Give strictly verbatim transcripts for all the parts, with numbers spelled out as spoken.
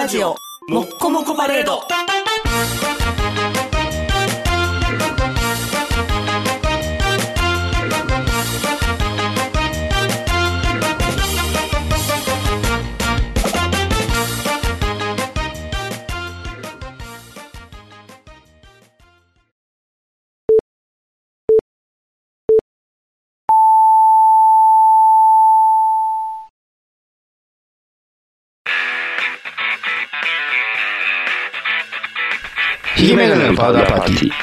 ジオもっこもこパレード。 ヒゲメガネのパウダーパーティー。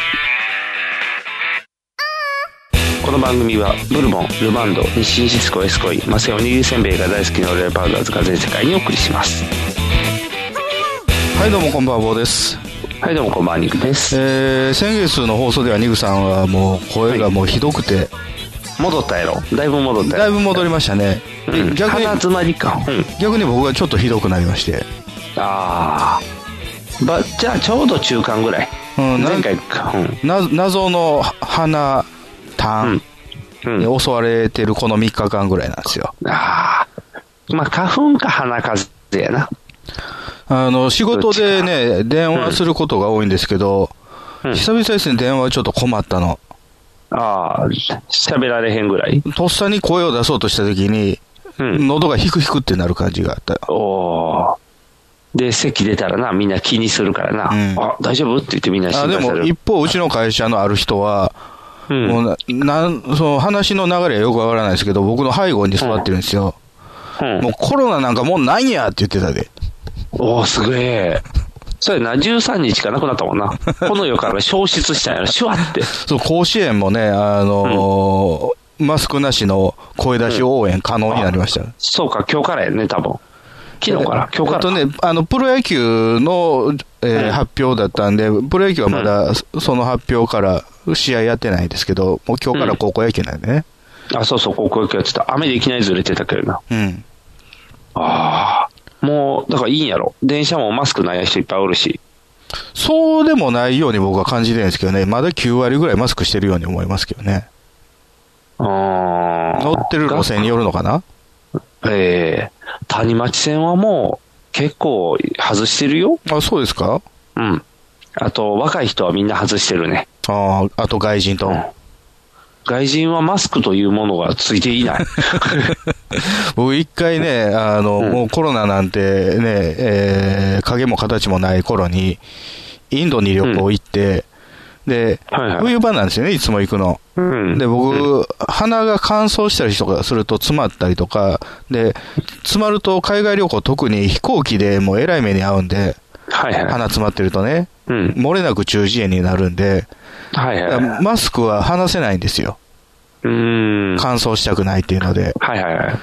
この番組はブルボン、ルマンド、日清シスコ、エスコイ、マセオにぎりせんべいが大好きなオレパウダーズが全世界にお送りします。 はい、どうもこんばんは、坊です。 はい、どうもこんばんは、ニグです。 えー、先月の放送ではニグさんはもう声がもうひどくて、はい、 戻ったやろ。だいぶ戻ったやろ。 だいぶ戻りましたね。 うん、逆に鼻詰まりか、うん、 逆に僕がちょっとひどくなりまして。 ああ、ばじゃあちょうど中間ぐらい、うん、前回か、うん、 な謎の鼻痰に襲われてるこのみっかかんぐらいなんですよ。 ああ、まあ花粉か鼻風邪やな。 あの仕事でね電話することが多いんですけど、うん、久々ですね電話ちょっと困ったの。 ああ、喋られへんぐらい。 とっさに声を出そうとした時に、うん、喉がヒクヒクってなる感じがあった。 おー。で、咳出たらな、みんな気にするからな。うん、あ、大丈夫って言ってみんな心配する。 あ、でも一方、うちの会社のある人は、うん、もうな、な、その話の流れはよくわからないですけど、僕の背後に座ってるんですよ。うんうん、もうコロナなんかもうないんやって言ってたで。 おー、すげえ。それな、じゅうさんにちかなくなったもんな。この世から消失したんやろ、シュワって。 そう、甲子園もね、あのーうん、マスクなしの声出し応援可能になりました。うん、 そうか、今日からやね、多分。昨日から今日から。 えっとね、あの、プロ野球の、えーうん、発表だったんで、プロ野球はまだその発表から試合やってないですけど、もう今日から高校野球なんでね。 うん、あ、そうそう、高校野球やってた。雨でいきなりずれてたけどな。 うん。 ああ、もう、だからいいんやろ。電車もマスクない人いっぱいおるし。 そうでもないように僕は感じてるんですけどね、まだきゅうわりぐらいマスクしてるように思いますけどね。 ああ。 乗ってる路線によるのかな？ ええー、谷町線はもう結構外してるよ。 あ、そうですか？ うん。あと若い人はみんな外してるね。 ああ、あと外人と、うん、 外人はマスクというものがついていない。 僕一回ね、あの、うん、もうコロナなんてね、えー、影も形もない頃にインドに旅行行って、うん、で、はいはい、冬場なんですよね、いつも行くの。うん、で、僕、うん、鼻が乾燥したりとかすると詰まったりとか、で、詰まると海外旅行特に飛行機でもうえらい目に遭うんで、はいはい、鼻詰まってるとね、うん、漏れなく中耳炎になるんで、はいはい、マスクは離せないんですよ。うーん、乾燥したくないっていうので。はいはいはい、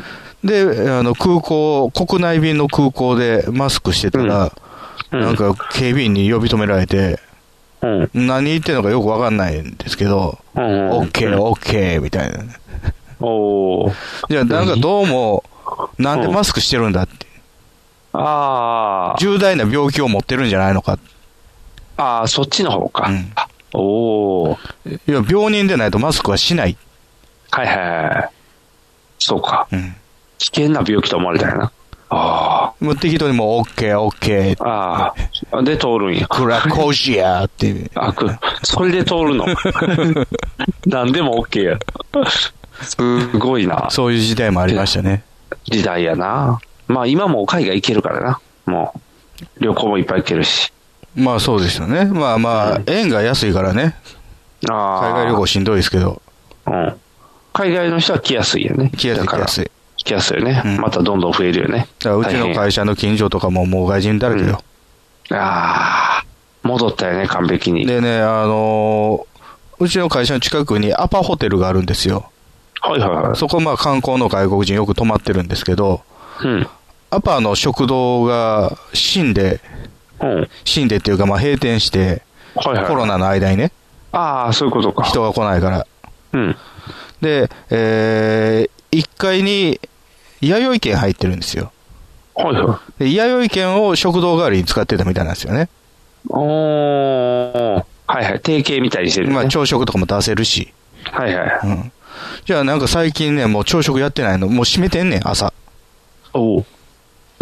で、あの空港、国内便の空港でマスクしてたら、うん、なんか警備員に呼び止められて、うん、何言ってんのかよくわかんないんですけど、うん、オッケーオッケーみたいな。おー。じゃあなんかどうも、なんでマスクしてるんだって。ああ。重大な病気を持ってるんじゃないのか。 ああ、そっちの方か。うん、おお。 いや、病人でないとマスクはしない。 はいはいはい。そうか。うん。危険な病気と思われたよな。ああ。もう適当にもうオッケーオッケー。 ああ。で通るんや。 クラコジアっていう。 あ、く、それで通るの。なんでもオッケーや。すごいな。 そういう時代もありましたね。 時代やな。まあ今も海外行けるからな。もう、旅行もいっぱい行けるし。 まあそうですよね。まあまあ、うん、円が安いからね。ああ。海外旅行しんどいですけど。 うん。海外の人は来やすいよね。 来やすい来やすい。 来やすいよね、うん。またどんどん増えるよね。 だからうちの会社の近所とかももう外人だらけよ。 うん、ああ。戻ったよね、完璧に。 でね、あのー、うちの会社の近くにアパホテルがあるんですよ。 はいはいはい。 そこまあ観光の外国人よく泊まってるんですけど、うん。アパの食堂が死んで、うん、死んでっていうかまあ閉店して、はいはい、コロナの間にね。 ああ、そういうことか。 人が来ないから。うん。で、えー、いっかいに弥生券入ってるんですよ。はいはい。で、弥生券を食堂代わりに使ってたみたいなんですよね。 おー。はいはい。定型みたいにしてる、ね。 まあ朝食とかも出せるし。 はいはい。うん。 じゃあなんか最近ね、もう朝食やってないの。もう閉めてんねん、朝。 おう。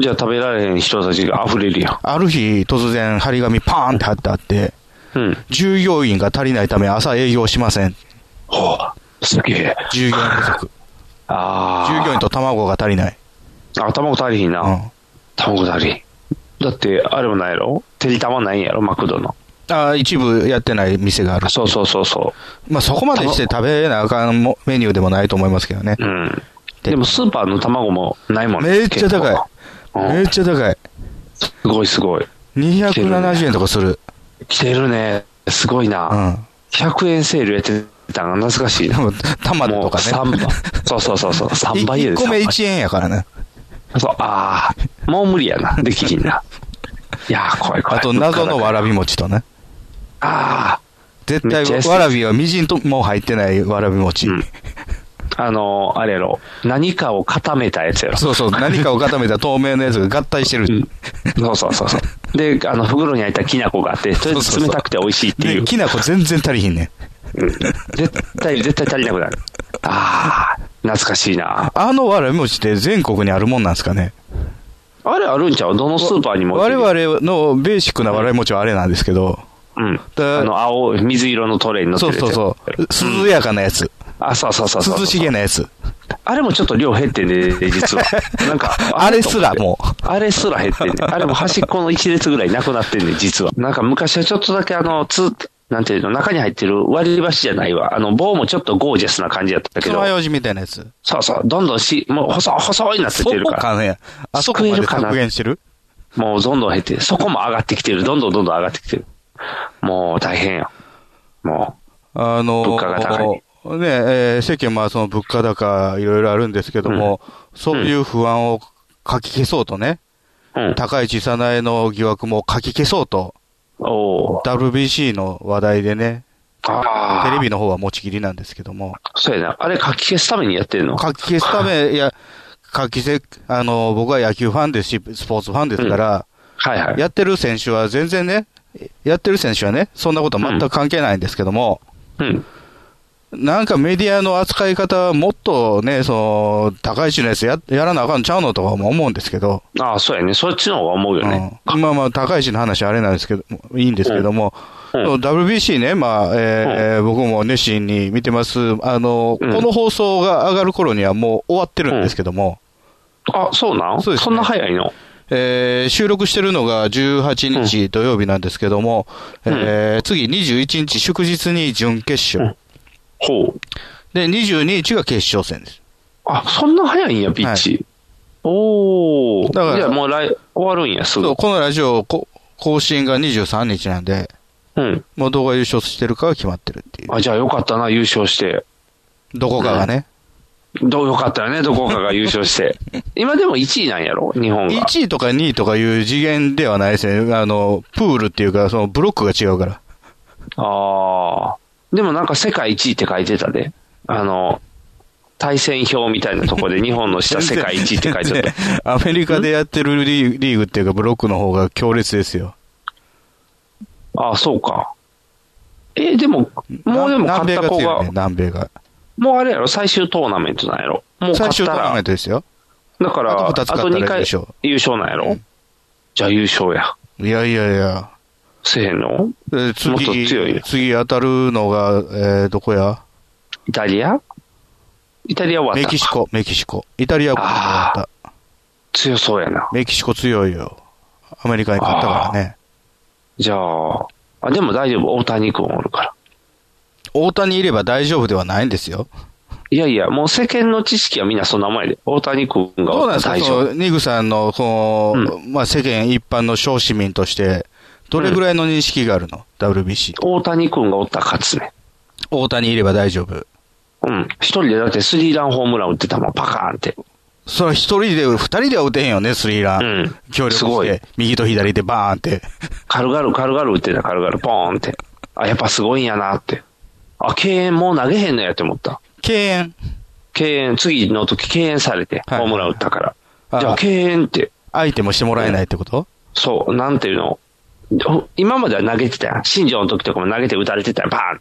じゃあ食べられへん人たちが溢れるやん。 ある日、突然、張り紙パーンって貼ってあって、 うん。 従業員が足りないため朝営業しません。 ほう。すげえ。 従業員不足。 ああ。 従業員と卵が足りない。 あ、卵足りひんな。うん。卵足りひん。だって、あれもないやろ？てりたまないんやろ、マクドの。 ああ、一部やってない店がある。 そうそうそうそう。 まあそこまでして食べなあかんメニューでもないと思いますけどね。 うん。でもスーパーの卵もないもんね。めっちゃ高い。うん、めっちゃ高い。 すごいすごい。 にひゃくななじゅうえんとかする。 来てるね。すごいな。うん。ひゃくえんセールやってたのが懐かしいな。 玉とかね。 さんばい。そうそうそうそう。さんばいやでいっこめいちえんやからね。 そう、ああ。もう無理やな。できひんな。いやー、怖い怖い。 あと謎のわらび餅とね。 ああ。 絶対わらびはみじんとも入ってないわらび餅。うん、 あのー、あれやろ。何かを固めたやつやろ。 そうそう。何かを固めた透明のやつが合体してる。 うん、そうそうそうそう。で、あの、袋に入ったきな粉があって、とりあえず冷たくて美味しいっていう。そうそうそうで、きな粉全然足りひんね。 うん。絶対、絶対足りなくなる。ああ、懐かしいな。 あのわらび餅って全国にあるもんなんですかね。 あれあるんちゃう？どのスーパーにも。 我々のベーシックなわらび餅はあれなんですけど。 うん。あの、青、水色のトレイに乗ってるやつ。 そうそうそう。涼やかなやつ。 うん、あ、そうそうそうそう。 涼しげなやつ。 あれもちょっと量減ってんね、実は。なんか、 あれすらもう。 あれすら減ってんね。あれも端っこの一列ぐらいなくなってんね、実は。なんか昔はちょっとだけあの、つ、なんていうの、中に入ってる割り箸じゃないわ。あの、棒もちょっとゴージャスな感じだったけど。 爪楊枝みたいなやつ。 そうそう。どんどんし、もう細、細いなってってるから。 そうかね。あそこまで削減してる？ もうどんどん減ってる。そこも上がってきてる。どんどんどんどん上がってきてる。もう大変よ。もう。あのー、 物価が高い。 ねえー、世間はその物価高いろいろあるんですけども、うん、そういう不安をかき消そうとね、うん、高市早苗の疑惑もかき消そうと、 おダブリュービーシー の話題でね、 あテレビの方は持ちきりなんですけども。 そうやな。あれかき消すためにやってるの？ かき消すため、いや、かき消せ、あの、僕は野球ファンですし、スポーツファンですから、うん、 はいはい。 やってる選手は全然ね、やってる選手はね、そんなことは全く関係ないんですけども、 うん。うんなんかメディアの扱い方はもっとね、その、高市のやつや、やらなあかんちゃうのとかも思うんですけど。 ああ、そうやね。そっちの方が思うよね。 うん、まあまあ、高市の話はあれなんですけど、いいんですけども、うん、ダブリュービーシー ね、まあ、えーうん、僕も熱心に見てます。あの、うん、この放送が上がる頃にはもう終わってるんですけども。 うん、あ、そうなん？そうです、ね。そんな早いの？ えー、収録してるのがじゅうはちにち土曜日なんですけども、うん、えー、次にじゅういちにち祝日に準決勝。うんほう。 で、にじゅうににちが決勝戦です。 あ、そんな早いんや、ピッチ。はい、おー。だから、じゃあもう来、終わるんや、すぐ。 そう、このラジオ、こ更新がにじゅうさんにちなんで、 うん。 もうどこが優勝してるかは決まってるっていう。 あ、じゃあよかったな、優勝して。 どこかがね。 うん、どうよかったよね、どこかが優勝して。今でもいちいなんやろ、日本が。 いちいとかにいとかいう次元ではないですね。あの、プールっていうか、そのブロックが違うから。 ああ。でもなんか世界一位って書いてたで。あの、対戦表みたいなところで日本の下世界一位って書いてた。 アメリカでやってるリーグ、リーグっていうかブロックの方が強烈ですよ。 ああ、そうか。え、でも、もうでも勝った子が。 南米が。 もうあれやろ、最終トーナメントなんやろ。もう最終トーナメントですよ。 だから、あとにかい優勝なんやろ。うん、じゃあ優勝や。 いやいやいや。 せえへんの？ え次、もっと強い。次当たるのが、えー、どこや？ イタリア？イタリア終わった。 メキシコ、メキシコ。イタリア終わった。 強そうやな。 メキシコ強いよ。アメリカに勝ったからね。 じゃあ、あ、でも大丈夫。大谷君おるから。 大谷いれば大丈夫ではないんですよ。 いやいや、もう世間の知識はみんなそんな前で。大谷君がおったら大丈夫。 そうなんですか。ニグさんの、この、うん、まあ世間一般の小市民として、どれぐらいの認識があるの、うん、ダブリュービーシー。 大谷君がおったら勝つね。 大谷いれば大丈夫。 うん。一人でだってスリーランホームラン打ってたもん、パカーンって。 それは一人で、二人では打てへんよね、スリーラン。うん。協力して。すごい。右と左でバーンって。軽 々、軽々打ってた、軽々、ポーンって。あ、やっぱすごいんやなって。あ、敬遠もう投げへんのやって思った。 敬遠敬遠、次の時敬遠されて、ホームラン打ったから。じゃあ敬遠って。 相手もしてもらえないってこと、うん、 そう、なんていうの。今までは投げてたやん。新庄の時とかも投げて打たれてたやん、バーンって。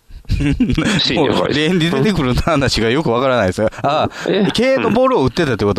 もう、連で出てくる話がよくわからないですよ。ああ、敬遠のボールを打ってたってこと、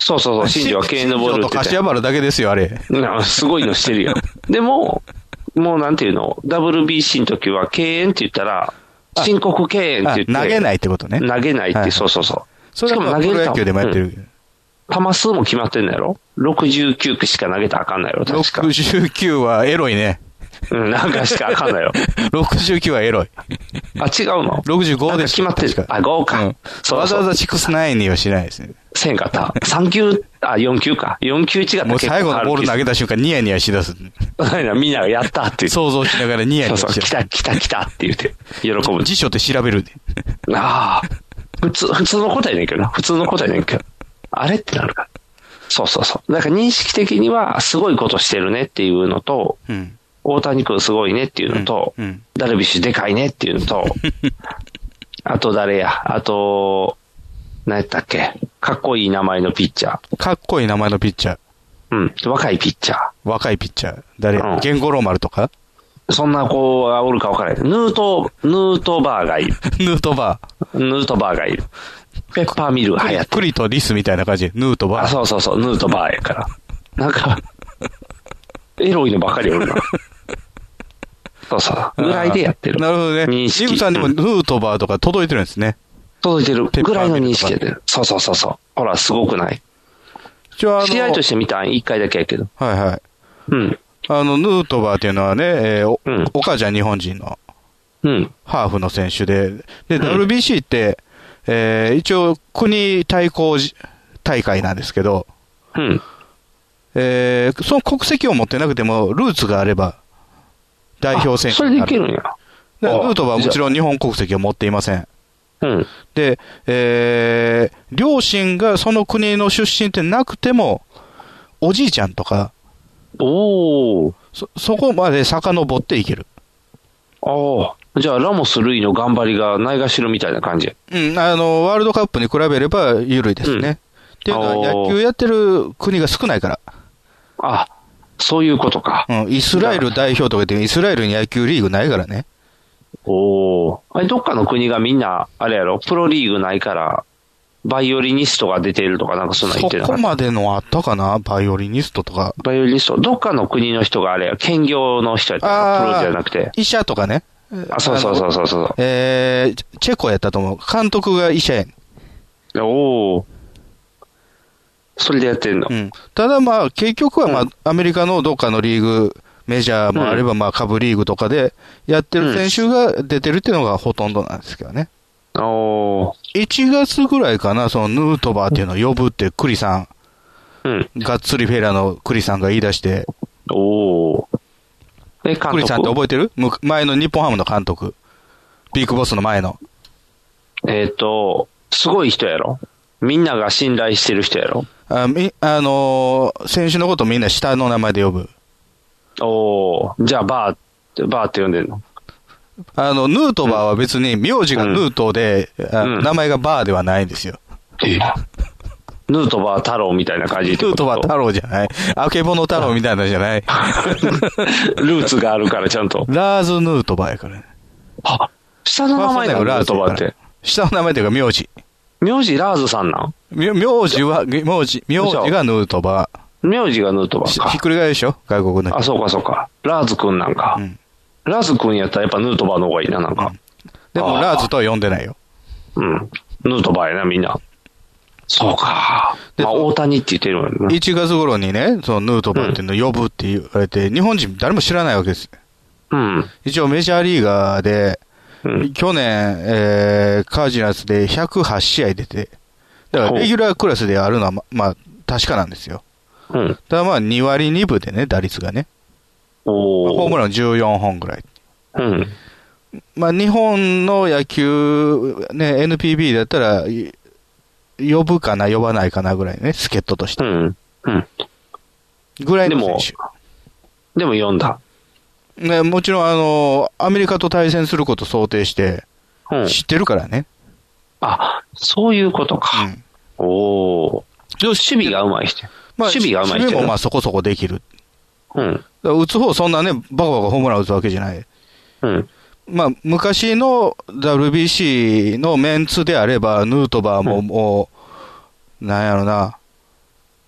そうそうそう、新庄は敬遠のボール新庄と柏原だけですよ、あれ。 すごいのしてるよ。でも、もうなんていうの、ダブリュービーシー の時は敬遠って言ったら、申告敬遠って言って。 投げないってことね。 投げないって、はい、そうそうそう。 それはプロ野球でもやってる。うん球数も決まってんのやろ ?ろくじゅうきゅう しか投げたらあかんないやろ確か。 ろくじゅうきゅうはエロいね。 うん、なんかしかあかんないよ。 ろくじゅうきゅうはエロい。 あ、違うの ?ろくじゅうご で決まってる。あ、ごか。うん、 そうわざわざろくじゅうきゅうにはしないですね。 せんかった。さん球、あ、よん球か。よん球違った。 もう最後のボール投げた瞬間ニヤニヤしだす。 みんながやったって想像しながらニヤニヤしだす。 そうそう、来た来た来たって言って、喜ぶ。 辞書って調べる。 ああ。普通、普通の答えねんけどな。普通の答えねんけど。あれってなるから。そうそうそう。だから認識的にはすごいことしてるねっていうのと、うん、大谷君すごいねっていうのと、うんうん、ダルビッシュでかいねっていうのと、あと誰や、あと、何やったっけ、かっこいい名前のピッチャー。 かっこいい名前のピッチャー。 うん、若いピッチャー。 若いピッチャー。誰、うん、ゲンゴローマルとかそんな子がおるか分からない。ヌート、ヌートバーがいる。 ヌートバー。ヌートバーがいる。ペッパーミルが流行ってクリとリスみたいな感じで、ヌートバー。 あ、そうそうそう、ヌートバーやから。なんか、エロいのばかりおるな。そうそう、ぐらいでやってる。 なるほどね。認識。リムさんにもヌートバーとか届いてるんですね。 届いてる。ぐらいの認識で。そうそうそうそう。ほら、すごくない。試合として見たん一回だけやけど。 はいはい。 うん。 あの、ヌートバーっていうのはね、えー、うん、お母ちゃん日本人の、 うん。 ハーフの選手で、で、ダブリュービーシー って、えー、一応、国対抗大会なんですけど、 うん。 えー、その国籍を持ってなくても、ルーツがあれば、代表選手になる。 それでいけるんや。 ルートはもちろん日本国籍を持っていません。 うん。 で、えー、両親がその国の出身ってなくても、おじいちゃんとか、 おー。 そ、そこまで遡っていける。 ああ。じゃあ、ラモス・ルイの頑張りがないがしろみたいな感じ。 うん、あの、ワールドカップに比べれば緩いですね。うん、っていうのは、野球やってる国が少ないから。 あ、そういうことか。 うん、イスラエル代表とかで、イスラエルに野球リーグないからね。 おー。あれ、どっかの国がみんな、あれやろ、プロリーグないから、バイオリニストが出てるとかなんかそんな言ってなそこまでのあったかなバイオリニストとか。 バイオリニスト。どっかの国の人があれや、兼業の人やったら、プロじゃなくて。 医者とかね。 あ、そうそうそうそうそう。 えー、チェコやったと思う。監督が医者やん。 おー。それでやってんの。 うん。ただまあ、結局はまあ、うん、アメリカのどっかのリーグ、メジャーもあればまあ、下部リーグとかでやってる選手が出てるっていうのがほとんどなんですけどね。 おー。 いちがつぐらいかな、そのヌートバーっていうのを呼ぶってクリさん。 うん。 がっつりフェラのクリさんが言い出して。 おー。え、 クリさんって覚えてる？前の日本ハムの監督。ビッグボスの前の。 えっと、すごい人やろ？みんなが信頼してる人やろ？ あ、み、あのー、選手のことみんな下の名前で呼ぶ。 おー。じゃあ、バーって、バーって呼んでんの？ あの、ヌートバーは別に名字がヌートで、うん、名前がバーではないんですよ。 えヌートバー太郎みたいな感じってこと？ヌートバー太郎じゃない。あけぼの太郎みたいなじゃない。ルーツがあるからちゃんと。 ラーズ・ヌートバーやからね。 あ、下の名前なの？ヌートバーって。 下の名前というか名字。 名字ラーズさんなん名字は、名字、名字がヌートバー。名字がヌートバーか。 ひっくり返るでしょ外国の。 あ、そうかそうか。ラーズくんなんか。うん、ラーズくんやったらやっぱヌートバーの方がいいな、なんか。うん、 でもラーズとは呼んでないよ。 うん。ヌートバーやな、みんな。そうか。まあ、大谷って言ってるもんね。 いちがつ頃にね、そのヌートバーっていうのを呼ぶって言われて、うん、日本人誰も知らないわけです。 うん。 一応メジャーリーガーで、うん、去年、えー、カージナルスでひゃくはち試合出て、だからレギュラークラスであるのはま、まあ、確かなんですよ。 うん。 ただまあ、にわりにぶでね、打率がね。 おー。 ホームランじゅうよんほんぐらい。 うん。 まあ、日本の野球、ね、エヌピービー だったら、呼ぶかな、呼ばないかなぐらいね、助っ人として。 うん。うん。 ぐらいの選手。 でも、でも読んだ。 ね、もちろん、あの、アメリカと対戦することを想定して、知ってるからね。 うん、あ、そういうことか。うん、おー。守備がうまい人。まあ、守備がうまい人。 守備もまあそこそこできる。 うん。 打つ方そんなね、バカバカホームラン打つわけじゃない。 うん。 まあ、昔の ダブリュービーシー のメンツであれば、ヌートバーももう、うん、なんやろな、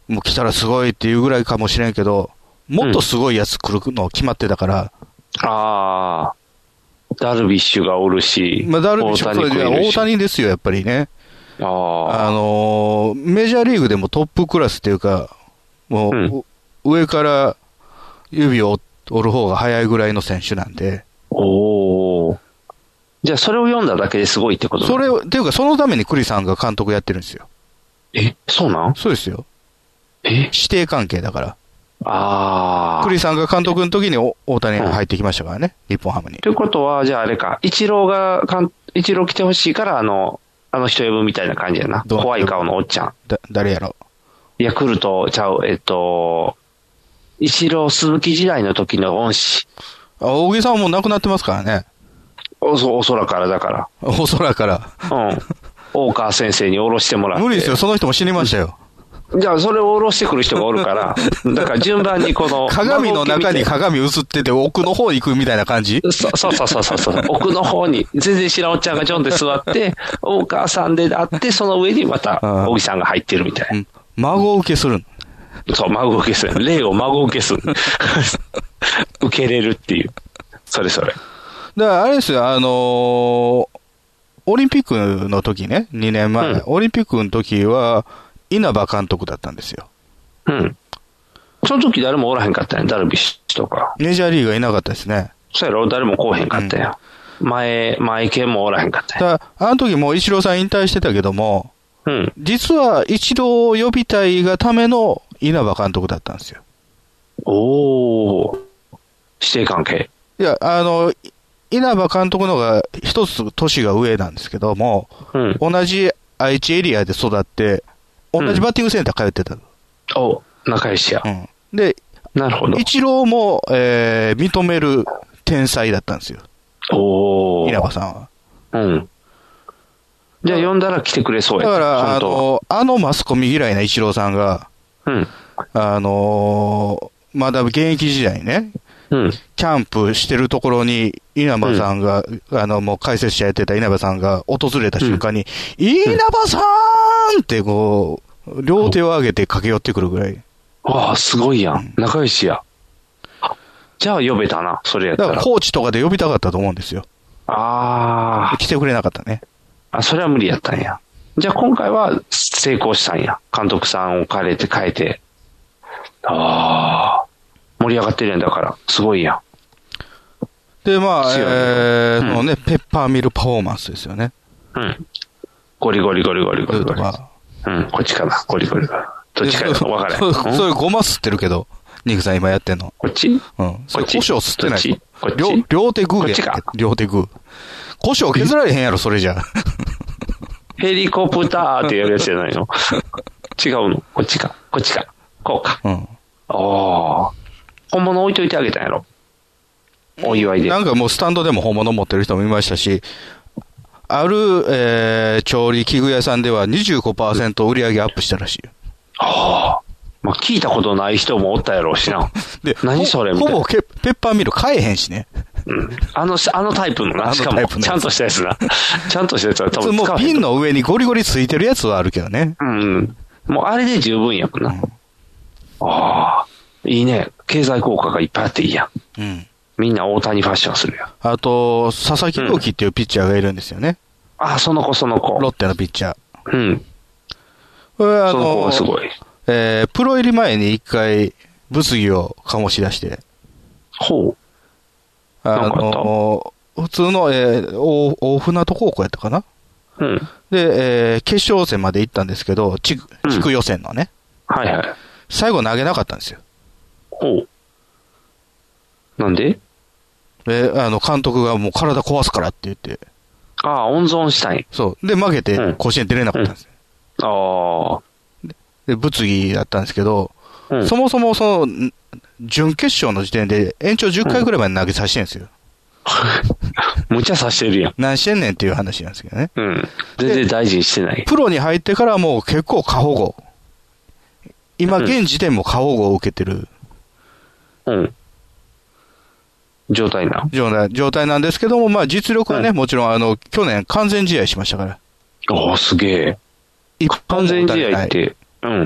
もう来たらすごいっていうぐらいかもしれんけど、もっとすごいやつ来るの決まってたから。 うん、ああ。ダルビッシュがおるし。 まあ、ダルビッシュ大谷大谷ですよ、やっぱりね。ああのー、メジャーリーグでもトップクラスっていうか、もう、うん、上から指を折る方が早いぐらいの選手なんで。 おお。じゃあそれを読んだだけですごいってこと？ それを、っていうかそのために栗さんが監督やってるんですよ。 え、そうなん？ そうですよ。 え？ 指定関係だから。 ああ。 栗さんが監督の時に大谷が入ってきましたからね、うん、日本ハムに。 ということは、じゃああれか、イチローが、イチロー来てほしいから、あの、あの人呼ぶみたいな感じやな。怖い顔のおっちゃん。 だ、誰やろ？ ヤクルトちゃう、えっと、イチロー鈴木時代の時の恩師。 あ、大木さんも亡くなってますからね。 おそ、お空からだから。 お空から。 うん。大川先生に下ろしてもらって。 無理ですよ、その人も死にましたよ。 じゃあ、それを下ろしてくる人がおるから、だから順番にこの。 鏡の中に鏡映ってて奥の方に行くみたいな感じ？ そそうそうそうそうそう。奥の方に、全然知らんおっちゃんがちょんって座って、大川さんであって、その上にまた、小木さんが入ってるみたいな。うん、 孫受けする。 そう、孫受けする。霊を孫受けする。受けれるっていう。それそれ。だから、あれですよ、あのー、オリンピックの時ね、にねんまえ、うん、オリンピックの時は、稲葉監督だったんですよ。 うん。その時誰もおらへんかったんや、ダルビッシュとか。 メジャーリーグはいなかったですね。 そうやろ、誰も来おへんかったや、うん。前、前剣もおらへんかったや。だあの時もうイチローさん引退してたけども、うん。実は一郎を呼びたいがための稲葉監督だったんですよ。 おー。指定関係。 いや、あの、稲葉監督の方が一つ年が上なんですけども、うん、同じ愛知エリアで育って、同じバッティングセンター通ってた。うん、 お、仲良しや。 うん。で、 なるほど。 イチローも、えー、認める天才だったんですよ。 おー。 稲葉さんは。 うん。じゃあ呼んだら来てくれそうや。 だから、あの、あのマスコミ嫌いなイチローさんが、うん。あのー、まだ現役時代ね、うん。キャンプしてるところに、稲葉さんが、うん、あの、もう解説者やってた稲葉さんが訪れた瞬間に、うん、稲葉さーんってこう、両手を上げて駆け寄ってくるぐらい。 ああ、すごいやん。うん、仲良しや。じゃあ呼べたな、それやったら。 だからコーチとかで呼びたかったと思うんですよ。 ああ。 来てくれなかったね。 あ、それは無理やったんや。じゃあ今回は成功したんや。監督さんを変えて変えて。ああ。盛り上がってるやんだから、すごいやん。 で、まあ、えー、そのね、ペッパーミルパフォーマンスですよね。 うん。ゴリゴリゴリゴリゴリゴリ。うん、こっちかな、ゴリゴリゴリ。どっちかな、わからない。 それごま吸ってるけど、ニクさん今やってんの。 こっち？ うん。それ胡椒吸ってない。 こっち？ 両手グーや。こっちか。両手グー。胡椒削られへんやろ、それじゃ。 ヘリコプターってやるやつじゃないの？違うの？こっちか。こっちか。こうか。うん。ああ。本物置いといてあげたんやろ。お祝いで。 なんかもうスタンドでも本物持ってる人もいましたし、ある、えー、調理器具屋さんでは にじゅうごパーセント 売り上げアップしたらしい。 ああ。まあ、聞いたことない人もおったやろうしな。で、何それみたいな。 ほぼペッパーミル買えへんしね。 うん。あの、あのタイプのな。しかも、ちゃんとしたやつな。ちゃんとしたやつは多分使わへん。もう瓶の上にゴリゴリついてるやつはあるけどね。 うん。もうあれで十分やもんな。うん、ああ。いいね。経済効果がいっぱいあっていいやん。うん。みんな大谷ファッションするよ。 あと、佐々木朗希っていうピッチャーがいるんですよね。 うん、ああ、その子その子。 ロッテのピッチャー。 うん。 これはあの、 その子がすごい。 えー、プロ入り前に一回、物議を醸し出して。 ほう。 あの、普通の、えー、大、大船渡高校やったかな。うん。で、えー、決勝戦まで行ったんですけど、地区、地区予選のね。 うん、はいはい。 最後投げなかったんですよ。 ほう。なんで？ えー、あの、監督がもう体壊すからって言って。 ああ、温存したい。 そう。で、負けて、甲子園出れなかったんですよ。 うんうん、ああ。 で、物議だったんですけど、うん、そもそもその、準決勝の時点で延長じゅっかいぐらいまで投げさせてるんですよ。 うん、むちゃさしてるやん。 何してんねんっていう話なんですけどね。 うん。全然大事にしてない。 プロに入ってからもう結構過保護。今、現時点も過保護を受けてる。 うん。状態な状態、状態なんですけども、まあ実力はね、うん、もちろんあの、去年完全試合しましたから。 おー、すげえ。完全試合って、うん。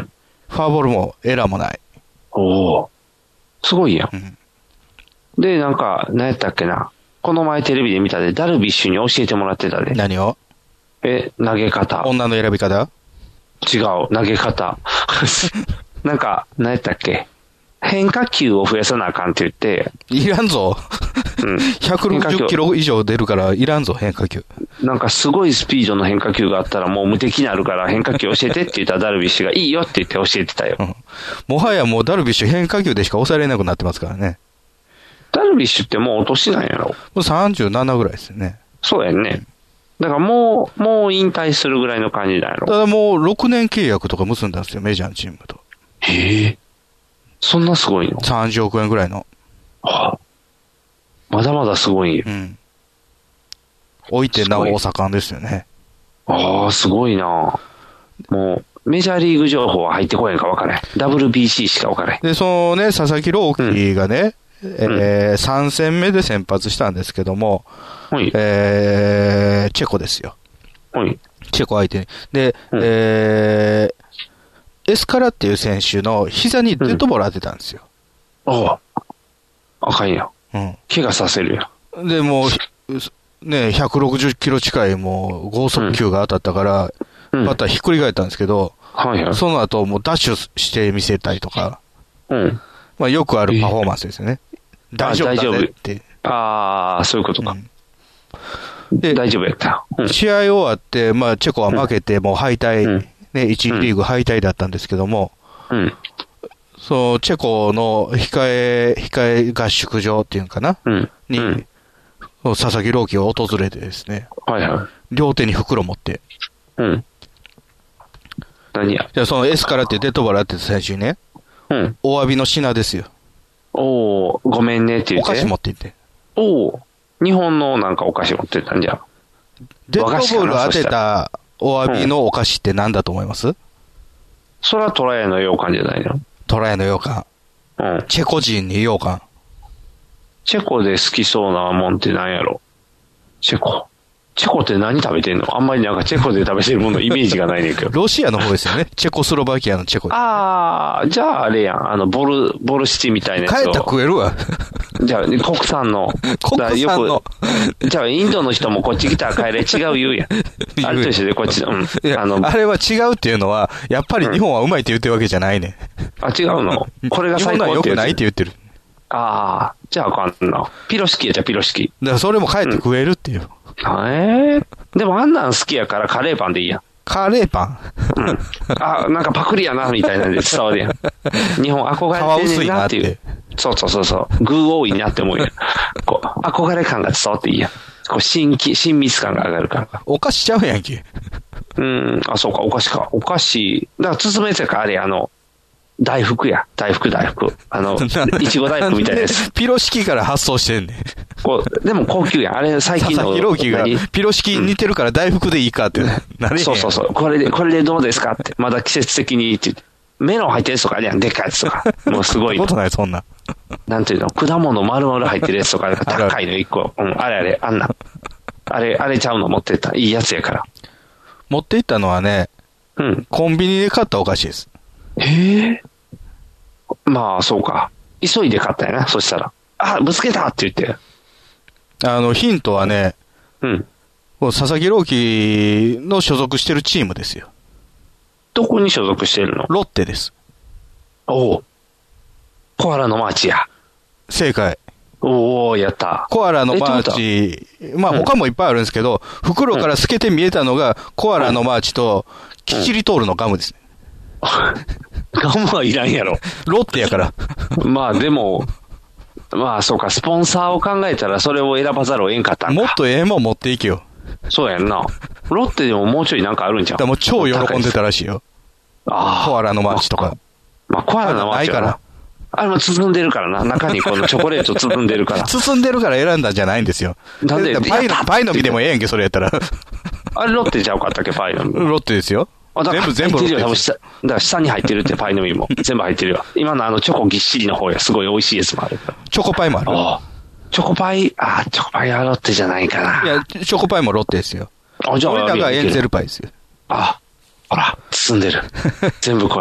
フォアボールもエラーもない。 おお。すごいやん。うん、で、なんか、何やったっけな。この前テレビで見たで、ダルビッシュに教えてもらってたで。 何を？ え、投げ方。 女の選び方？ 違う、投げ方。なんか、何やったっけ？変化球を増やさなあかんって言って。 いらんぞ。うん。ひゃくろくじゅっキロ以上出るからいらんぞ、変化球。 なんかすごいスピードの変化球があったらもう無敵になるから変化球教えてって言ったらダルビッシュがいいよって言って教えてたよ。うん、 もはやもうダルビッシュ変化球でしか抑えられなくなってますからね。 ダルビッシュってもうお年なんやろ？もうさんじゅうななぐらいですよね。 そうやんね。だからもう、もう引退するぐらいの感じなんやろ。 ただもうろくねん契約とか結んだんですよ、メジャーのチームと。 へえ。そんなすごいの？ さんじゅうおくえんぐらいの。 はあ、まだまだすごいよ。うん。 置いてなお盛んですよね。 ああ、すごいな。もう、メジャーリーグ情報は入ってこへんか分からへん。ダブリュービーシー しか分からへん。 で、そのね、佐々木朗希がね、うん、えー、さん戦目で先発したんですけども、はい、えー、チェコですよ。はい、チェコ相手に。で、うん、えー、エスカラっていう選手の膝にデッドボール当てたんですよ。 うん、ああ。あかんや。うん。怪我させるや。 で、もう、ね、ひゃくろくじゅっキロ近いもう剛速球が当たったから、うん、バッターひっくり返ったんですけど、はいはい。その後もうダッシュしてみせたりとか、うん。まあよくあるパフォーマンスですよね。大丈夫だねって。 ああ、そういうことか。うん、で、大丈夫やった。 うん、試合終わって、まあチェコは負けてもう敗退、うん、ね、いちいリーグ敗退だったんですけども、うん。そう、チェコの控え、控え合宿場っていうのかな、うん、に、うん、佐々木朗希を訪れてですね、はいはい。両手に袋持って、うん。 何や？ じゃそのエスカラってデッドボールやってた選手にね、うん。お詫びの品ですよ。 おー、ごめんねって言って。 お菓子持って行って。 おー、日本のなんかお菓子持ってたんじゃ。 デッドボール当てたお詫びのお菓子って何だと思います？うん、 それはトライの羊羹じゃないの？ トライの羊羹。うん。チェコ人に羊羹。 チェコで好きそうなもんって何やろ？チェコ。チェコって何食べてんの？あんまりなんかチェコで食べてるものイメージがないねんけど。 ロシアの方ですよね。チェコスロバキアのチェコ。 ああ、じゃああれやん。あの、ボル、ボルシチみたいなやつを。 帰ったら食えるわ。 じゃあ、国産の。 国産の。 じゃあ、インドの人もこっち来たら帰れ違う言うやん。あれと一緒でこっちの。うん。 いや、あの、あれは違うっていうのは、やっぱり日本はうまいって言ってるわけじゃないね。 うん、あ、違うの？これが最高って言う。日本は良くないって言ってる。 ああ、じゃああかんな。ピロシキやじゃピロシキ。 だからそれも帰って食えるっていう。うん、 ええー、でもあんなん好きやからカレーパンでいいやん。 カレーパンうん。あ、なんかパクリやな、みたいなんで伝わるやん。日本憧れてんねんなっていう。そうそうそうそう。具多いなって思うやん。こう、憧れ感が伝わっていいやん。こう、親近、親密感が上がるから。 お菓子ちゃうやんけ。 うん、あ、そうか、お菓子か。お菓子。だから包めてか、あれ、あの、大福や。大福、大福。あの、いちご大福みたいなやつ。 ピロシキから発送してんねん。 こう、でも高級やん。あれ、最近の。 佐々木朗希が、ピロシキ似てるから大福でいいかって、うん、なれへん。 そうそうそう。これで、これでどうですかって。まだ季節的にって言って。メロン入ってるやつとかあるやん。でっかいやつとか。もうすごい。 ことない、そんな。 なんていうの、果物丸々入ってるやつとか、高いのいっこ。うん、あれあれ、あんな。あれ、あれちゃうの持ってった。いいやつやから。 持っていったのはね、うん。コンビニで買ったお菓子です。 へえ。まあ、そうか。急いで買ったやな、そしたら。あ、ぶつけたって言って。 あの、ヒントはね、うん。佐々木朗希の所属してるチームですよ。 どこに所属してるの？ ロッテです。 おお。コアラのマーチや。 正解。 おお、やった。 コアラのマーチ、まあ他もいっぱいあるんですけど、うん、袋から透けて見えたのが、コアラのマーチと、キチリトールのガムですね。 ガムはいらんやろ。 ロッテやから。 まあでも、まあそうか、スポンサーを考えたらそれを選ばざるを得んかったんか。 もっとええもん持っていけよ。 そうやんな。ロッテでももうちょいなんかあるんじゃん。 でも超喜んでたらしいよ。ああ。コアラのマーチとか。 まあコアラのマーチはな。あれも包んでるからな。中にこのチョコレート包んでるから。 包んでるから選んだんじゃないんですよ。なんでパイの、パイの実でもええやんけ、それやったら。 あれロッテちゃうかったっけ、パイの実。 ロッテですよ。 あ、だから全部、全部ロッテです。だから下に入ってるってパイの実も。全部入ってるよ。今のあのチョコぎっしりの方やすごい美味しいやつもあるから。 チョコパイもある。ああ。 チョコパイ、ああ、チョコパイはロッテじゃないかな。 いや、チョコパイもロッテですよ。あ、じゃあ俺らがエンゼルパイですよ。 あ、ほら、包んでる。全部これ。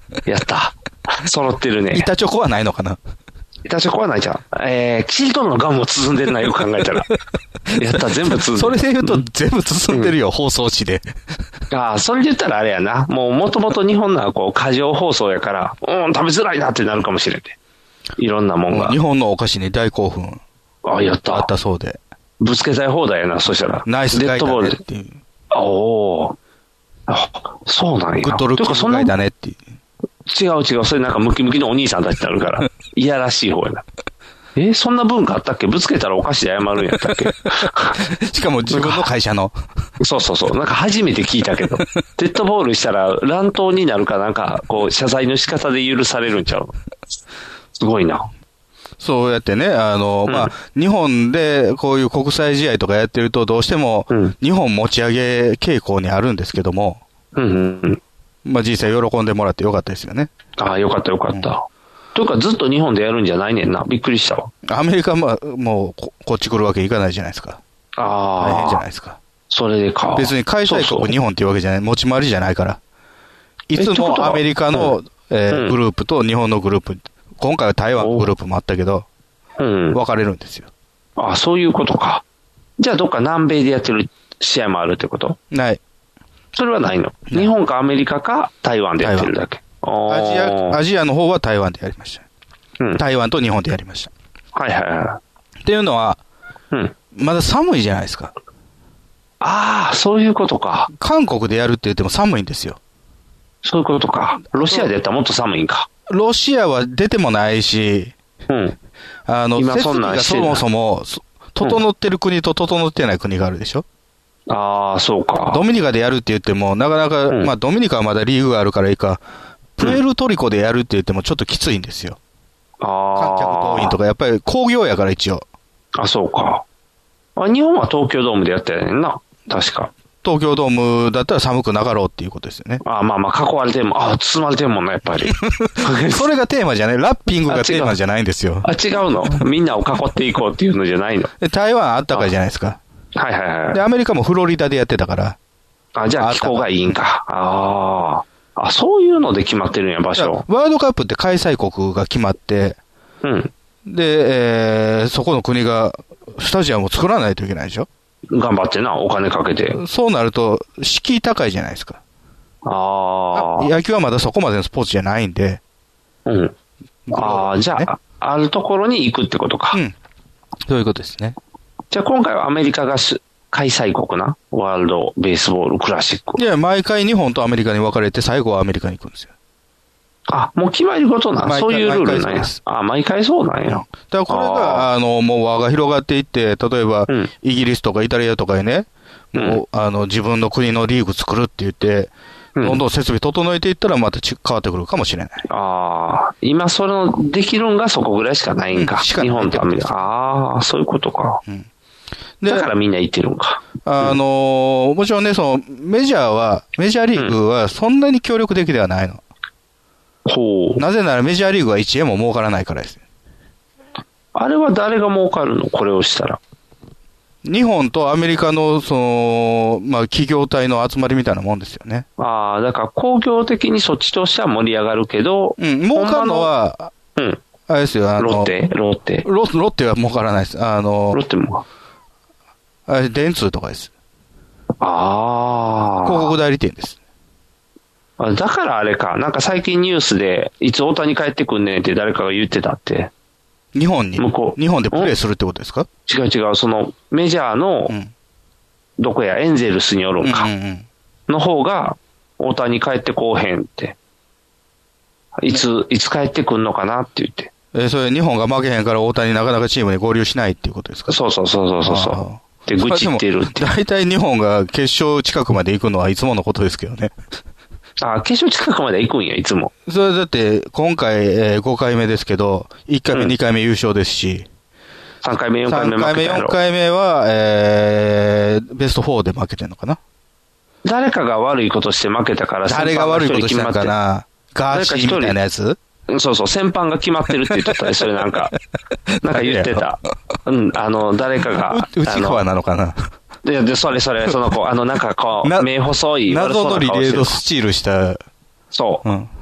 やった。揃ってるね。 板チョコはないのかな？ 板チョコはないじゃん。えー、キシリトールのガムも包んでるな、よく考えたら。やった、全部包んでる。 それで言うと、全部包んでるよ、うん、放送紙で。 ああ、それで言ったらあれやな。もう、もともと日本のはこう、過剰放送やから、うん、食べづらいなってなるかもしれんて。いろんなもんが。 日本のお菓子に大興奮。 ああ、やった。 あったそうで。 ぶつけたい放題やな、そしたら。 ナイスガイだねっていう。 おお。あ、そうなんや。 グッドルックスガイだねっていう。 違う違う、それなんかムキムキのお兄さんたちになるから。いやらしい方やな。え、そんな文化あったっけ？ぶつけたらお菓子で謝るんやったっけ？ しかも自分の会社の。 そうそうそう。なんか初めて聞いたけど。デッドボールしたら乱闘になるかなんか、こう、謝罪の仕方で許されるんちゃう？すごいな。 そうやってね、あの、うん、まあ、日本でこういう国際試合とかやってるとどうしても、日本持ち上げ傾向にあるんですけども、 うんうんうん、まあ実際喜んでもらってよかったですよね。 ああ、よかったよかった。うん、というかずっと日本でやるんじゃないねんな。びっくりしたわ。 アメリカはもうこ、こっち来るわけいかないじゃないですか。 ああ。 大変じゃないですか。 それでか。 別に開催国日本っていうわけじゃない、持ち回りじゃないから。いつもアメリカの、うんえーうん、グループと日本のグループ、今回は台湾のグループもあったけど、うん、分かれるんですよ。 ああ、そういうことか。じゃあどっか南米でやってる試合もあるってこと？ ない。 それはないの？日本かアメリカか台湾でやってるだけ。 アジア、アジアの方は台湾でやりました。うん、台湾と日本でやりました。 はいはいはい。 っていうのは、うん、まだ寒いじゃないですか。 ああ、そういうことか。 韓国でやるって言っても寒いんですよ。 そういうことか。ロシアでやったらもっと寒いんか。 ロシアは出てもないし、うん。あの、設備がそもそも、整ってる国と整ってない国があるでしょ？ うん、ああ、そうか。 ドミニカでやるって言っても、なかなか、うん、まあドミニカはまだリーグがあるからいいか、プエルトリコでやるって言ってもちょっときついんですよ。うん、観客動員とか、やっぱり工業やから一応。 あ、そうか。あ、日本は東京ドームでやったやねんな。確か。 東京ドームだったら寒くなかろうっていうことですよね。 ああ、まあまあ、囲われても、ああ、包まれてるもんな、やっぱり。 それがテーマじゃない。ラッピングがテーマじゃないんですよ。 あ、違うの？みんなを囲っていこうっていうのじゃないの？ で台湾あったかいじゃないですか。 はいはいはい。 で、アメリカもフロリダでやってたから。 あ、じゃあ気候がいいんか。ああ。あ、そういうので決まってるんや、場所。 ワールドカップって開催国が決まって、うん。で、えー、そこの国がスタジアムを作らないといけないでしょ？ 頑張ってな、お金かけて。 そうなると、敷居高いじゃないですか。ああ。野球はまだそこまでのスポーツじゃないんで。 うん。ああ、じゃあ、あるところに行くってことか。うん。 そういうことですね。 じゃあ今回はアメリカが開催国な、ワールドベースボールクラシック。 いや、毎回日本とアメリカに分かれて、最後はアメリカに行くんですよ。 あ、もう決まり事なん、そういうルールなんや。あ、毎回そうなんや。だからこれが、あの、もう輪が広がっていって、例えば、うん、イギリスとかイタリアとかにね、うん、もう、あの、自分の国のリーグ作るって言って、うん、どんどん設備整えていったらまた変わってくるかもしれない。 ああ、今それのできるんがそこぐらいしかないんか。うん、しかない日本とアメリカ。ああ、そういうことか。うん、だからみんな行ってるんか。 あのー、もちろんね、その、メジャーは、メジャーリーグはそんなに協力的ではないの。 ほう。 なぜならメジャーリーグはいちえんも儲からないからです。 あれは誰が儲かるの？これをしたら。 日本とアメリカの、その、まあ、企業体の集まりみたいなもんですよね。 ああ、だから工業的にそっちとしては盛り上がるけど、 うん、儲かるのは、うん。あれですよ、あの、 ロッテロッテロロッテは儲からないです。あの、 ロッテも。 あれ、電通とかです。 ああ。 広告代理店です。 だからあれか、なんか最近ニュースで、いつ大谷帰ってくんねんって誰かが言ってたって。 日本に向こう日本でプレーするってことですか？ 違う違う、そのメジャーの、うん、どこや、エンゼルスにおるんか、うんうんうん、の方が、大谷帰ってこうへんって。いつ、いつ帰ってくんのかなって言って。 えー、それ日本が負けへんから大谷なかなかチームに合流しないっていうことですか？ そうそうそうそうそう。で、愚痴ってるって。 大体日本が決勝近くまで行くのはいつものことですけどね。 あ、決勝近くまで行くんや、いつも。 それだって、今回、えー、ごかいめですけど、いっかいめ、うん、にかいめ優勝ですし、 さんかいめ、よんかいめ負けたやろ。さんかいめ、 よんかいめは、えー、ベストよんで負けてんのかな。 誰かが悪いことして負けたから、 誰が悪いことしたのかな。ガーシーみたいなやつ？ そうそう、先般が決まってるって言ってたね、それなんか。なんか言ってた。うん、あの、誰かが。 内川なのかな。 で、で、それそれ、その子、あの、なんかこう、目細い、 謎のリレードスチールした。 そう。うん。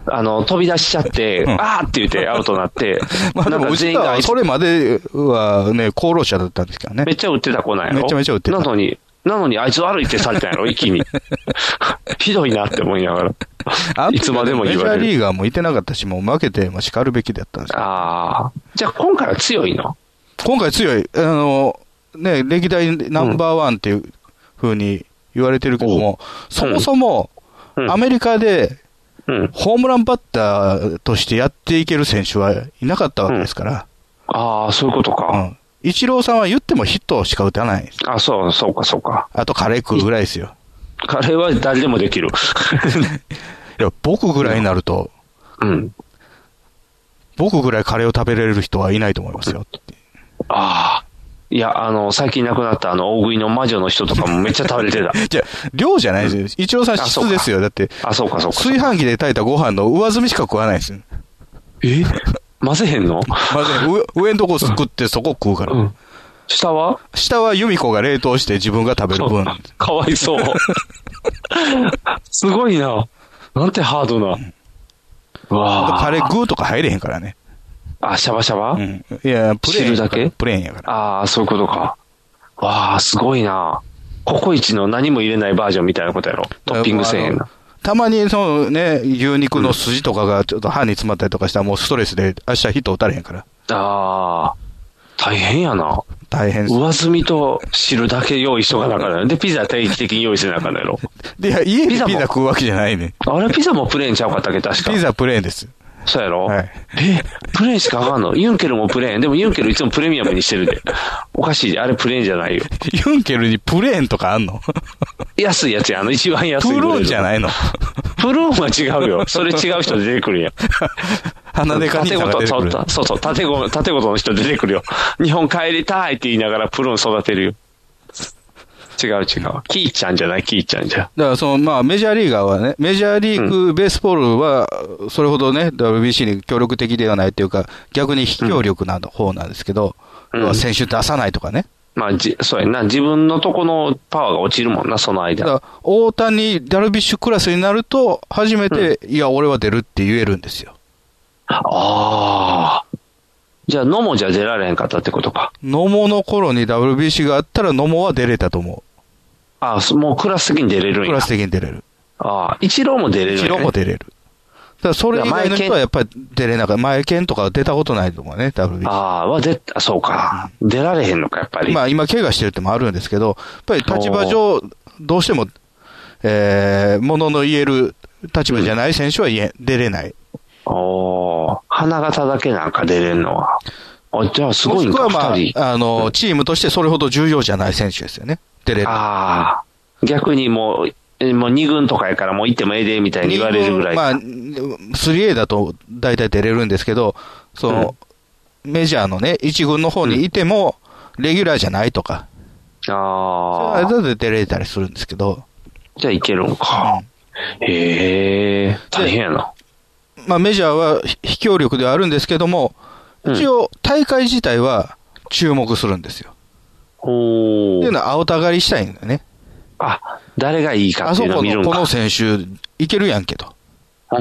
あの、飛び出しちゃって、うん、あーって言ってアウトになって、 まあでも、うちはそれまではね、功労者だったんですけどね。 めっちゃ打ってた子なんやろ。 めちゃめちゃ打ってた。 なのに、なのにあいつ悪いってされたんやろ、一気に。ひどいなって思いながら。いつまでも言われる。 メジャーリーガーもいてなかったし、もう負けて、まあ、叱るべきだったんですよ。 ああ。じゃあ今回は強いの？ 今回強い。あの、ね、歴代ナンバーワンっていう風に言われてるけども、うん、そもそも、アメリカで、ホームランバッターとしてやっていける選手はいなかったわけですから。 うん、ああ、そういうことか。うん。 イチローさんは言ってもヒットしか打たない。 あ、そう、そうか、そうか。 あとカレー食うぐらいですよ。 カレーは誰でもできる。 いや、僕ぐらいになると、うん。僕ぐらいカレーを食べれる人はいないと思いますよ。 ああ。いや、あの、最近亡くなったあの、大食いの魔女の人とかもめっちゃ食べれてた。 じゃ量じゃないですよ。イチローさん質ですよ。だって。 あ、そうか、そうか。 炊飯器で炊いたご飯の上積みしか食わないですよ。 え混ぜへんの混ぜへん。上、上のとこすくってそこ食うから。うん。 下は下は由美子が冷凍して自分が食べる分。 かわいそう。すごいな。なんてハードな。 うん、わあ。カレーグーとか入れへんからね。 あ、シャバシャバ、うん、 いや、プレーン。 汁だけプレーンやから。 ああ、そういうことか。わあ、すごいな。ココイチの何も入れないバージョンみたいなことやろ。トッピングせえへんな。 たまに、そのね、牛肉の筋とかがちょっと歯に詰まったりとかしたらもうストレスで明日ヒット打たれへんから。 ああ、大変やな。 大変です。 上積みと汁だけ用意しとかなあかんの。で、ピザ定期的に用意せなあかんのやろ。 で、家でピザ食うわけじゃないね。 あれ、ピザもプレーンちゃうかったっけ、確か。 ピザプレーンです。 そうやろ、 はい、 え、プレーンしかあかんの？ユンケルもプレーン。でもユンケルいつもプレミアムにしてるで。おかしい。あれプレーンじゃないよ。 ユンケルにプレーンとかあんの？ 安いやつや。あの一番安い。 プルーンじゃないの？ プルーンは違うよ。それ違う人出てくるやん。 鼻でかにが出てくる。 そうそう、縦ごと、縦ごとの人出てくるよ。日本帰りたいって言いながらプルーン育てるよ。違う違う。キーちゃんじゃない、キーちゃんじゃ。 だからその、まあ、メジャーリーガーはね、メジャーリーグベースボールは、それほどね、ダブリュービーシー に協力的ではないというか、逆に非協力な方なんですけど、うん、選手出さないとかね。 まあ、じ、そうやな。自分のとこのパワーが落ちるもんな、その間。 だから、大谷、ダルビッシュクラスになると、初めて、うん、いや、俺は出るって言えるんですよ。 ああ。じゃあ、野茂じゃ出られへんかったってことか。 野茂の頃に ダブリュービーシー があったら、野茂は出れたと思う。 ああ、もうクラス的に出れるんや。 クラス的に出れる。 ああ、イチローも出れるんや、ね。 イチローも出れる。だからそれ以外の人はやっぱり出れなかった。前剣とか出たことないと思うね、ダブリュービーシー。 ああ、は出た、そうか、うん。出られへんのか、やっぱり。 まあ今怪我してるってもあるんですけど、やっぱり立場上、どうしても、えー、ものの言える立場じゃない選手は言え、うん、出れない。 おー、花形だけなんか出れんのは。あ、じゃあすごいんか、 もしくはまあ、あの、うん、チームとしてそれほど重要じゃない選手ですよね。出れる。 ああ、逆にもう、もうに軍とかやからもう行ってもええでみたいに言われるぐらい。 まあ、スリーエー だと大体出れるんですけど、その、うん、メジャーのね、いち軍の方にいても、レギュラーじゃないとか。 うん、ああ。 それは出れたりするんですけど。 じゃあいけるんか。うん、へえ、大変やな。 まあメジャーは非協力ではあるんですけども、一応大会自体は注目するんですよ。 ほー。 っていうのは青たがりしたいんだよね。 あ、誰がいいかっていうのを見るんか。 あそこの、この選手、いけるやんけと。 うん。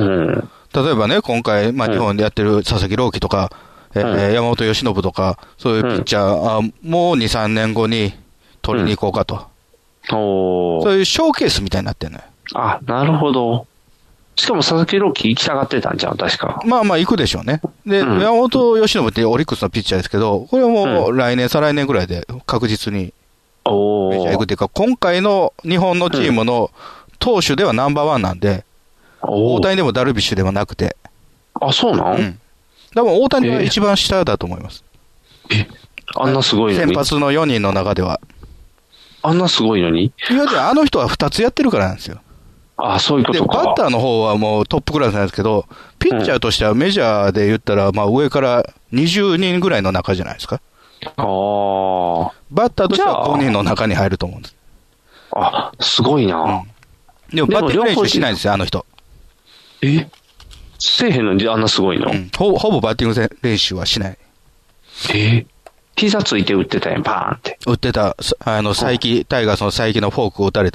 例えばね、今回、まあ日本でやってる佐々木朗希とか、うん、えー、山本由伸とか、そういうピッチャー、うん、あもうに、さんねんごに取りに行こうかと。 うん、おー。 そういうショーケースみたいになってるのよ。 あ、なるほど。しかも佐々木朗希行きたがってたんじゃん、確か。 まあまあ行くでしょうね。で、うん、山本由伸ってオリックスのピッチャーですけど、これはもう来年、うん、再来年ぐらいで確実にメジャー行くっていうか、今回の日本のチームの投手ではナンバーワンなんで、大谷でもダルビッシュでもなくて。 あ、そうなん？うん。 多分大谷は一番下だと思います。 え、あんなすごいのに。 先発のよにんの中では。 あんなすごいのに？ いや、あの人はふたつやってるからなんですよ。 ああ、そういうことか。 で、バッターの方はもうトップクラスなんですけど、ピッチャーとしてはメジャーで言ったら、まあ上からにじゅうにんぐらいの中じゃないですか。 ああ。 バッターとしてはごにんの中に入ると思うんです。 あ、すごいな。うん、 でもバッティング練習しないんですよ、あの人。 え？せえへんのにあんなすごいの？うん、 ほぼ、ほぼバッティング練習はしない。 え？膝ついて打ってたやん、パーンって。 打ってた。あの、佐伯、タイガースの佐伯のフォークを打たれた。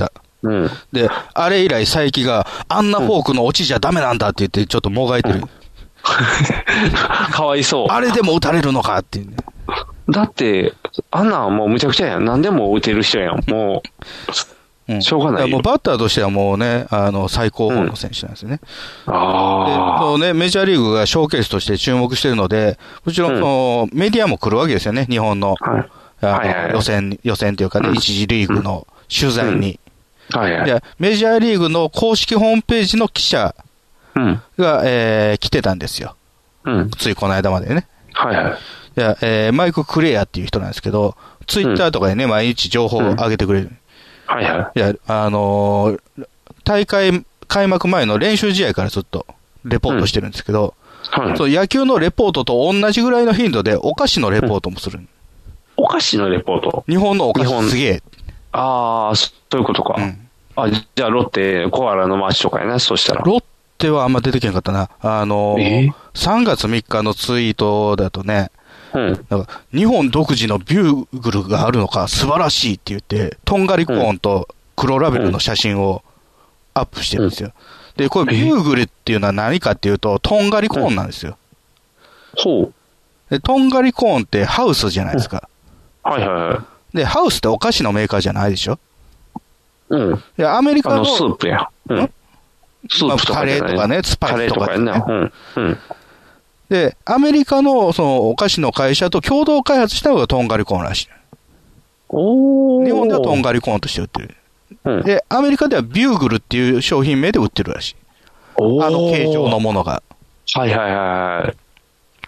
うん。 で、あれ以来佐伯が、あんなフォークの落ちじゃダメなんだって言って、ちょっともがいてる。うん、 かわいそう。 あれでも打たれるのかっていうね。 だって、あんなんもうむちゃくちゃやん。何でも打てる人やん。もう、うん、しょうがないよ。 もうバッターとしてはもうね、あの、最高峰の選手なんですよね。うん、ああ。で、そうね、メジャーリーグがショーケースとして注目してるので、もちろん、その、うん、メディアも来るわけですよね、日本の。はい。はいはいはい、予選、予選というかね、うん、一次リーグの取材に。うん、はいはい。で、メジャーリーグの公式ホームページの記者が、うん、えー、来てたんですよ。うん。ついこの間までね。はいはい。いや、えー、マイク・クレアっていう人なんですけど、ツイッターとかでね、うん、毎日情報を上げてくれる。うん、はいはい。いや、あのー、大会開幕前の練習試合からずっとレポートしてるんですけど、うんはい、そう野球のレポートと同じぐらいの頻度でお菓子のレポートもする。うん、 お菓子のレポート日本のお菓子すげえ。 ああ、そういうことか。うん、あ、じゃあロッテ、コアラの街とかやな、そうしたら。 ロッテはあんま出てけんかったな。あのー、えー、さんがつみっかのツイートだとね、うん、なんか日本独自のビューグルがあるのか素晴らしいって言って、とんがりコーンと黒ラベルの写真をアップしてるんですよ。うん、で、これビューグルっていうのは何かっていうと、とんがりコーンなんですよ。ほう。で、とんがりコーンってハウスじゃないですか。はいはいはい。で、ハウスってお菓子のメーカーじゃないでしょ。うん。で、アメリカの。あの、 スープや。うん。スープとか、ね、 カレーとかね、スパイスとか、ね。カレーとかやな。うん。うん。で、アメリカのそのお菓子の会社と共同開発したのがとんがりコーンらしい。おー。日本ではとんがりコーンとして売ってる。うん。で、アメリカではビューグルっていう商品名で売ってるらしい。おー。あの形状のものが。 はいはいはい。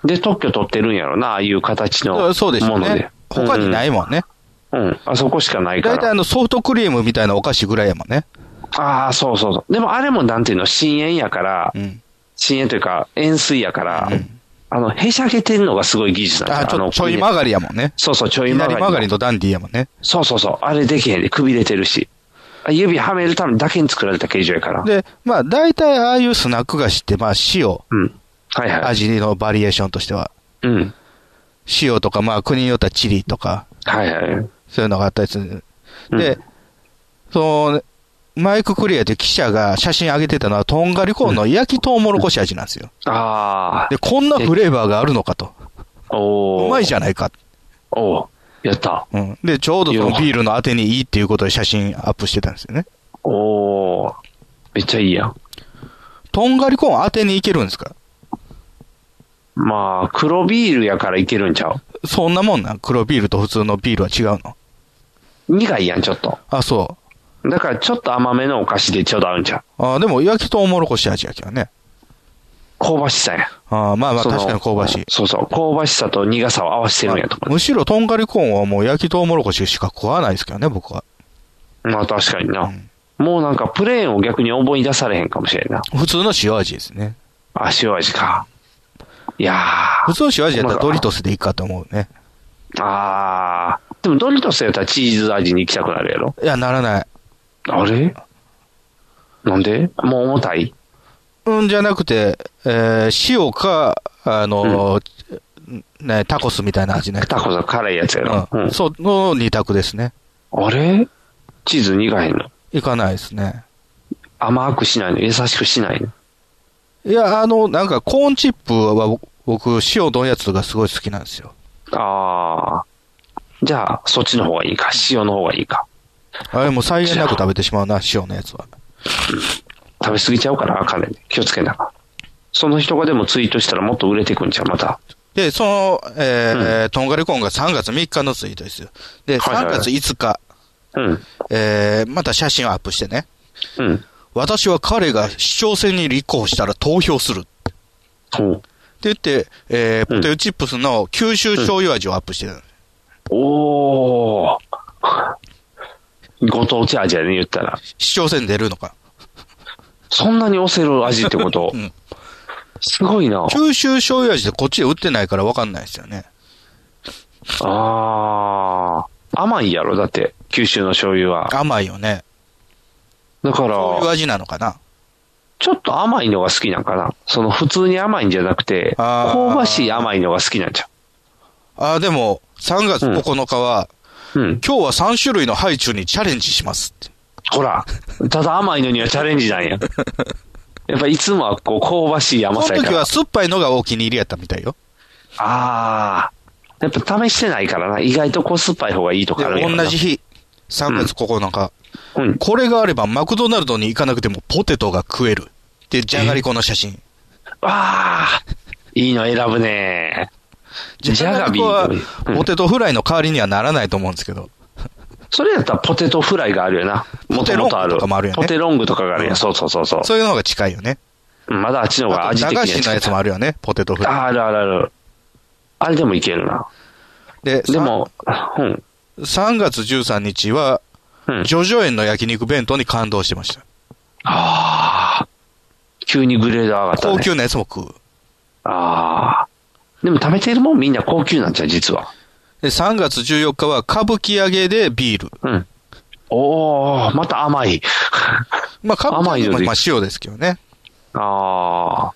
で、特許取ってるんやろな、ああいう形のもので。 そうですね。他にないもんね。 うん。うん、あそこしかないから。 大体あのソフトクリームみたいなお菓子ぐらいやもんね。 ああ、そうそうそう。でもあれもなんていうの、深淵やから、うん、深淵というか塩水やから、うん、あの、へしゃげてるのがすごい技術なんですよ。 あ、ちょ、ちょい曲がりやもんね。 そうそう、ちょい曲がり。 左曲がりとダンディやもんね。 そうそうそう。あれできへんで、くびれてるし。指はめるためだけに作られた形状やから。 で、まあ、大体ああいうスナック菓子って、まあ、塩。うん。はいはい。味のバリエーションとしては。うん。塩とか、まあ、国によってはチリとか。はいはい。そういうのがあったりする。で、うん、その、マイク・クリアという記者が写真上げてたのは、とんがりコーンの焼きとうもろこし味なんですよ。うん、ああ。で、こんなフレーバーがあるのかと。おうまいじゃないか。 おうやった。 うん。で、ちょうどそのビールのあてにいいっていうことで写真アップしてたんですよね。 おー。めっちゃいいやん。 とんがりコーンあてにいけるんですか？ まあ、黒ビールやからいけるんちゃう？そんなもんなん？黒ビールと普通のビールは違うの？ 苦いやん、ちょっと。 あ、そう。 だからちょっと甘めのお菓子でちょうど合うんちゃう。あ、でも焼きとうもろこし味やけどね。 香ばしさや。 あまあまあ確かに香ばしい。 そうそう。香ばしさと苦さを合わせてるんやと思う。 むしろとんがりコーンはもう焼きとうもろこししか食わないですけどね、僕は。 まあ確かにな。うん、もうなんかプレーンを逆に思い出されへんかもしれんな。 普通の塩味ですね。 あ、塩味か。いやー。普通の塩味やったらドリトスでいいかと思うね。 あー。でもドリトスやったらチーズ味に行きたくなるやろ？ いや、ならない。 あれなんで？もう重たい？ うんじゃなくて、えー、塩か、あの、うん、ね、タコスみたいな味ね。 タコスは辛いやつやろ。 うん。うん、そう、の二択ですね。 あれチーズ苦いの？ いかないですね。 甘くしないの？優しくしないの？ いや、あの、なんかコーンチップは僕、塩のやつがすごい好きなんですよ。 ああ。じゃあ、そっちの方がいいか。塩の方がいいか。 あれもう際限なく食べてしまうな、塩のやつは。 うん、食べ過ぎちゃうからあかんねん。気をつけな。その人がでもツイートしたらもっと売れていくんちゃう、また。 で、その、えー、うん、とんがりコーンがさんがつみっかのツイートですよ。で、さんがついつか、はいはい、えー、また写真をアップしてね。うん。私は彼が市長選に立候補したら投票する。うん。って言って、えー、ポテトチップスの九州醤油味をアップしてる。 うん、おー。ご当地味やね、言ったら。 市長選出るのか。 そんなに押せる味ってこと、うん、すごいな。 九州醤油味でこっちで売ってないから分かんないですよね。 あー。甘いやろ、だって、九州の醤油は。 甘いよね。 だから、 そういう味なのかな。 ちょっと甘いのが好きなんかな。その普通に甘いんじゃなくて、香ばしい甘いのが好きなんちゃう。 ああ、でも、さんがつここのかは、うんうん、今日はさんしゅるいのハイチュウにチャレンジしますって。 ほら、ただ甘いのにはチャレンジなんや。やっぱいつもはこう香ばしい甘さやから。 その時は酸っぱいのがお気に入りやったみたいよ。 ああ。やっぱ試してないからな。意外とこう酸っぱい方がいいとかあるんやろな。 同じ日、さんがつここのか、 うん。 これがあればマクドナルドに行かなくてもポテトが食える。で、じゃがりこの写真。 わあ。いいの選ぶね。 じゃがりこはポテトフライの代わりにはならないと思うんですけど。 それやったらポテトフライがあるよな。もともとある。 ポテロングとかもあるよね。 ポテロングとかがあるやん。うん、そうそうそうそう。 そういうのが近いよね。 まだあっちの方が味的には近い。 駄菓子のやつもあるよね、ポテトフライ。 あるあるある。あれでもいけるな。 で、 でも、うん。 さんがつじゅうさんにちは、うん、ジョジョ園の焼肉弁当に感動してました。 ああ。急にグレード上がった、ね。 高級なやつも食う。 ああ。でも食べてるもんみんな高級なんちゃう、実は。 で、さんがつじゅうよっかは歌舞伎揚げでビール。 うん。おー、また甘い。 まあ、歌舞伎揚げもまあ塩ですけどね。 ああ。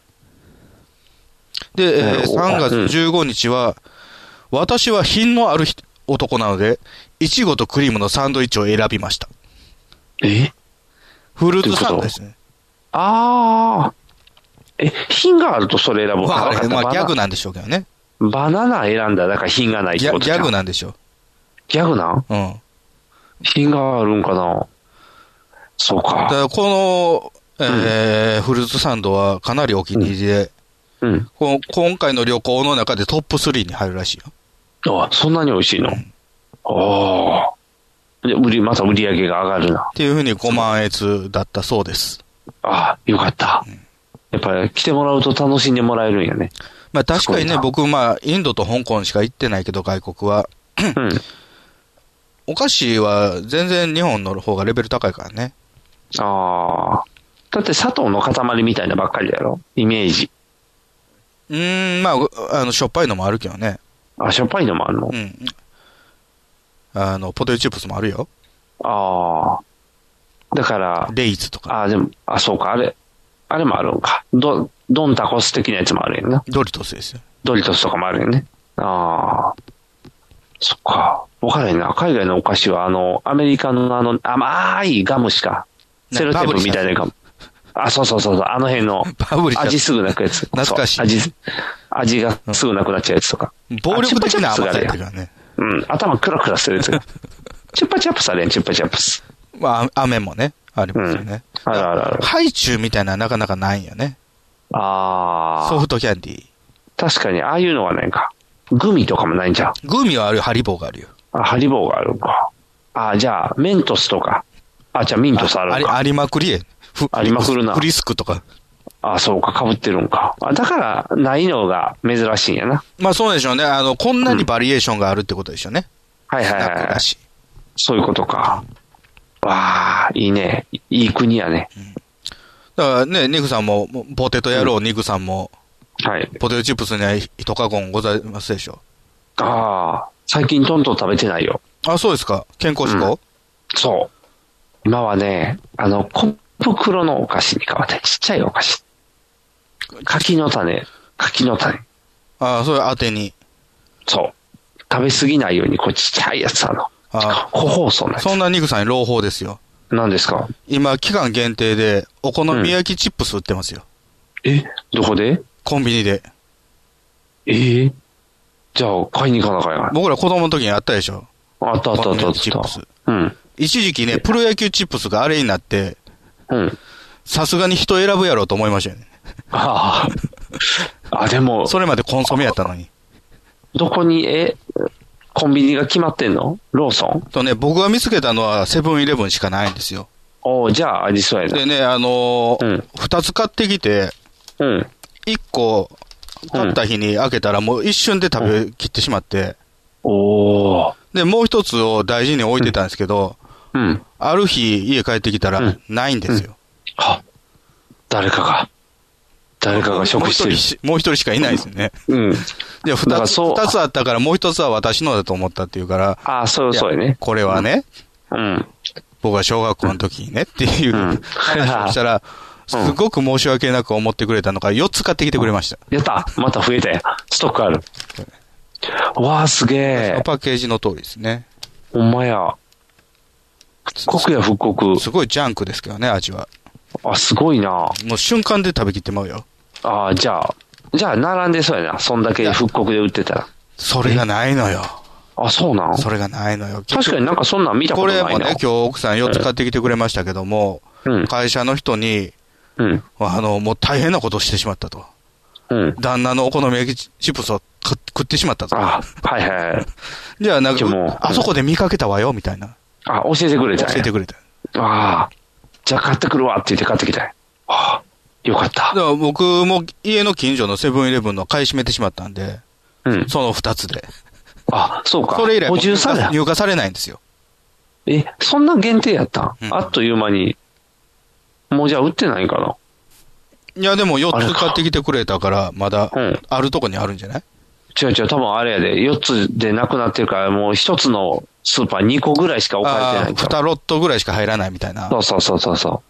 で、えー、さんがつじゅうごにちは、うん、私は品のある男なので、いちごとクリームのサンドイッチを選びました。 えフルーツサンドですね。 ああ。え、品があるとそれ選ぶか分かった。まあ、ギャグなんでしょうけどね。 バナナ選んだら、だから品がないってことギャグなんでしょう。 ギャグなんうん。 品があるんかなそうか。 だからこの、えーうん、フルーツサンドはかなりお気に入りで、 うんうん、 この今回の旅行の中でトップスリーに入るらしいよ。あ、そんなに美味しいの、うん、ああ。で、売り、また売り上げが上がるな。 っていうふうにごまんえつだったそうです。 ああ、よかった。うん、やっぱり来てもらうと楽しんでもらえるんやね。 まあ確かにね、僕、まあ、インドと香港しか行ってないけど、外国は。うん。お菓子は全然日本の方がレベル高いからね。 ああ。だって砂糖の塊みたいなばっかりだろイメージ。 うーん、まあ、あの、しょっぱいのもあるけどね。 あ、しょっぱいのもあるの？ うん。あの、ポテトチップスもあるよ。 ああ。だから。 レイズとか。 ああ、でも、あ、そうか、あれ。あれもあるんか。ド、ドンタコス的なやつもあるよね。 ドリトスですよ。 ドリトスとかもあるよね。ああ。そっか。わからへんな。海外のお菓子は、あの、アメリカのあの、甘いガムしか。セロテープみたいなガム。あ、そうそうそうそう。あの辺の。味すぐなくやつ。 懐かしい。 味、味がすぐなくなっちゃうやつとか。 暴力的な甘さやからね。 うん。頭クラクラするやつが。チュッパチャップスあれん、チュッパチャップス。 まあ、飴もね。ありますよね。 うん、あるあるある。 ハイチュウみたいななかなかないんよね。 ああ。 ソフトキャンディー。 確かに、ああいうのはないか。グミとかもないんじゃん。 グミはあるよ、ハリボーがあるよ。 あ、ハリボーがあるか。あ、じゃあ、メントスとか。あ、じゃあミントスあるか。あり、 ありまくりえ。 ありまくるな。 フリスクとか。 あ、そうか、被ってるんか。あ、だから、ないのが珍しいんやな。 まあそうでしょうね。あの、こんなにバリエーションがあるってことでしょうね。 うん、はいはいはい。そういうことか。わあ、いいね。いい国やね。うん、 だからね、ニグさんも、ポテト野郎、うん、ニグさんも、 はい。 ポテトチップスには一カゴンございますでしょう。ああ、最近トントン食べてないよ。 あ、そうですか。健康志向、うん、 そう。今はね、あの、コップ袋のお菓子に変わって、ちっちゃいお菓子。柿の種、柿の種。 ああ、それ当てに。 そう。食べ過ぎないように、こうちっちゃいやつあの。ああ。個包装のやつ。 そんなニグさんに朗報ですよ。 何ですか？ 今、期間限定で、お好み焼きチップス売ってますよ。 うん、えどこで？ コンビニで。 えー、じゃあ、買いに行かなあかんやん。 僕ら子供の時にあったでしょ？ あったあったあったあった。 チップス。うん。一時期ね、プロ野球チップスがあれになって、うん。さすがに人選ぶやろうと思いましたよね。 ああ。あ、でも。 それまでコンソメやったのに。 どこに、え、コンビニが決まってんの？ローソン？ とね、僕が見つけたのはセブンイレブンしかないんですよ。 おー、じゃあありそうやな。 でね、あのー、うん、二つ買ってきて、うん。一個、買った日に開けたらもう一瞬で食べきってしまって、 うん、おー。 で、もう一つを大事に置いてたんですけど、うん。うん、ある日家帰ってきたら、ないんですよ。うんうん、 は誰かが。誰かが食してる。 もう一人しかいないですね。 うん。 で、二つ、二つあったからもう一つは私のだと思ったっていうから。 ああ、そうそうやね。 これはね。 うん。 僕は小学校の時にねっていう話をしたら、すごく申し訳なく思ってくれたのからよっつ買ってきてくれました。 やったまた増えたや。ストックある。わあ、すげえ。 パッケージの通りですね。 ほんまや。 復刻や復刻。 すごいジャンクですけどね、味は。 あ、すごいな。 もう瞬間で食べきってまうよ。 ああ、じゃあ、じゃあ並んでそうやな。そんだけ復刻で売ってたら。 それがないのよ。 あ、そうなの？ それがないのよ。 確かになんかそんなん見たことないな。 これもね、今日奥さんよっつ買ってきてくれましたけども、うん、会社の人に、うん、あの、もう大変なことをしてしまったと。うん、旦那のお好み焼きチップスを食ってしまったと。 あ、はいはい。 じゃあなんか、もうあそこで見かけたわよ、みたいな。 あ、教えてくれた。 教えてくれた。 ああ。じゃあ買ってくるわって言って買ってきた。ああ。よかった。だから僕も家の近所のセブンイレブンの買い占めてしまったんで、うん、その二つで。 あ、そうか。 それ以来入荷され、入荷されないんですよ。 え、そんな限定やったん、うん、あっという間に。もうじゃあ売ってないんかな。 いやでもよっつ買ってきてくれたから、まだ、あるとこにあるんじゃない、 うん、違う違う、多分あれやで、よっつでなくなってるから、もうひとつのスーパーにこぐらいしか置かれてないんちゃう。 にロットぐらいしか入らないみたいな。 そうそうそうそうそう。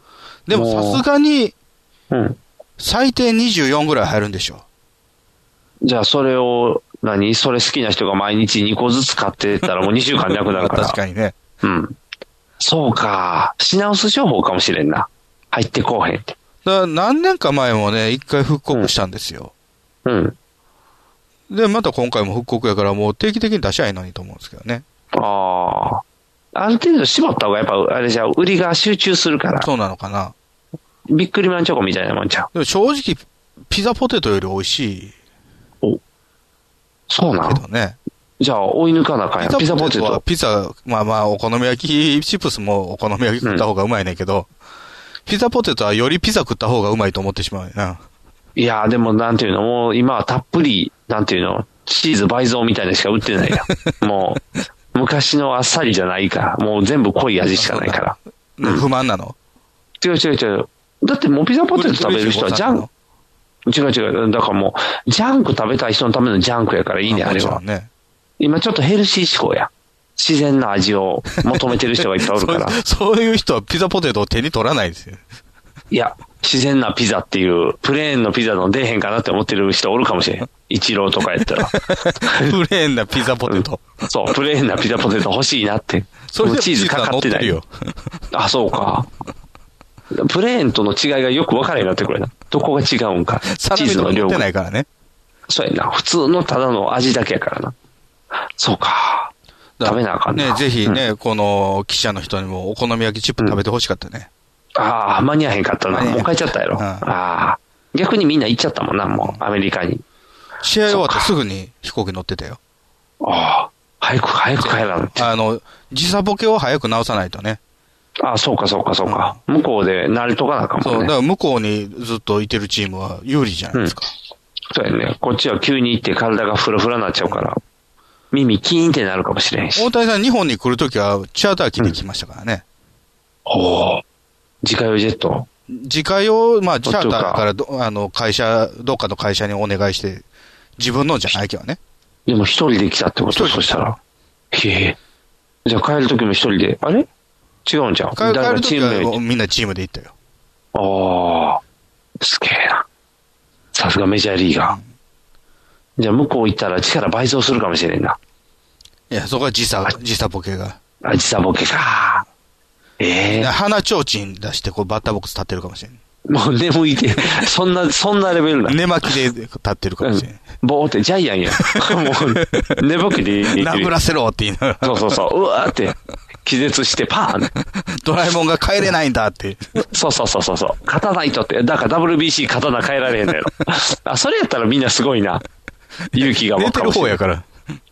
でもさすがに、うん。最低にじゅうよんぐらい入るんでしょ。 じゃあそれを、何それ好きな人が毎日にこずつ買ってたらもうにしゅうかんなくなるから。 確かにね。 うん。そうか。品薄情報かもしれんな。入ってこうへんって。 だから何年か前もね、一回復刻したんですよ。うん。うん、で、また今回も復刻やからもう定期的に出しゃいいのにと思うんですけどね。 ああ。ある程度絞った方がやっぱあれじゃ売りが集中するから。 そうなのかな。 ビックリマンチョコみたいなもんちゃう。 でも正直、ピザポテトより美味しい。 お。そうなのけどね。 じゃあ追い抜かなあかんやん。ピザポテト。 ピザ、まあまあお好み焼きチップスもお好み焼き食った方がうまいねんけど、うん、ピザポテトはよりピザ食った方がうまいと思ってしまうよな。 いやーでもなんていうの、もう今はたっぷり、なんていうの、チーズ倍増みたいなしか売ってないやん。もう、昔のあっさりじゃないから、もう全部濃い味しかないから。 うん、不満なの？ 違う違う違う。だってもうピザポテト食べる人はジャンク。違う違う。だからもう、ジャンク食べたい人のためのジャンクやからいいね、あれは。ね、今ちょっとヘルシー志向や。自然な味を求めてる人がいっぱいおるから。 そう、そういう人はピザポテトを手に取らないですよ。 いや、自然なピザっていう、プレーンのピザの出へんかなって思ってる人おるかもしれん。一郎とかやったら。プレーンなピザポテト。 そう、プレーンなピザポテト欲しいなって。 それでチーズかかってないよ。 あ、そうか。プレーンとの違いがよく分からへんなってくるな。どこが違うんか。 チーズの量が。ないからね。 そうやな。普通のただの味だけやからな。そうか。食べなあかんな。 ね、ぜひね、うん、この記者の人にもお好み焼きチップ食べてほしかったね。 うん、ああ、間に合わへんかったな。もう帰っちゃったやろ。うん、ああ。逆にみんな行っちゃったもんな、もう、アメリカに。 試合終わってすぐに飛行機乗ってたよ。 ああ。早く、早く帰らんって。 あの、時差ボケを早く直さないとね。 ああ、そうか、そうか、そうか。うん、向こうで慣れとかなあかんもんね。そう、 だから向こうにずっといてるチームは有利じゃないですか。 うん、そうやね。こっちは急に行って体がフラフラになっちゃうから。耳キーンってなるかもしれんし。 大谷さん、日本に来るときはチャーター機で来ましたからね。 うん、ほう。自家用ジェット自家用、まあ、チャーターからど、あの、会社、どっかの会社にお願いして、自分のじゃないけどね。 でも一人で来たってことそしたら。へえ。じゃあ帰るときも一人で、あれ違うんじゃん。 帰るときはみんなチームで行ったよ。 ああ、すげえな。さすがメジャーリーガー。うん、じゃあ向こう行ったら力倍増するかもしれんな。 いや、そこは時差、時差ボケが。 あ、時差ボケか。ええー。 鼻ちょうちん出してこうバッターボックス立ってるかもしれん。 もう眠いて、そんな、そんなレベルな。 寝巻きで立ってるかもしれん。うん、 ボーってジャイアンや。もう、寝ぼけで。 なぶらせろって言いながら。 そうそうそう。うわーって。気絶してパーン。 ドラえもんが帰れないんだって。 そうそうそうそうそう。勝たないとって。だから ダブリュービーシー 勝たな帰られへんのやろ。あ、それやったらみんなすごいな。勇気が湧くかもしれない。寝てる方やから。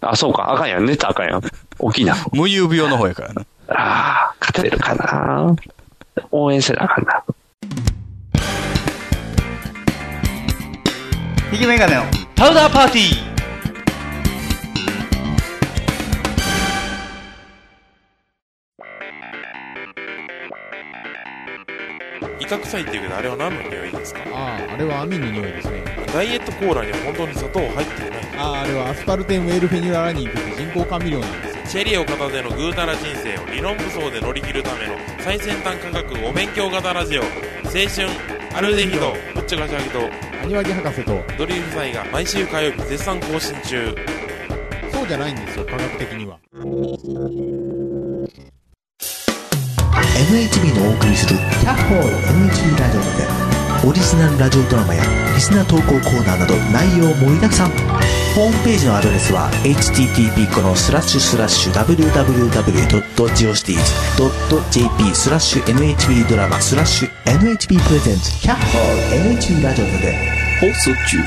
あ、そうか。あかんやん。寝たらあかんやん。起きな。 無遊病の方やからな。 ああ、勝てるかな。応援せなあかんな。 ひげメガネのパウダーパーティー。 イカ臭いっていうけどあれは何の匂いですか？ ああ、あれは網の匂いですね。 ダイエットコーラには本当に砂糖入ってない。 ああ、あれはアスパルテンウェルフェニララニンという人工甘味料なんですよ。 チェリーを片手のぐうたら人生を理論武装で乗り切るための最先端科学お勉強型ラジオ、青春アルデヒドぶっちゃかしゃぎとアニワギ博士とドリル夫妻が毎週火曜日絶賛更新中。 そうじゃないんですよ、科学的には。 エヌエイチビー のお送りするキャッホール エヌエイチビー ラジオでオリジナルラジオドラマやリスナー投稿コーナーなど内容盛りだくさん。ホームページのアドレスは エイチティーティーピー コロンスラッシュスラッシュ ダブリューダブリューダブリュー ドット ジオシティーズ ドット ジェーピー スラッシュ エヌエイチビー ドラマスラッシュ エヌエイチビー プレゼンツキャッホール エヌエイチビー ラジオで放送中。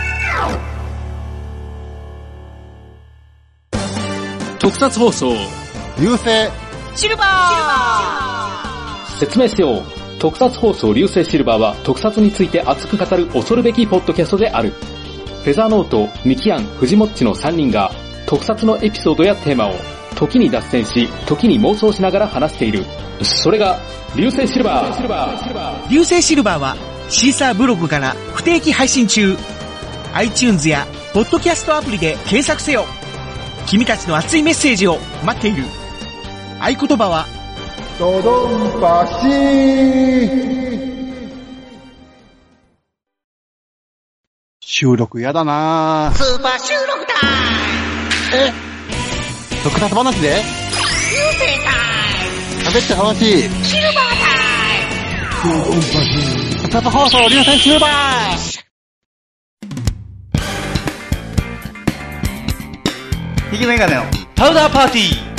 特撮放送流星シルバー。説明しよう。特撮放送流星シルバーは特撮について熱く語る恐るべきポッドキャストである。フェザーノート、ミキアン、フジモッチのさんにんが特撮のエピソードやテーマを時に脱線し、時に妄想しながら話している。それが流星シルバー。 流星シルバーはシーサーブログから不定期配信中。iTunes やポッドキャストアプリで検索せよ。君たちの熱いメッセージを待っている。合言葉はドドンパシー。収録やだなぁ。 スーパー収録タイム。 え特撮話で流星タイム。 喋って話シルバータイム。 ドドンパシー。特撮放送流星シルバー。 ひげメガネのパウダーパーティー。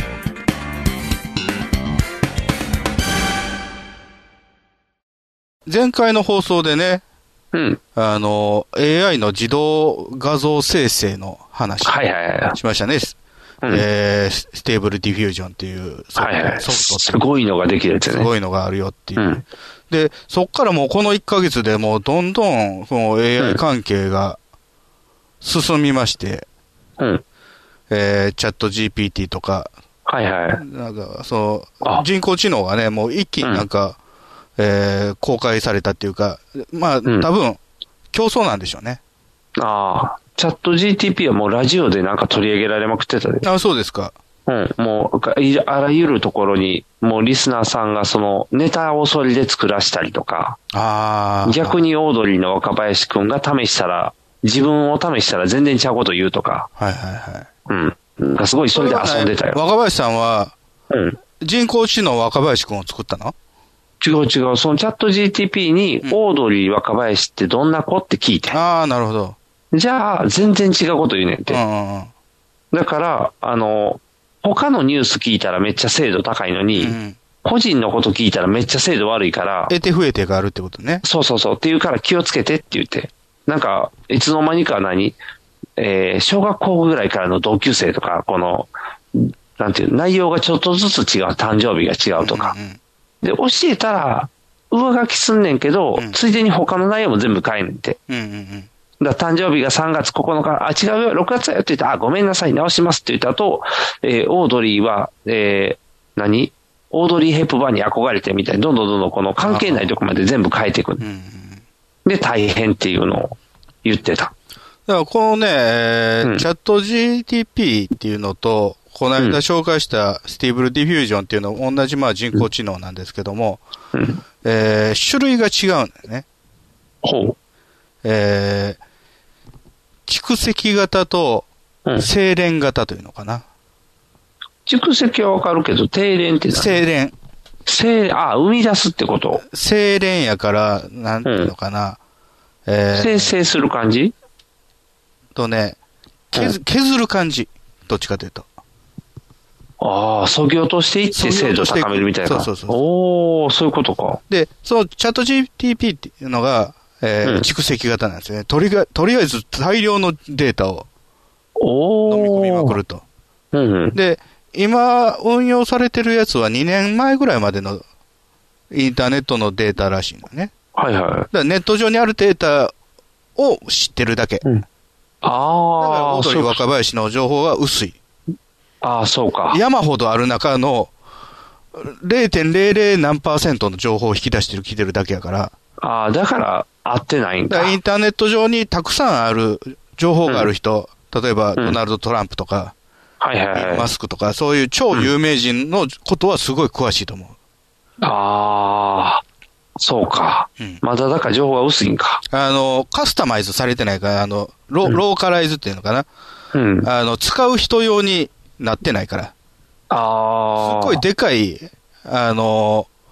前回の放送でね、 うん。 あの、エーアイ の自動画像生成の話。 はいはいはい。 しましたね。うん、えー、ステーブルディフュージョンっていうソフト、 はいはい、 ソフトすごいのができるやつね。 すごいのがあるよっていう。 うん、 で、そっからもうこのいっかげつでもうどんどん、この エーアイ 関係が進みまして、 うん。 えー、チャット ジーピーティー とか、 はいはい。 なんか、そう、人工知能がね、もう一気になんか、うん、えー、公開されたっていうか、まあ、うん、多分、競争なんでしょうね。 ああ、チャット ジーティーピー はもうラジオでなんか取り上げられまくってたで。 あ、そうですか。 うん、もう、あらゆるところに、もうリスナーさんがそのネタをそれで作らしたりとか、 あ逆にオードリーの若林くんが試したら、自分を試したら全然ちゃうこと言うとか。 はいはいはい。 うん。なんかすごいそれで遊んでたよ。 若林さんは、 うん。 人工知能若林くんを作ったの？ 違う違う。そのチャット ジーティーピー に、オードリー若林ってどんな子って聞いて。 ああ、なるほど。 じゃあ、全然違うこと言うねんって。 うんうん、 だから、あの、他のニュース聞いたらめっちゃ精度高いのに、うん、個人のこと聞いたらめっちゃ精度悪いから。 得て増えてがあるってことね。 そうそうそう。っていうから気をつけてって言って。なんか、いつの間にか何えー、小学校ぐらいからの同級生とか、この、なんていう、内容がちょっとずつ違う、誕生日が違うとか。うんうん、で、教えたら、上書きすんねんけど、うん、ついでに他の内容も全部変えんねんて。 うんうんうん、 だ誕生日がさんがつここのか、あ、違うよ、ろくがつだよって言ったら、あ、ごめんなさい、直しますって言った後、えー、オードリーは、えー、何オードリー・ヘップバーンに憧れてみたいに、どんどんどんどんこの関係ないとこまで全部変えていく。うんうん、で、大変っていうのを言ってた。 だからこのね、えーうん、チャット ジーティーピー っていうのと、この間紹介したスティーブルディフュージョンっていうのは同じまあ人工知能なんですけども、 うん、 えー、種類が違うんだよね。 ほう。 えー、蓄積型と精錬型というのかな。 蓄積はわかるけど、低錬って何？ 精錬。 精、あ、生み出すってこと？ 精錬やから、なんていうのかな。うん、えー、 生成する感じ？ とね、削、削る感じ。どっちかというと。 ああ、削ぎ落としていって精度を高めるみたいな。 そうそうそう。 おー、そういうことか。 で、そのチャット ジーティーピー っていうのが、えーうん、蓄積型なんですよね。とりが、とりあえず大量のデータを飲み込みまくると。 うんうん、 で、今運用されてるやつはにねんまえぐらいまでのインターネットのデータらしいのね。 はいはい。だからネット上にあるデータを知ってるだけ。うん、 ああ。 だからオードリー若林の情報が薄い。 ああ、そうか。 山ほどある中の ゼロてんゼロゼロ 何パーセントの情報を引き出してる、聞いてるだけやから。 ああ、だから合ってないんだ。 だからインターネット上にたくさんある情報がある人、うん、例えばドナルド・トランプとか、 うん、はいはいはい、 マスクとか、そういう超有名人のことはすごい詳しいと思う。 うん、ああ、そうか、うん。まだだから情報が薄いんか。 あの、カスタマイズされてないから、あの、ロ, うん、ローカライズっていうのかな。 うん、 あの、使う人用になってないから。 ああ。 すごいでかい、あの、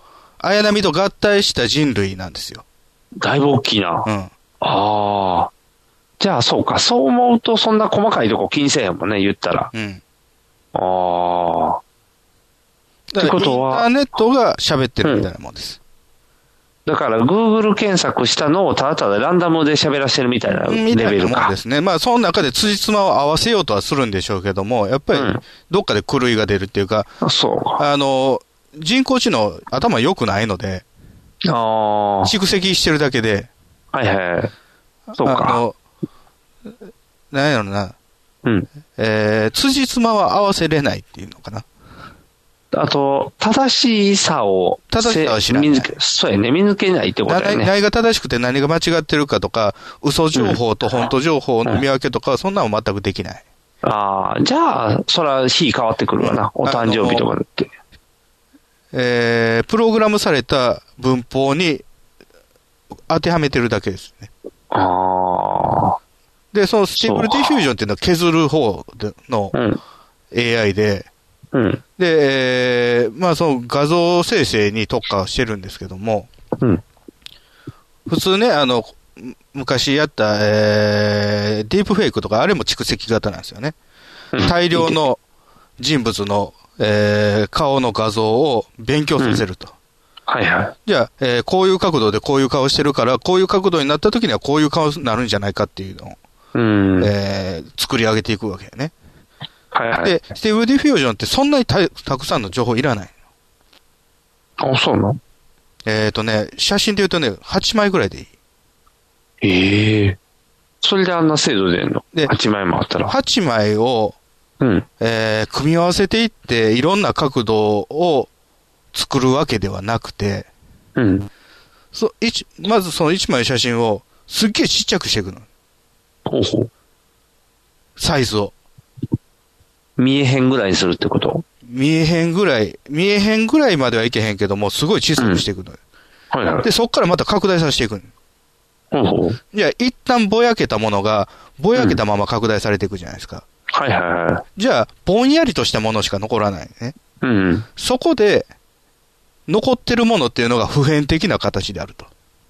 綾波と合体した人類なんですよ。 だいぶ大きいな。 うん。 ああ。じゃあ、そうか。そう思うと、そんな細かいとこ気にせえへんもんね、言ったら。 うん。 ああ。 ってことは。インターネットが喋ってるみたいなもんです。 うん、だから、Google 検索したのをただただランダムで喋らせてるみたいなレベルか。みたいなもんですね。まあ、その中で辻褄を合わせようとはするんでしょうけども、やっぱり、どっかで狂いが出るっていうか、 うん、そうか。 あの、人工知能、頭良くないので、 ああ。 蓄積してるだけで、 はいはい。そうか。あの、 なんやろな。 うん。 えー、辻褄は合わせれないっていうのかな。 あと、正しさを、 正しさは知らない。 そうやね、見抜けないってことだよね。 何が正しくて何が間違ってるかとか、嘘情報と本当情報の見分けとか、うん、そんなの全くできない。 ああ、じゃあ、そら日変わってくるわな。お誕生日とかだって。 えー、プログラムされた文法に当てはめてるだけですね。 ああ。 で、そのステーブルディフュージョンっていうのは削る方の エーアイ で、 うん、 で、えー、まあその画像生成に特化してるんですけども、 うん、 普通ね、あの、昔やった、えー、ディープフェイクとか、あれも蓄積型なんですよね。うん、大量の人物の、えー、顔の画像を勉強させると。 うん、はいはい。 じゃあ、えー、こういう角度でこういう顔してるから、こういう角度になった時にはこういう顔になるんじゃないかっていうのを、 うんえー、作り上げていくわけよね。 はいはい。 で、ステーブルディフュージョンってそんなに た, たくさんの情報いらない。 あ、そうなの？ えっ、ー、とね、写真で言うとね、はちまいぐらいでいい。 ええー。それであんな精度出んの？で、はちまいもあったら。 はちまいを、 うん。 えー、組み合わせていって、いろんな角度を作るわけではなくて、 うん。 そ一まずそのいちまい写真をすっげえちっちゃくしていくの。 ほうほう。 サイズを。 見えへんぐらいにするってこと？ 見えへんぐらい、見えへんぐらいまではいけへんけども、すごい小さくしていくのよ。 うん、はいはい。 で、そっからまた拡大させていくの。 ほうほう。 じゃあ、一旦ぼやけたものが、ぼやけたまま拡大されていくじゃないですか。 うん、はいはいはい。 じゃあ、ぼんやりとしたものしか残らないね。 うん、うん。 そこで、残ってるものっていうのが普遍的な形であると。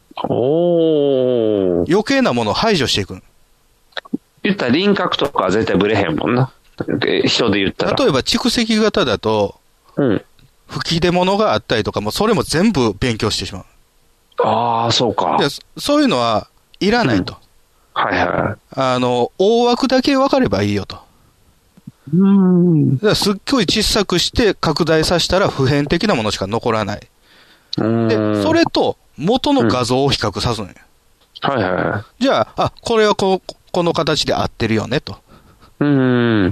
おー。 余計なものを排除していくの。 言ったら輪郭とかは絶対ブレへんもんな。人で言ったら。 例えば蓄積型だと、 うん。 吹き出物があったりとかも、それも全部勉強してしまう。 ああ、そうか。 でそういうのはいらないと。 うん、はいはい。 あの、大枠だけ分かればいいよと。 うん。 だからすっごい小さくして拡大させたら普遍的なものしか残らない。 うんで、それと元の画像を比較さすのよ。 うん、はいはい。 じゃあ、あ、これはここの形で合ってるよねと。 うん。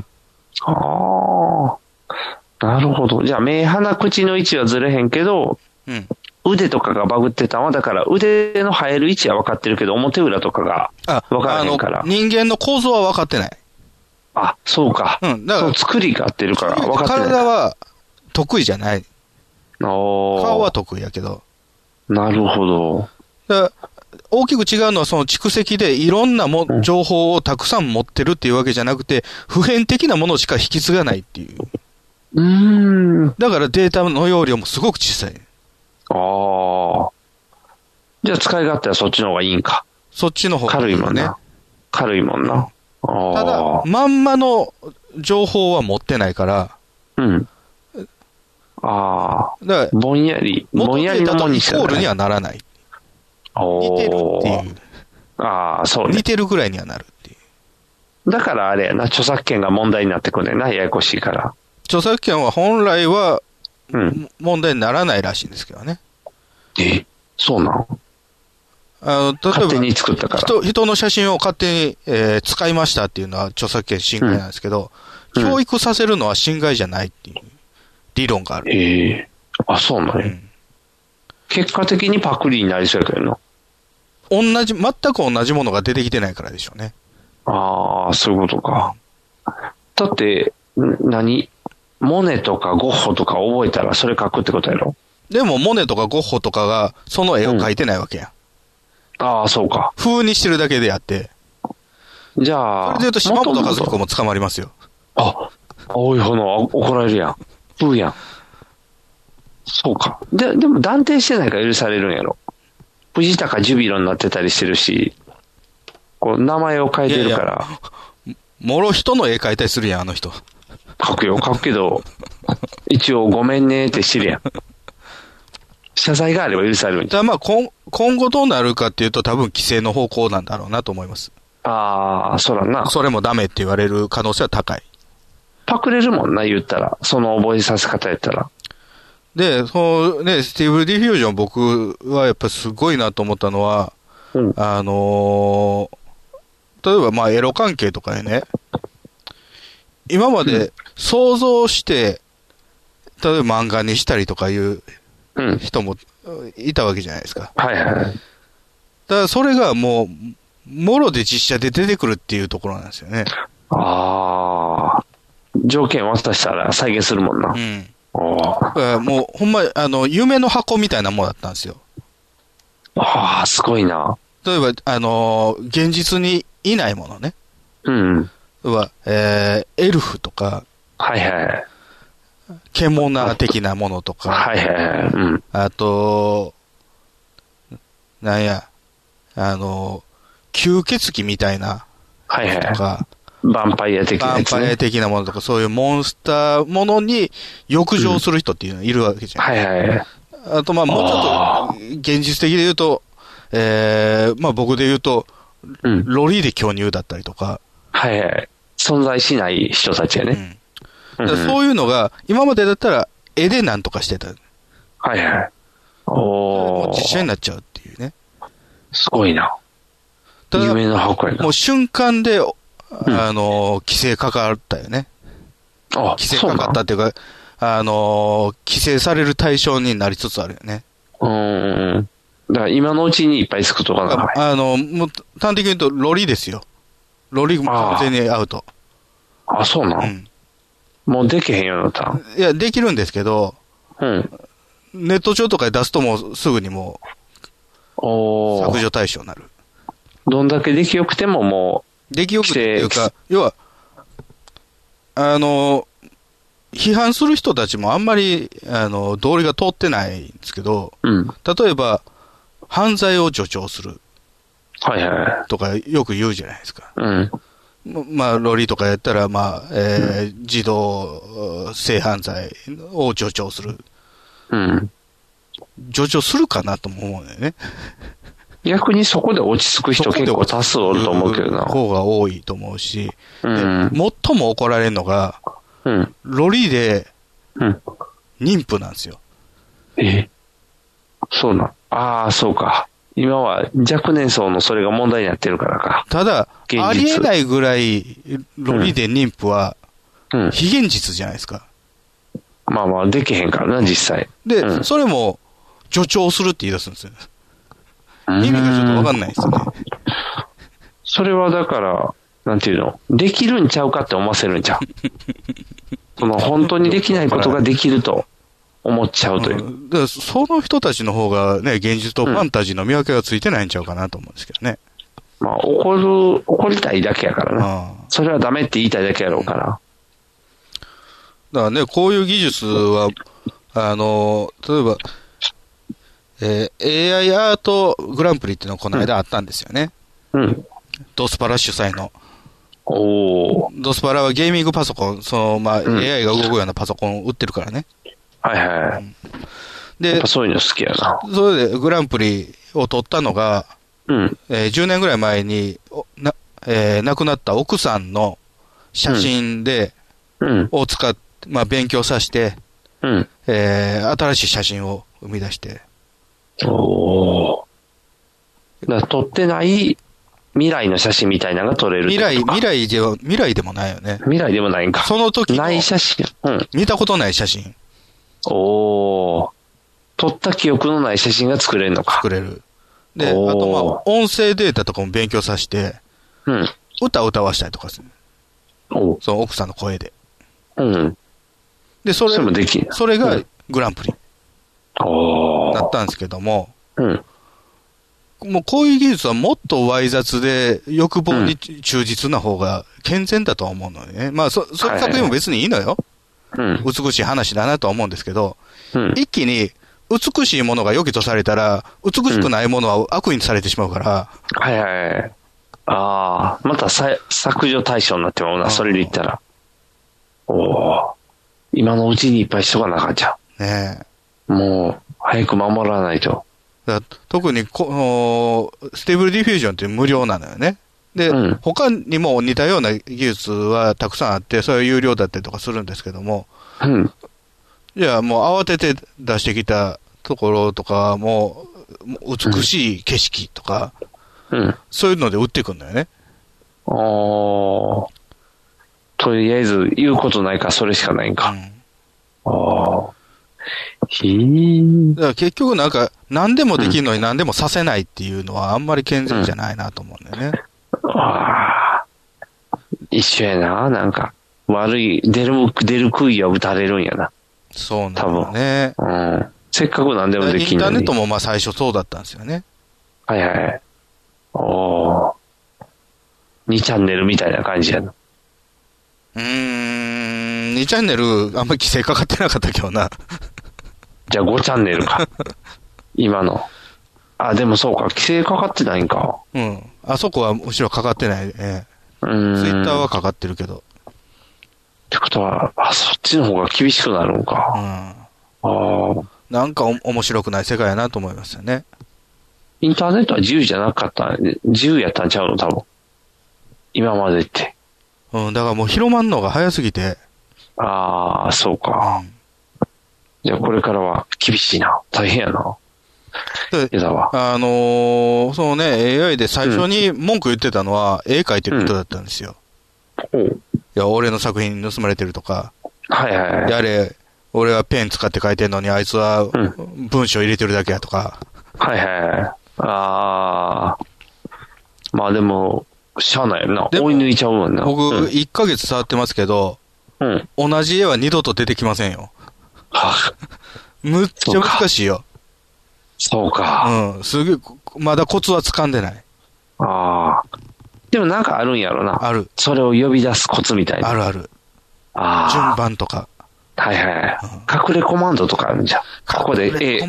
ああ。なるほど。じゃあ、目、鼻、口の位置はずれへんけど、 うん、 腕とかがバグってたのは、だから腕の生える位置は分かってるけど、表裏とかが分からへんから。 あの人間の構造は分かってない。 あ、そうか。 うん。だから、 作りが合ってるから分かってない。 体は得意じゃない。 お顔は得意やけど。 なるほど。 だ大きく違うのは、その蓄積でいろんなも、うん、情報をたくさん持ってるっていうわけじゃなくて、普遍的なものしか引き継がないっていう。 うーん。 だからデータの容量もすごく小さい。 ああ。じゃあ使い勝手はそっちの方がいいんか。 そっちの方がいい、ね、軽いもんな。軽いもんな。あただ、まんまの情報は持ってないから。 うん。ああ。 だから、 ぼんやり、ぼんやりのもんにしたら、 イコールにはならない。似てるっていう。 ああ、そうね。 似てるぐらいにはなるっていう。 だからあれやな、著作権が問題になってくるねんな、ややこしいから。 著作権は本来は、 うん、 問題にならないらしいんですけどね。 えそうなの？ あの、例えば、 勝手に作ったから。 人、人の写真を勝手に、えー、使いましたっていうのは著作権侵害なんですけど、うん、教育させるのは侵害じゃないっていう理論がある。 ええー、あ、そうなんや、うん。結果的にパクリになりそうやけどな。 同じ、全く同じものが出てきてないからでしょうね。 ああ、そういうことか。だって、何モネとかゴッホとか覚えたらそれ書くってことやろ？ でもモネとかゴッホとかがその絵を描いてないわけや。 うん、ああ、そうか。 風にしてるだけであって。 じゃあ。 それで言うと島本和彦も捕まりますよ。 あ、青い炎怒られるやん。風やん。 そうか。で、でも断定してないから許されるんやろ。藤高ジュビロになってたりしてるし、こう名前を変えてるから。 いやいやもろ人の絵描いたりするやん、あの人。 描くよ、描くけど、一応ごめんねってしてるやん。謝罪があれば許されるんじゃん。 まあ今、今後どうなるかっていうと多分規制の方向なんだろうなと思います。 ああ、そうだな。 それもダメって言われる可能性は高い。 パクれるもんな、言ったら。その覚えさせ方やったら。 で、そうね、スティーブ・ディフュージョン僕はやっぱすごいなと思ったのは、うん、あのー、例えばまあエロ関係とかでね、今まで想像して、うん、例えば漫画にしたりとかいう人もいたわけじゃないですか。 はいはい。だからそれがもう、もろで実写で出てくるっていうところなんですよね。 ああ。条件渡したら再現するもんな。 うん。もう、ほんま、あの、夢の箱みたいなものだったんですよ。 ああ、すごいな。 例えば、あのー、現実にいないものね。 うん。 は、えー、エルフとか。 はいはい。 獣的なものとか。 はいはいはい。うん。 あと、なんや、あのー、吸血鬼みたいな。 はいはい。 とか。 ヴァンパイア的な、 ね、ヴァンパイア的なものとか、そういうモンスターものに浴場する人っていうのがいるわけじゃん。 うん、はいはい。 あと、まあ、もうちょっと、現実的で言うと、えー、まあ僕で言うと、うん、ロリで巨乳だったりとか。 はいはい。存在しない人たちやね。 うん、だそういうのが、今までだったら、絵でなんとかしてた。 はいはい。おー。実写になっちゃうっていうね。 すごいな。夢の箱やな。 もう瞬間で、あの、規制かかったよね。 あ、 規制かかったっていうか、あの、規制される対象になりつつあるよね。 うん。だから今のうちにいっぱいつくとかな。 あの、もう端的に言うと、ロリですよ。ロリも完全にアウト。 あ, あ、そうなん、うん、もうできへんようになった。 いや、できるんですけど、 うん。 ネット上とかで出すともうすぐにもう、削除対象になる。 どんだけ出来良くてももう、 出来良くっていうか、要は、あの、批判する人たちもあんまり、あの、道理が通ってないんですけど、 うん、 例えば、犯罪を助長する。 はいはい。 とかよく言うじゃないですか。 うん。 まあ、ロリとかやったら、まあ、えーうん、児童性犯罪を助長する。 うん。 助長するかなと思うんだよね。 逆にそこで落ち着く人結構多数おると思うけどな。 方が多いと思うし、 うん、 最も怒られるのが、 うん、 ロリで、妊婦なんですよ。 えそうなん。ああ、そうか。今は若年層のそれが問題になってるからか。 ただ、ありえないぐらい、ロリで妊婦は、非現実じゃないですか。 うん、まあまあ、できへんからな、実際。 で、うん、それも、助長するって言い出すんですよ。意味がちょっとわかんないですよね。 それはだから、なんていうの、できるんちゃうかって思わせるんちゃう。その本当にできないことができると思っちゃうという。 うん、だその人たちの方がね、現実とファンタジーの見分けがついてないんちゃうかなと思うんですけどね。 まあ、怒る、怒りたいだけやからな。それはダメって言いたいだけやろうから。 だからね、こういう技術は、あの、例えば、えー、エーアイ アートグランプリっていうのがこの間あったんですよね。 うん。 ドスパラ主催の。 おドスパラはゲーミングパソコン、その、まあ、うん、エーアイ が動くようなパソコンを売ってるからね。 はいはい。うん、 で、 やっぱそういうの好きやな。 それでグランプリを取ったのが、 うん。 えー、じゅうねんぐらい前に、な、えー、亡くなった奥さんの写真で、 うん。 を使って、まあ、勉強させて、 うん。 えー、新しい写真を生み出して、 おー。だから撮ってない未来の写真みたいなのが撮れる未来、未来では、未来でもないよね。 未来でもないんか。 その時のない写真。うん。 見たことない写真。 おー。撮った記憶のない写真が作れるのか。 作れる。で、あとまあ、音声データとかも勉強させて、 うん。 歌を歌わしたりとかする。 おその奥さんの声で。 うん。 で、それ、 それもできん。 それがグランプリ。 おー。 だったんですけども、 うん。 もうこういう技術はもっとわい雑で欲望に忠実な方が健全だとは思うのでね。まあそ、その作品も別にいいのよ。 うん。 美しい話だなとは思うんですけど、 うん、 一気に美しいものが良きとされたら、美しくないものは悪にされてしまうから。 うん、はいはい。ああ、またさ削除対象になってもな、それで言ったら。おお、今のうちにいっぱいしとかなあかんじゃん。 ねえ。もう、早く守らないと。 だ特にこの、ステーブルディフュージョンって無料なのよね。で、うん、他にも似たような技術はたくさんあって、それは有料だったりとかするんですけども。 うん。 じゃあもう慌てて出してきたところとかも、美しい景色とか、 うん、 そういうので売ってくんだよね。 ああ。とりあえず言うことないからそれしかないんか。うん、ああ。へえ。 だから結局なんか何でもできるのに何でもさせないっていうのはあんまり健全じゃないなと思うんだよね。 うん、ああ。一緒やな、なんか。悪い、出る、出る杭は打たれるんやな。 そうなんだよね。 多分。うん。せっかく何でもできるのに。 インターネットもまあ最初そうだったんですよね。 はいはい。おー。にチャンネルみたいな感じやな。 うーん、にチャンネル、あんまり規制かかってなかったけどな。 じゃあごチャンネルか。今の。あ、でもそうか、規制かかってないんか。 うん。あそこはむしろかかってないね。 うーん。 ツイッターはかかってるけど。 ってことは、あ、そっちの方が厳しくなるのか。 うん。 ああ。 なんかお面白くない世界やなと思いますよね。 インターネットは自由じゃなかった、自由やったんちゃうの多分。今までって。 うん、だからもう広まんのが早すぎて。 ああ、そうか。うん、じゃあこれからは厳しいな。大変やな。 で、だわ。あのー、そのね、エーアイ で最初に文句言ってたのは、絵描いてる人だったんですよ。 うん。 いや、俺の作品盗まれてるとか。 はいはいはい。 で、あれ、俺はペン使って書いてんのに、あいつは文章入れてるだけやとか。 うん、はいはいはい。ああ。まあでも、しゃあないよな。追い抜いちゃうもんな。 僕、うん、いっかげつ触ってますけど、 うん、 同じ絵は二度と出てきませんよ。むっちゃ難しいよ。 そうか。 うん。すげえ、まだコツは掴んでない。 ああ。でもなんかあるんやろな。 ある。 それを呼び出すコツみたいな。 あるある。 ああ。 順番とか。 はいはい。うん、隠れコマンドとかあるんじゃん。ここで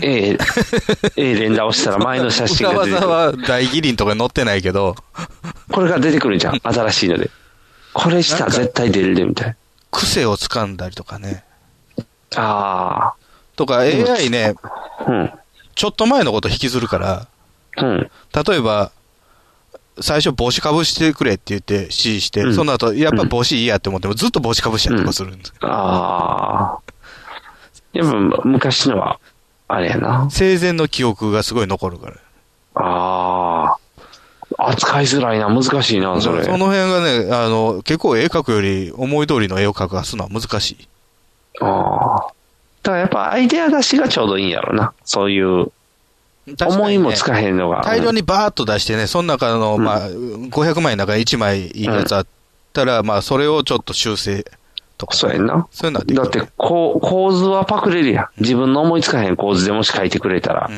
A、A、A 連打をしたら前の写真が出てくる。 裏技は大義林とかに載ってないけど。 これが出てくるんじゃん。新しいので。これしたら絶対出るで、みたいな。 癖を掴んだりとかね。 ああ。 とか エーアイ ね、 うん。 ちょっと前のこと引きずるから、 うん。 例えば、最初帽子かぶしてくれって言って指示して、うん、その後、やっぱ帽子いいやって思ってもずっと帽子かぶしちゃったりとかするんです、 うん、ああ。やっぱ昔のは、あれやな。 生前の記憶がすごい残るから。 ああ。扱いづらいな、難しいな、それ。 その辺がね、あの、結構絵描くより思い通りの絵を描くすのは難しい。 ああ。だからやっぱアイデア出しがちょうどいいんやろな。そういう。ね、思いもつかへんのが。 大量にバーッと出してね、その中の、うん、まあ、ごひゃくまいの中にいちまいいいやつあったら、うん、まあ、それをちょっと修正とか、ね。 そうやんな。 そういうのはできる。 だって、こう、構図はパクれるやん。自分の思いつかへん構図でもし書いてくれたら。うんうん、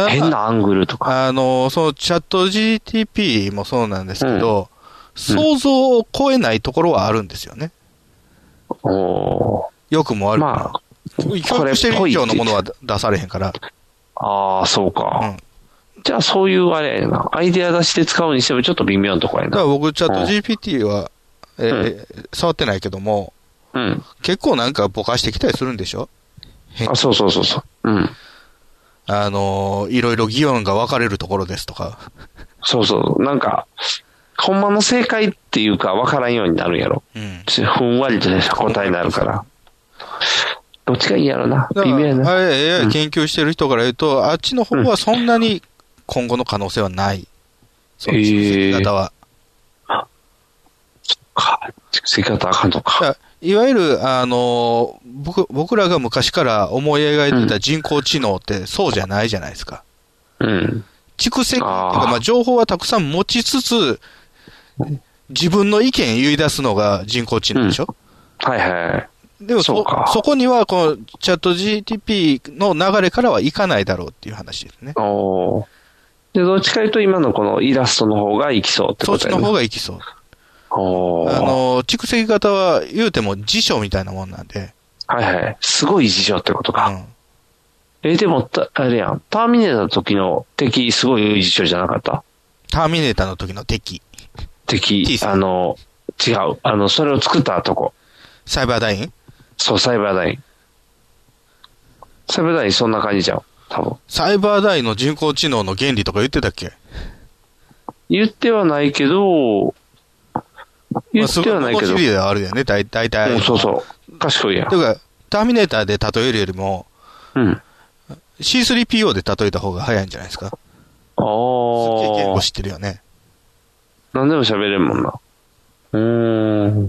変なアングルとか。 あの、そのチャット ジーティーピー もそうなんですけど、うん、想像を超えないところはあるんですよね。 うん、およくもあるから。まあ、教育してる以上のものは出されへんから。 ああ、そうか。うん、じゃあそういうあれやな。アイデア出しで使うにしてもちょっと微妙なとこやな。 だから僕、チャット ジーピーティー は、うん、えーうん、触ってないけども、 うん、 結構なんかぼかしてきたりするんでしょ？ あ、そうそうそうそう。うん。 あのー、いろいろ議論が分かれるところですとか。 そうそう。なんか、ほんまの正解っていうか分からんようになるんやろ。うん。ふんわりとした答えになるから。どっちがいいやろな。微妙やな。 あれ、エーアイ 研究してる人から言うと、うん、あっちの方はそんなに今後の可能性はない。うん、そういう蓄積型は。 えー、そっか。蓄積型あかんのか。 いわゆる、あの、僕、僕らが昔から思い描いてた人工知能ってそうじゃないじゃないですか。 うん。 蓄積っていうか、まあ、情報はたくさん持ちつつ、自分の意見言い出すのが人工知能でしょ、 うん、はいはい。 でもそ、そこには、このチャット ジーティーピー の流れからはいかないだろうっていう話ですね。 おで、どっちかというと今のこのイラストの方がいきそうってことだよね。そっちの方がいきそう。 おあの、蓄積型は言うても辞書みたいなもんなんで。 はいはい。すごい事情ってことか。うん、え、でもた、あれやん。ターミネーターの時の敵、すごい事情じゃなかった？ ターミネーターの時の敵。 敵、あの、違う。あの、それを作ったとこ。 サイバーダイン？ そう、サイバーダイン。サイバーダインそんな感じじゃん。多分。 サイバーダインの人工知能の原理とか言ってたっけ？ 言ってはないけど、言ってはないけど。まあ、すごいシリーズではあるよね、大体。 うん、そうそう。賢いやん。 というか、ターミネーターで例えるよりも、 うん。 シースリーピーオー で例えた方が早いんじゃないですか。ああ。すっげえ言語知ってるよね。 何でも喋れるもんな。うーん。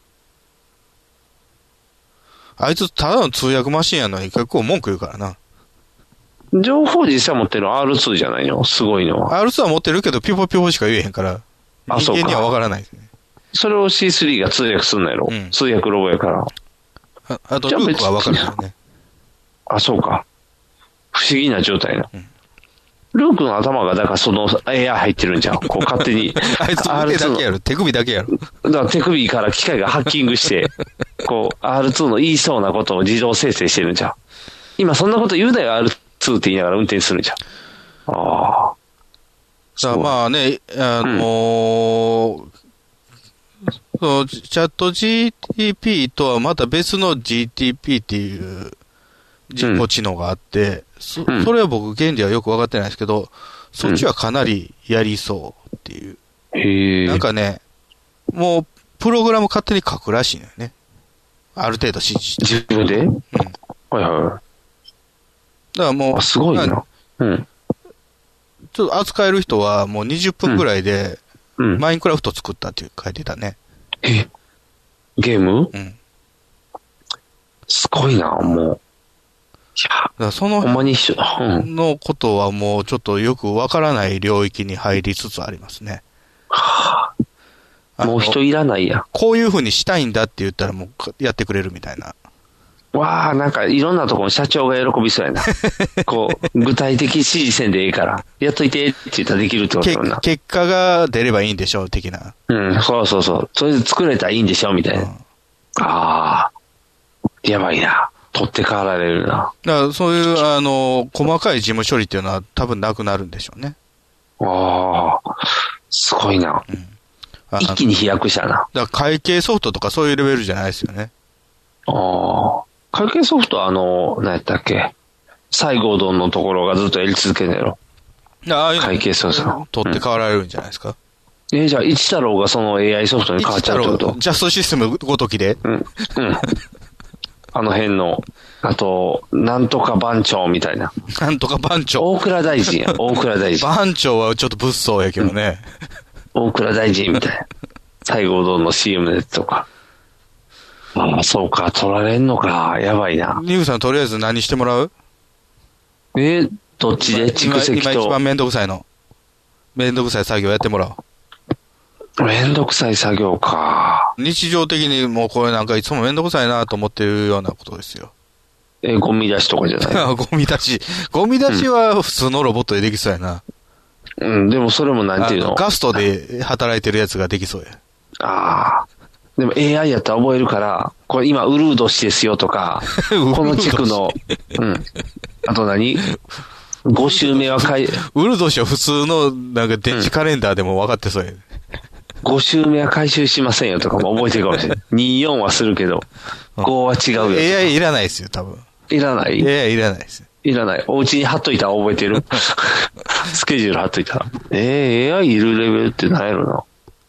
あいつただの通訳マシンやのに結構文句言うからな。 情報実際持ってるの アールツー じゃないの？すごいのは。 アールツー は持ってるけど、ピポピポしか言えへんから、人間にはわからないですね。 それを シースリー が通訳すんのやろ、うん、通訳ロボやから。 あ, あと、ルークはわかるよね。 あ、そうか。不思議な状態な。うん、ルークの頭が、だからその エーアイ 入ってるんじゃん。こう勝手に。 あいつ腕だけやろ。手首だけやろ。 だから手首から機械がハッキングして、こう アールツー の言いそうなことを自動生成してるんじゃん。今そんなこと言うなよ アールツー って言いながら運転するんじゃん。ああ。 さあまあね、あのー、うんそう、チャット ジーティーピー とはまた別の ジーティーピー っていう人工知能があって、うん、そ, それは僕原理はよく分かってないですけど、そっちはかなりやりそうっていう。 へ、うん、 なんかね、もうプログラム勝手に書くらしいのよね。ある程度指示して。 自分で？うん。はいはい。だからもう、 すごいな。うん。 ちょっと扱える人はもうにじゅっぷんぐらいで、うん、マインクラフト作ったって書いてたね。 え、ゲーム？ うん。 すごいな、もう。いや、だからその、 ほんまに一緒だ。 うん。のことはもうちょっとよくわからない領域に入りつつありますね。 はあ、もう人いらないや。 こういう風にしたいんだって言ったらもうやってくれるみたいな。 わあ、なんかいろんなところ社長が喜びそうやな。こう、具体的指示せんでいいから、やっといてって言ったらできるってことだな。 結果が出ればいいんでしょう、的な。 うん、そうそうそう。それで作れたらいいんでしょ、みたいな。うん、ああ、やばいな。取って代わられるな。 だからそういう、あの、細かい事務処理っていうのは多分なくなるんでしょうね。 ああ、すごいな。うん、一気に飛躍したな。だから会計ソフトとかそういうレベルじゃないですよね。 ああ。会計ソフトはあの、何やったっけ、西郷どんのところがずっとやり続けるんやろ。 ああいう会計ソフト。 取って代わられるんじゃないですか。 うん、えー、じゃあ、一太郎がその エーアイ ソフトに変わっちゃうってこと？ ジャストシステムごときで。 うん。うん。あの辺の、あと、なんとか番長みたいな。 なんとか番長。 大倉大臣や、大倉大臣。 番長はちょっと物騒やけどね。 うん、大倉大臣みたいな。西郷どんの シーエム のやつとか。ああ、そうか、取られんのか、やばいな。 ニグさん、とりあえず何してもらう？ えー、どっちで蓄積と。 今一番めんどくさいの。めんどくさい作業やってもらおう。めんどくさい作業か。 日常的にもうこれなんかいつもめんどくさいなと思ってるようなことですよ。 えー、ゴミ出しとかじゃない？ ゴミ出し。ゴミ出しは普通のロボットでできそうやな。 うん、でもそれもなんていうの？ ガストで働いてるやつができそうや。 ああ。でも エーアイ やったら覚えるから、これ今、ウルード氏ですよとか、この地区の、うん。あと何 ?ご 週目はかい、 ウルード氏は普通の、なんか電子カレンダーでも分かってそうや、ね。 ご週目は回収しませんよとかも覚えてるかもしれない。に、よんはするけど、ごは違うよ。 エーアイ いらないですよ、多分。 いらない ?エーアイ いらないです。 いらない。お家に貼っといたら覚えてるスケジュール貼っといたら。えー、エーアイ いるレベルって何やろな。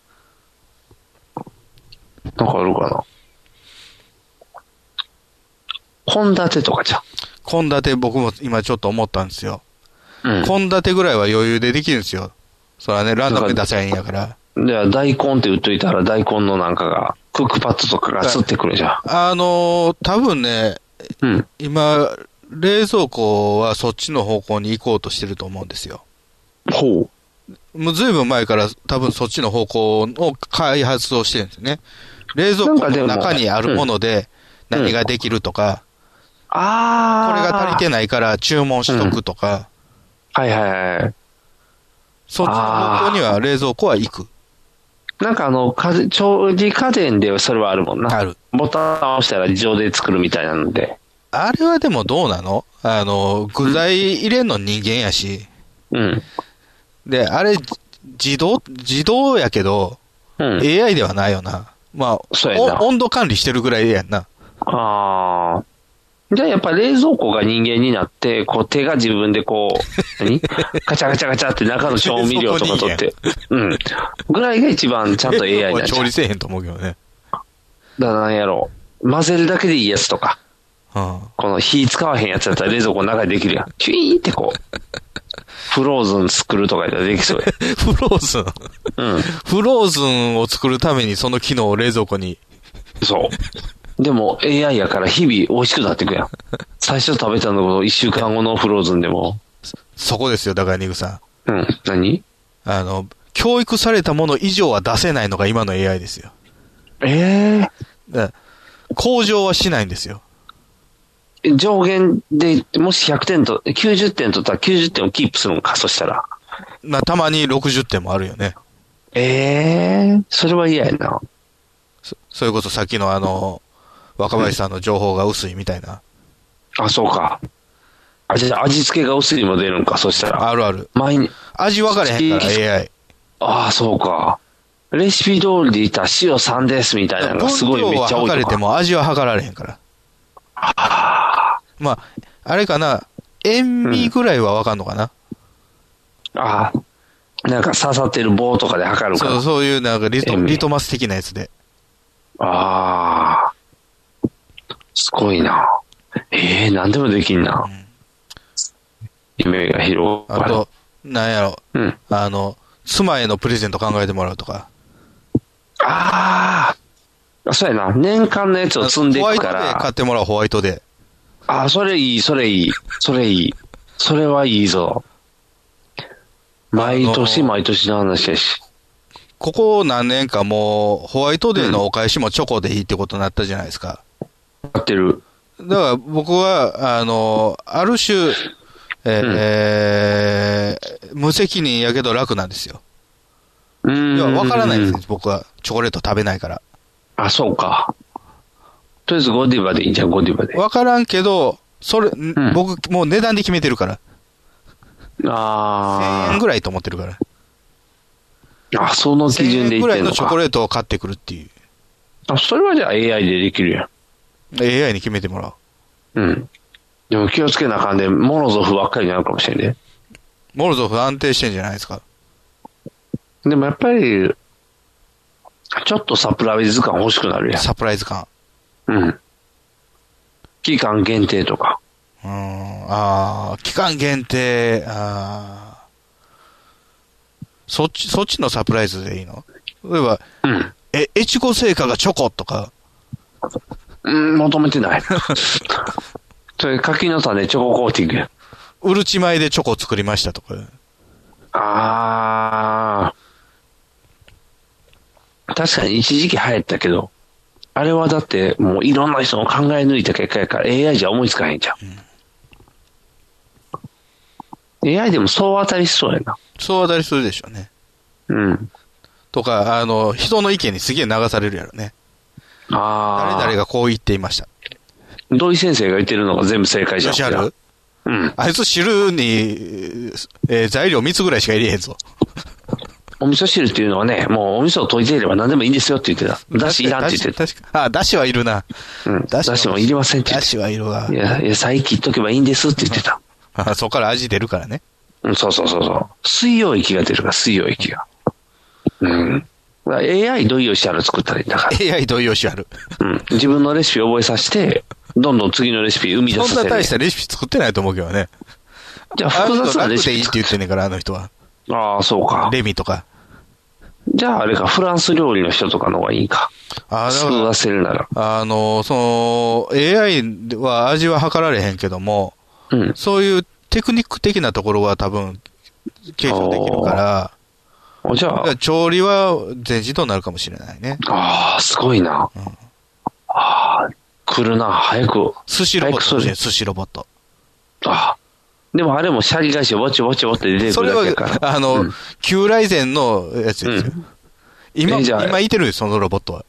なんかあるかな。献立とかじゃん。 献立僕も今ちょっと思ったんですよ。献、 うん、 立ぐらいは余裕でできるんですよ。それはね、ランダムで出せばいいんやから。 じゃあ大根って言っといたら大根のなんかが、クックパッドとかが吸ってくるじゃん。 あのー、多分ね、 うん、 今、冷蔵庫はそっちの方向に行こうとしてると思うんですよ。 ほう。 もうずいぶん前から多分そっちの方向の開発をしてるんですね。冷蔵庫の中にあるもので何ができるとか、うんうん、 あこれが足りてないから注文しとくとか、 うん、はいはいはい。 そっちの方向には冷蔵庫は行く。 なんかあの、調理家電でそれはあるもんな。 ある。 僕ボタンを押したら自動で作るみたいなので。 あれはでもどうなの？あの、具材入れんの人間やし。 うん。 で、あれ、自動、自動やけど、うん、エーアイ ではないよな。まあ、 そうやな。 温度管理してるぐらいやんな。 ああ。じゃあやっぱ冷蔵庫が人間になって、こう手が自分でこう、何ガチャガチャガチャって中の調味料とか取って、うん。ぐらいが一番ちゃんと エーアイ になっちゃう。 調理せえへんと思うけどね。 だからなんやろう。混ぜるだけでいいやつとか。はあ、この火使わへんやつだったら冷蔵庫の中でできるやん。チュイーンってこう。フローズン作るとかやったらできそうや。 フローズンうん。フローズンを作るためにその機能を冷蔵庫に。 そう。でも エーアイ やから日々美味しくなっていくやん。最初食べたのが一週間後のフローズンでも。 そこですよ、だからニグさん。うん。何？ あの、教育されたもの以上は出せないのが今の エーアイ ですよ。 ええー。向上はしないんですよ。 上限で、もしひゃくてんと、きゅうじゅってん取ったらきゅうじゅってんをキープするのか、そしたら。 まあ、たまにろくじゅってんもあるよね。 ええー、それは嫌やな。 そ、それこそさっきのあの、若林さんの情報が薄いみたいな。 うん、あ、そうか。あ、じゃあ味付けが薄いも出るんか、そしたら。 あるある。 前に。 味分かれへんから、エーアイ。 ああ、そうか。レシピ通りでいったら塩さんですみたいなのがすごいめっちゃ多いとか。 分量は測れても味は測られへんから。 ああ。 まあ、あれかな、塩味ぐらいは分かんのかな、 うん、ああ。なんか刺さってる棒とかで測るから。 そう、そういうなんかリト、リトマス的なやつで。 ああ。すごいな。ええー、なんでもできんな。うん、夢が広がる。 あと、なんやろ。 うん。 あの、妻へのプレゼント考えてもらうとか。 ああ。そうやな。年間のやつを積んでいくから。ホワイトで買ってもらう、ホワイトで。 ああ、それいい、それいい。それいい。それはいいぞ。毎年毎年の話やし。 ここ何年かもう、ホワイトデーのお返しもチョコでいいってことになったじゃないですか。 やってる。 だから僕は、あの、ある種、えーうん、無責任やけど楽なんですよ。 うん。 わからないんです、僕は。チョコレート食べないから。 あ、そうか。とりあえずゴディバでいいじゃん、ゴディバで。 わからんけど、それ、うん、僕、もう値段で決めてるから。 ああ。 せんえんぐらいと思ってるから。 あ、その基準で言ってんのか。 せんえんぐらいのチョコレートを買ってくるっていう。 あ、それはじゃあ エーアイ でできるやん。 エーアイ に決めてもらう。 うん。でも気をつけなあかんで、モロゾフばっかりになるかもしれんね。 モロゾフ安定してんじゃないですか。 でもやっぱり、ちょっとサプライズ感欲しくなるやん。 サプライズ感。 うん。期間限定とか。 うん、ああ、期間限定、ああ。そっち、そっちのサプライズでいいの？例えば、 うん。 え、越後製菓がチョコとか。 うん、求めてない。それ、柿の種チョココーティングや。 うるち米でチョコ作りましたとか。 ああ。確かに一時期流行ったけど、あれはだってもういろんな人の考え抜いた結果やから エーアイ じゃ思いつかへんじゃん。うん、エーアイ でもそう当たりしそうやな。 そう当たりするでしょうね。 うん。 とか、あの、人の意見にすげえ流されるやろね。 ああ。 誰々がこう言っていました。 土井先生が言ってるのが全部正解じゃん。 吉原？ うん。 あいつ汁に、えー、材料みっつぐらいしか入れへんぞ。 お味噌汁っていうのはね、もうお味噌を溶いていれば何でもいいんですよって言ってた。だしいらんって言ってた。 確かあ、だしはいるな。 うん。だしもいりませんって言ってた。 だしはいるわ。 いや、野菜切っとけばいいんですって言ってた。 あ、そこから味出るからね。 うん、そうそうそうそう。水溶液が出るから、水溶液が。うん。エーアイ 土井善晴作ったらいいんだから。 エーアイ 土井善晴。 うん。自分のレシピを覚えさせて、どんどん次のレシピ生み出させる。 そんな大したレシピ作ってないと思うけどね。 じゃあ複雑なレシピ。 楽でいいって言ってんねんから、あの人は。 ああ、そうか。 レミとか。 じゃああれか、フランス料理の人とかの方がいいか。ああ、だから。作らせるなら。 あの、その、エーアイ は味は測られへんけども、 うん。 そういうテクニック的なところは多分、継承できるから、 じゃあ。 調理は全自動になるかもしれないね。 ああ、すごいな。うん、ああ、来るな、早く。 寿司ロボットね、寿司ロボット。 ああ。でもあれもシャリ返し、ぼちぼちぼって出てくるだけから。 それは、あの、うん、旧来前のやつですよ。うん、今、今いてるよ、そのロボットは。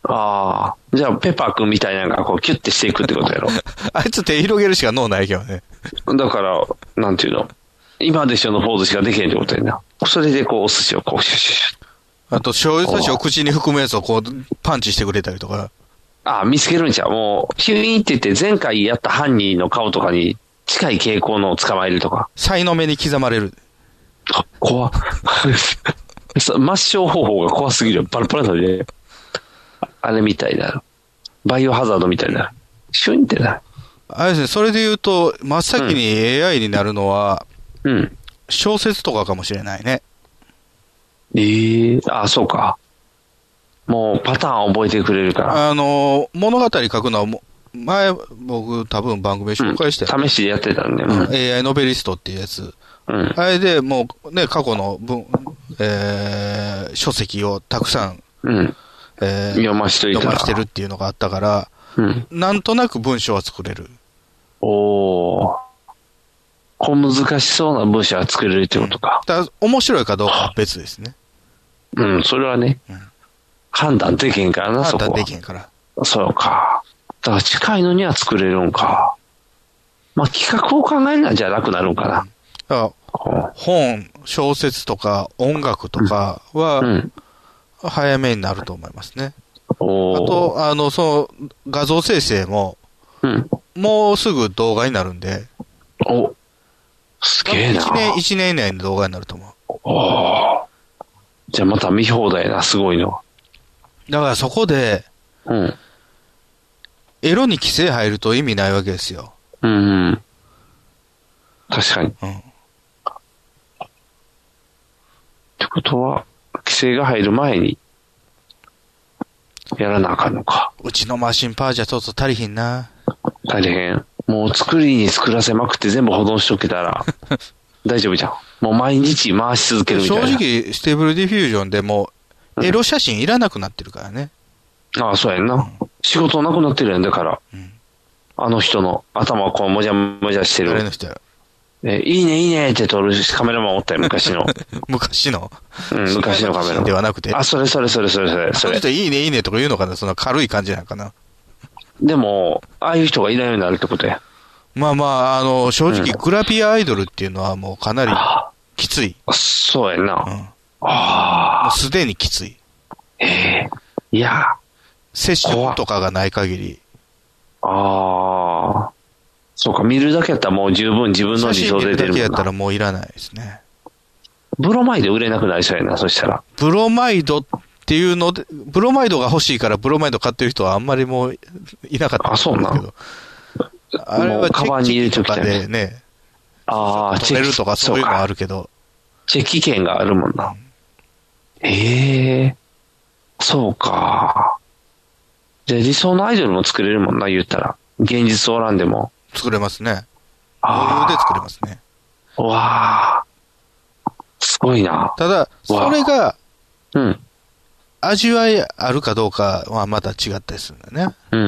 ああ。じゃあ、ペッパーくんみたいなのがこうキュッてしていくってことやろ。 あいつ手広げるしか脳ないけどね。 だから、なんていうの。今でしょのポーズしかできへんってことやな。それでこう、お寿司をこう、シュシュシュ。 あと、醤油差しを口に含むやつをこう、パンチしてくれたりとか。 ああ、見つけるんちゃう。もう、ヒュイーンって言って前回やった犯人の顔とかに近い傾向のを捕まえるとか。 才の目に刻まれる。 あ、怖っ。抹消方法が怖すぎる。パラパラで。あれみたいな。バイオハザードみたいな。シュンってな。 あれですね、それで言うと、真っ先に エーアイ になるのは、 うん。 小説とかかもしれないね。 ええー、あ、そうか。もうパターン覚えてくれるから。 あの、物語書くのはも、前、僕多分番組で紹介して、 うん、試しでやってたんで、うん、 エーアイ ノベリストっていうやつ。 うん、 あれでもうね、過去の文、えー、書籍をたくさん、 うんえー、 読ましといた読ましてるっていうのがあったから、 うん、 なんとなく文章は作れる。 おー。小難しそうな文章は作れるってことか。 うん、だ面白いかどうかは別ですね。 うん、それはね。うん、判断できへんからな、そこは。 判断できへんから。 そうか。だから近いのには作れるんか。まあ企画を考えるのはじゃあ楽になるんかな。うんだから本、小説とか音楽とかは、早めになると思いますね。うん、あと、あの、その、画像生成も、うん、もうすぐ動画になるんで。 お、すげえな。 一年、一年以内に動画になると思う。 おじゃあまた見放題な、すごいの。 だからそこで、 うん。 エロに規制入ると意味ないわけですよ。 うん、うん。確かに。うん。ってことは、規制が入る前に、やらなあかんのか。 うちのマシンパワーじゃちょっと足りひんな。 足りへん。もう作りに作らせまくって全部保存しとけたら、大丈夫じゃん。もう毎日回し続けるみたいな。 正直、ステーブルディフュージョンでも、エロ写真いらなくなってるからね。 うん、ああ、そうやんな。うん、仕事なくなってるやん、だから。うん、あの人の頭をこうもじゃもじゃしてる。 誰の人やえ、いいね、いいねって撮るカメラマンおったよ、昔の。 昔のうん、昔のカメラマン。 ではなくて。 あ、それそれそれそれそれ。 それといいね、いいねとか言うのかな、そんな軽い感じなのかな。 でも、ああいう人がいないようになるってことや。 まあまあ、あの、正直、グラビアアイドルっていうのはもうかなりきつい。 うん、そうやな。うん、 ああ。もうすでにきつい。 ええー、いや。 接触とかがない限り。 ああ。そうか、見るだけやったらもう十分自分の自動で出るもんな。 写真見るだけやったらもういらないですね。 ブロマイド売れなくなりそうやな、そしたら。 ブロマイドっていうので、ブロマイドが欲しいからブロマイド買ってる人はあんまりもういなかったんですけど。あ、そうなんあれはチェッキ機とかでね。 ああ、 チェッキ。取れるとかそういうのあるけど。 チェッキ券があるもんな。ええー、そうか。じゃあ理想のアイドルも作れるもんな、言ったら。現実おらんでも。 作れますね。余裕で作れますね。 わあ。すごいな。 ただ、それが、 うん。 味わいあるかどうかはまた違ったりするんだよね。 うん。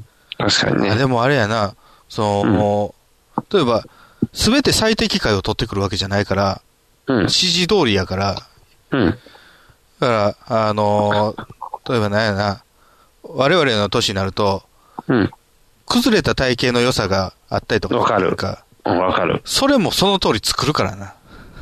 確かにね。 でもあれやな、その、うん、例えば、すべて最適解を取ってくるわけじゃないから、うん、指示通りやから、 うん。 だから、あのー、例えば何やな、我々の年になると、 うん。 崩れた体型の良さがあったりとか。 わかる。かうん、わかる。 それもその通り作るからな。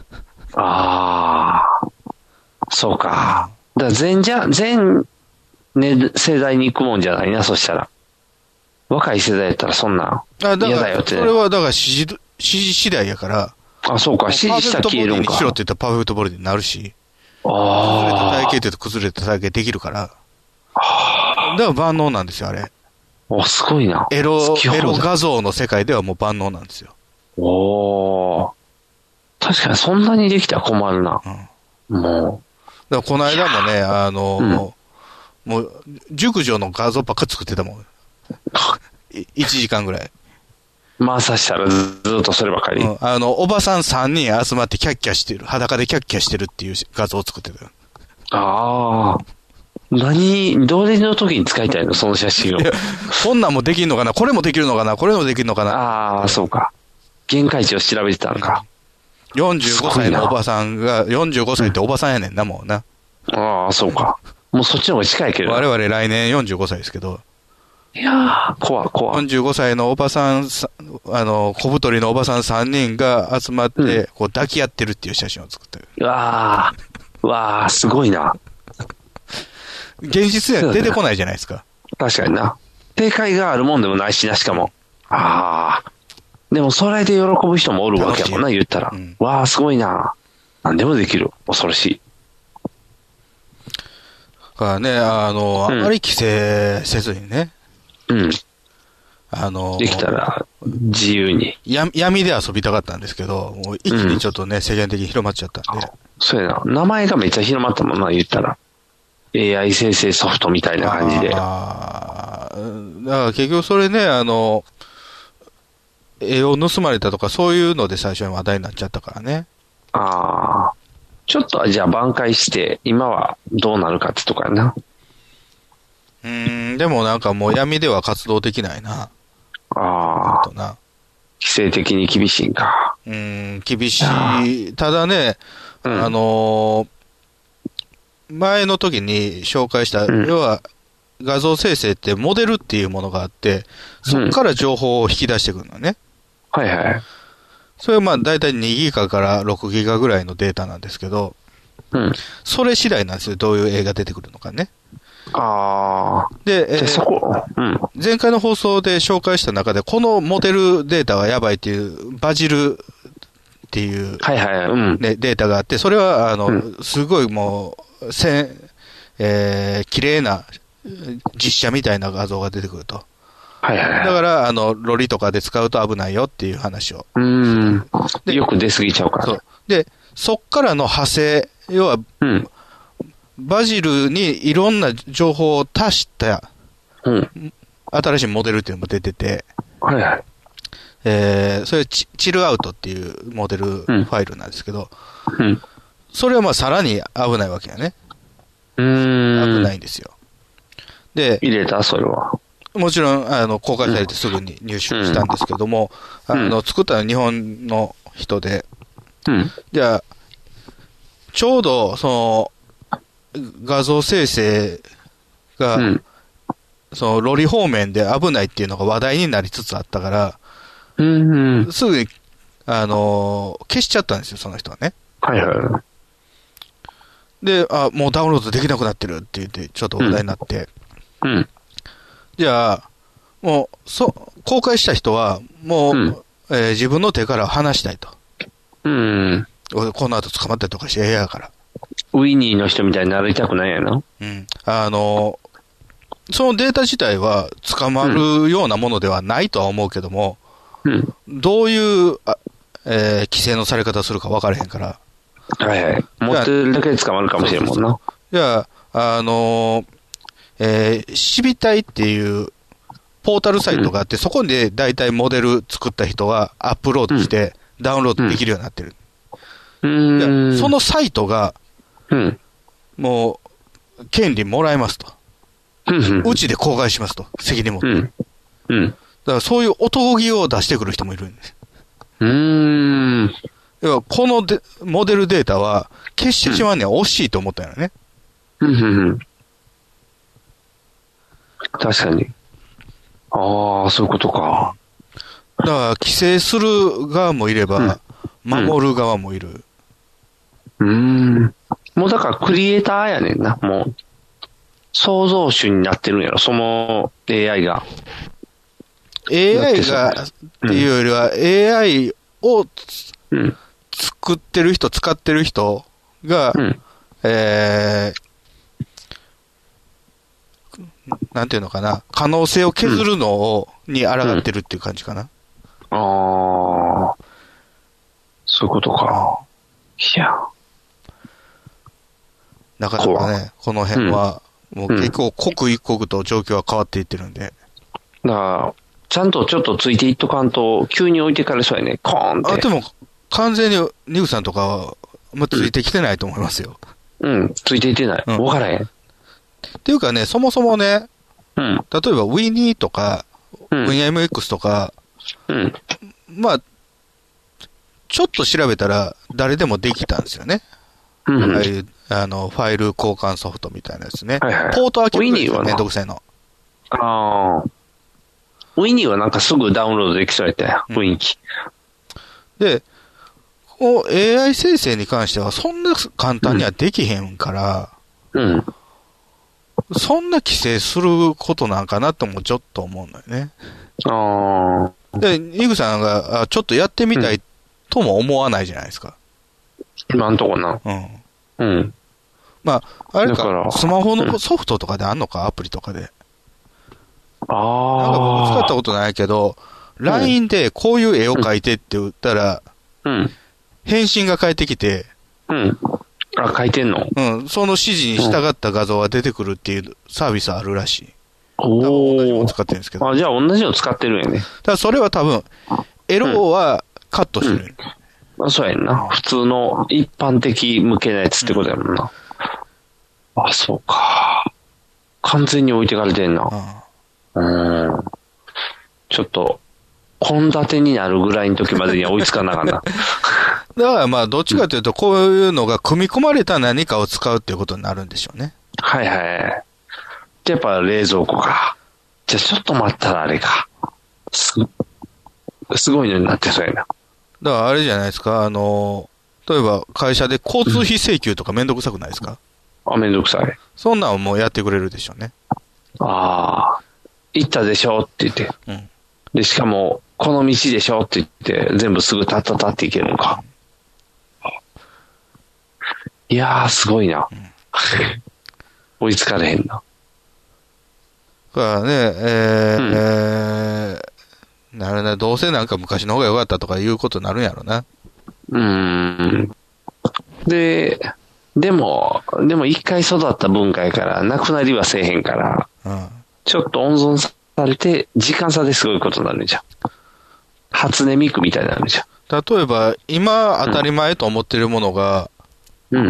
ああ。そうか。だから全じゃ、全、ね、世代に行くもんじゃないな、そしたら。若い世代やったらそんな、嫌だよって。 それはだから指示、指示次第やから。 あ、そうか、指示したら消えるんか。 パーフェクトボディにしろって言ったらパーフェクトボディになるし。 ああ。 崩れた体型って言うと崩れた体型できるから。だから万能なんですよ、あれ。 お、すごいな。 エロ、エロ画像の世界ではもう万能なんですよ。 おー。確かにそんなにできたら困るな。うん、もう。だからこの間もね、あの、うん、もう、熟女の画像ばっか作ってたもん。いちじかんぐらい。 回さしたらずっとそればかり。うん、 あの、おばさんさんにん集まってキャッキャしてる、裸でキャッキャしてるっていう画像を作ってたよ。 ああ。何、どれの時に使いたいのその写真を。 こんなんもできるのかなこれもできるのかなこれもできるのかなああ、そうか。限界値を調べてたのか。 よんじゅうごさいのおばさんが、よんじゅうごさいっておばさんやねんな、もうな。 ああ、そうか。 もうそっちの方が近いけど。 我々来年よんじゅうごさいですけど。 いやー、怖い怖い。 よんじゅうごさいのおばさん、あの、小太りのおばさんさんにんが集まって、うん、こう抱き合ってるっていう写真を作ってる。 うわー、うわー、すごいな。 現実には出てこないじゃないですか。 確かにな。正解があるもんでもないしな、しかも。ああ。でも、それで喜ぶ人もおるわけやもんな、言ったら。うん、わあ、すごいな。何でもできる。恐ろしい。 だからね、あの、あまり規制せずにね。 うん。 あの、 できたら、自由に。 や、闇で遊びたかったんですけど、もう一気にちょっとね、うん、世間的に広まっちゃったんで。 そうやな。名前がめっちゃ広まったもんな、言ったら。エーアイ 生成ソフトみたいな感じで。 ああ。だから結局それね、あの、絵を盗まれたとかそういうので最初に話題になっちゃったからね。 ああ。ちょっとじゃあ挽回して、今はどうなるかってとかやな。 うーん、でもなんかもう闇では活動できないな。 ああ。 とな。 規制的に厳しいんか。 うーん、厳しい。ただね、うん、あのー、前の時に紹介した、うん、要は画像生成ってモデルっていうものがあって、そこから情報を引き出してくるのね。 うん、はいはい。 それはまあ大体にギガからろくギガぐらいのデータなんですけど、 うん。 それ次第なんですよ、どういう映画出てくるのかね。 ああ。 で、 えー、そこ、うん。 前回の放送で紹介した中で、このモデルデータはやばいっていう、バジルっていう、 はいはい、うん。 ね、データがあって、それは、あの、うん、すごいもう、せん、えー、綺麗な実写みたいな画像が出てくると。 はいはいはい。 だから、あの、ロリとかで使うと危ないよっていう話を。 うーん。で、よく出過ぎちゃうから、ね。そう。 で、そっからの派生、要は、 うん、 バジルにいろんな情報を足した、 うん、 新しいモデルっていうのも出てて、 はいはい。 えー、それチ、チルアウトっていうモデルファイルなんですけど、 うん、 それはまあさらに危ないわけやね。 うーん。 危ないんですよ。で、 入れたそれは。 もちろん、あの、公開されてすぐに入手したんですけども、うん、あの、作ったのは日本の人で、 うん、 じゃあ、ちょうど、その、画像生成が、うん、その、ロリ方面で危ないっていうのが話題になりつつあったから、 うんうん、 すぐに、あの、消しちゃったんですよ、その人はね。 はいはい。 で、あ、もうダウンロードできなくなってるって言って、ちょっと話題になって、 うんうん、 じゃあ、もう、そ、公開した人は、もう、うん、えー、自分の手から離したいと。 うん。 この後捕まったりとかして嫌やから。 ウィニーの人みたいになりたくないやな。 うん。あの、そのデータ自体は捕まるようなものではないとは思うけども、 うん。 どういう、あえー、規制のされ方するか分からへんから。 はいはい。持ってるだけで捕まるかもしれんもんな。 じゃあ、あのー、えー、シビタイっていうポータルサイトがあって、うん、そこで大体モデル作った人はアップロードして、ダウンロードできるようになってる。 うん、 そのサイトが、 うん、 もう、権利もらえますと。 うん、 うちで公開しますと。責任持って。 うんうん、 だからそういう男気を出してくる人もいるんです。 うーん。 要はこのでモデルデータは、消してしまうには惜しいと思ったよね。 うんうんうん、確かに。ああ、そういうことか。 だから、規制する側もいれば、うん、守る側もいる。 うーん。もうだからクリエイターやねんな、もう。創造主になってるんやろ、その エーアイ が。 エーアイ がっていうよりは、うん、エーアイ を、 うん、 作ってる人、使ってる人が、 うん、 えー、なんていうのかな、可能性を削るのを、うん、に抗ってるっていう感じかな。 ああ、そういうことか。いや。 なかなかね、この辺は、もう結構刻一刻と状況は変わっていってるんで。 だから、ちゃんとちょっとついていっとかんと、急に置いてかれそうやね。コーンって。 あ、でも、完全にニグさんとかは、まあ、ついてきてないと思いますよ。 うん、ついていってない。わ、うん、からへん。 っていうかね、そもそもね、 うん、 例えば Winnie とか、うん、WinMX とか、 うん、 まあ、ちょっと調べたら誰でもできたんですよね。 うん、 ああいう、 あの、ファイル交換ソフトみたいなやつね。 はいはい、 ポート開けるのめんどくさいの。 ああ。ウィニーはなんかすぐダウンロードできそうやったよ、雰囲気。 で、こう エーアイ 生成に関してはそんな簡単にはできへんから、 うん。 そんな規制することなんかなともちょっと思うのよね。 ああ。 で、イグさんがちょっとやってみたいとも思わないじゃないですか。 今んとこな。 うん。 うん。 まあ、あれか、スマホのソフトとかであんのか、アプリとかで。 ああ。 なんか僕使ったことないけど、ライン でこういう絵を描いてって言ったら、 うん。 返信が返ってきて、 うん。あ、書いてんの？ うん。その指示に従った画像が出てくるっていうサービスあるらしい。 おお。同じのを使ってるんですけど。 あ、じゃあ同じの使ってるんやね。 ただそれは多分、エローはカットしてる。 うんうん、そうやんな。普通の一般的向けなやつってことやもんな。うん、あ、そうか。完全に置いてかれてんな。うん。うん。ちょっと、献立になるぐらいの時までには追いつかなかった。 だからまあ、どっちかというと、こういうのが組み込まれた何かを使うっていうことになるんでしょうね。 はいはい。じゃやっぱ冷蔵庫か。じゃあちょっと待ったらあれか。す、すごいのになってそうやな。 だからあれじゃないですか、あの、例えば会社で交通費請求とかめんどくさくないですか？ うん、あ、めんどくさい。 そんなんもうやってくれるでしょうね。 ああ。行ったでしょって言って。うん。で、しかも、この道でしょって言って、全部すぐタッタタっていけるのか。いやー、すごいな。うん、追いつかれへんな。 だからね、えー、うん、えー、なるね、どうせなんか昔の方が良かったとかいうことになるんやろな。 うーん。で、でも、でも一回育った文化やから、なくなりはせえへんから、うん、ちょっと温存されて、時間差ですごいことになるんじゃん。初音ミクみたいになるんじゃん。 例えば、今当たり前と思ってるものが、 うん。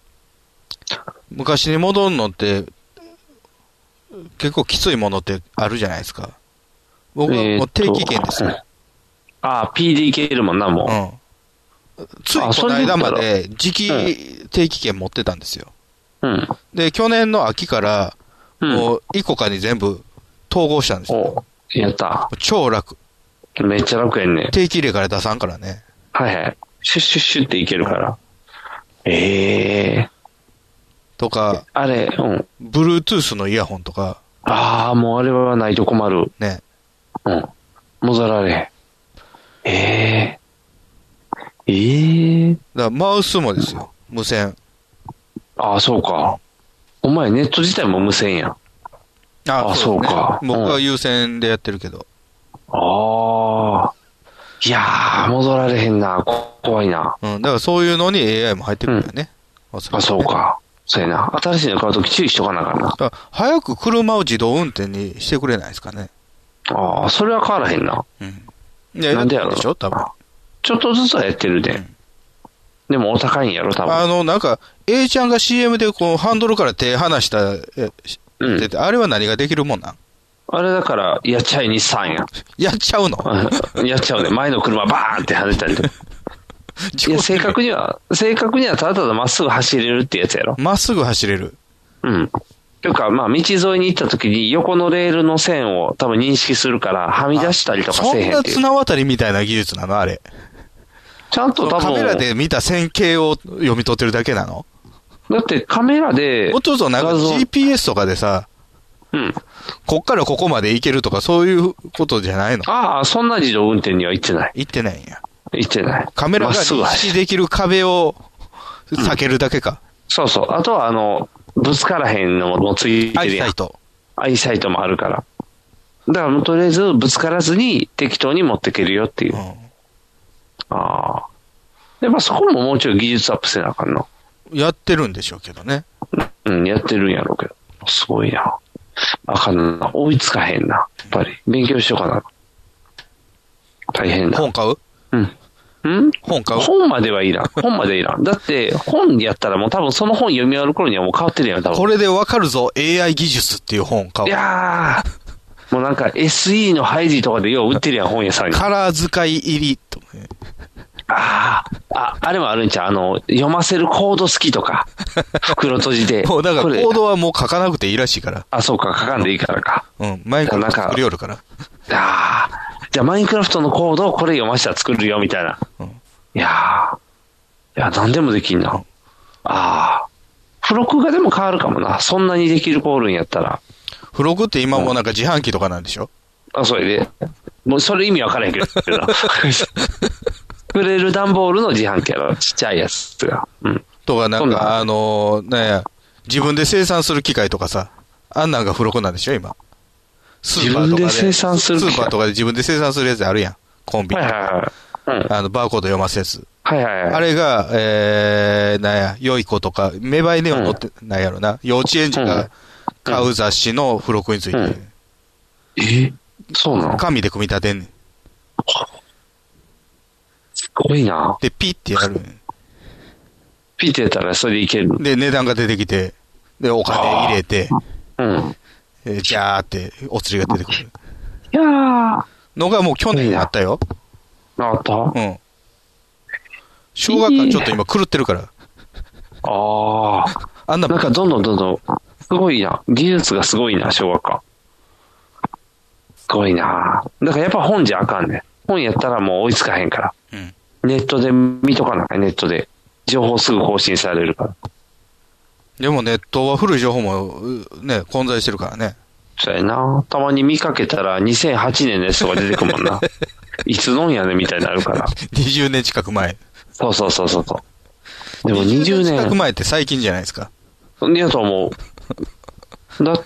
昔に戻るのって、結構きついものってあるじゃないですか。僕はもう定期券ですよ。えー、 ああ、ピーディー いけるもんな、もう。うん。ついこの間まで、時期定期券持ってたんですよ。 うん。 で、去年の秋から、もう、イコカに全部統合したんですよ。 うん、やった。 超楽。 めっちゃ楽やんね。 定期入れから出さんからね。 はいはい。シュッシュッシュっていけるから。うん、ええー。 とか、 あれ、うん。 Bluetooth のイヤホンとか。 ああ、もうあれはないと困る。 ね。 うん。戻られ。ええー。ええー。 だからマウスもですよ。無線。 ああ、そうか。お前ネット自体も無線やん。 ああ、そう、ね,、そうか。僕はうん、 有線でやってるけど。 ああ。いやー、戻られへんな。怖いな。 うん。だからそういうのに エーアイ も入ってくるよね。 うん、あ、そうか。そうやな。新しいの買うとき注意しとかなあかんな。だから早く車を自動運転にしてくれないですかね。 ああ、それは変わらへんな。 うん。いや、なんでやろうでしょ多分。 ちょっとずつはやってるで。うん、でもお高いんやろ、多分。 あの、なんか、A ちゃんが シーエム でこう、ハンドルから手離した、うん、あれは何ができるもんなん？ あれだから、やっちゃい日産や。 やっちゃうの？ やっちゃうね。前の車バーンって跳ねたりとか。いや、正確には、正確にはただただまっすぐ走れるってやつやろ。 まっすぐ走れる。 うん。というか、まあ、道沿いに行った時に横のレールの線を多分認識するから、はみ出したりとかせえへんっていう。 そんな綱渡りみたいな技術なのあれ。 ちゃんと多分。 カメラで見た線形を読み取ってるだけなの？ だってカメラで。 もっとなんか ジーピーエス とかでさ、 うん。 こっからここまで行けるとかそういうことじゃないの？ ああ、そんな自動運転には行ってない。 行ってないんや。 行ってない。 カメラが認識できる壁を避けるだけか。うん、 そうそう。あとはあの、ぶつからへんのもついてるやん。アイサイト。 アイサイトもあるから。だからとりあえずぶつからずに適当に持っていけるよっていう。うん、ああ。で、まあそこももうちょい技術アップせなあかんの。 やってるんでしょうけどね。 うん、やってるんやろうけど。すごいな。あかんな。追いつかへんな。やっぱり。勉強しようかな。大変だ。 本買う？ うん。ん本買う？ 本まではいらん。本までいらん。だって、本やったらもう多分その本読み終わる頃にはもう変わってるやん、多分。 これでわかるぞ、エーアイ 技術っていう本買う。 いやー、もうなんか エスイー のハイジとかでよう売ってるやん、本屋さんに。 カラー使い入りとね。 ああ、あ、あれもあるんちゃうあの、読ませるコード好きとか。袋閉じで。 もうだからコードはもう書かなくていいらしいから。 あ、そうか、書かんでいいからか。 うん、マインクラフト作りよるから。 ああ、じゃあマインクラフトのコードをこれ読ませたら作るよ、みたいな。うん、いやー、いや、なんでもできんな。うん、ああ、付録がでも変わるかもな。そんなにできるコールんやったら。 付録って今もうなんか自販機とかなんでしょ、 うん、あ、それで。もうそれ意味わからへんけど。作れる段ボールの自販機やろ。ちっちゃいやつが。うん。 とかなんか、あのー、ね、自分で生産する機械とかさ、あんなんが付録なんでしょ、今。 スーパーとかで。自分で生産するスーパーとかで自分で生産するやつあるやん。コンビニ。はいはいはい。うん、あの、バーコード読ますやつ。 はいはいはい。 あれが、えー、なんや、良い子とか、芽生えネオンってなんやろな、幼稚園児が買う雑誌の付録について、うんうん。 えそうなの？ 紙で組み立てんねん。 すごいな。 で、ピッてやる。 ピッてやったらそれでいける。 で、値段が出てきて、で、お金入れて、 うん。 えー、ジャーってお釣りが出てくる。 いやー。 のがもう去年にあったよ。 あった？うん。 小学館ちょっと今狂ってるから。 ああ。あんな、なんかどんどんどんどん、すごいな。技術がすごいな、小学館。すごいな。だからやっぱ本じゃあかんねん。本やったらもう追いつかへんから。うん、ネットで見とかなきゃ、ネットで。情報すぐ更新されるから。 でもネットは古い情報もね、混在してるからね。 そうやな。たまに見かけたらにせんはちねんのやつとか出てくるもんな。いつのんやねんみたいになるから。 にじゅうねん近く前。 そうそうそうそう。でもにじゅうねん。 近く前って最近じゃないですか。 いやと思う。だって、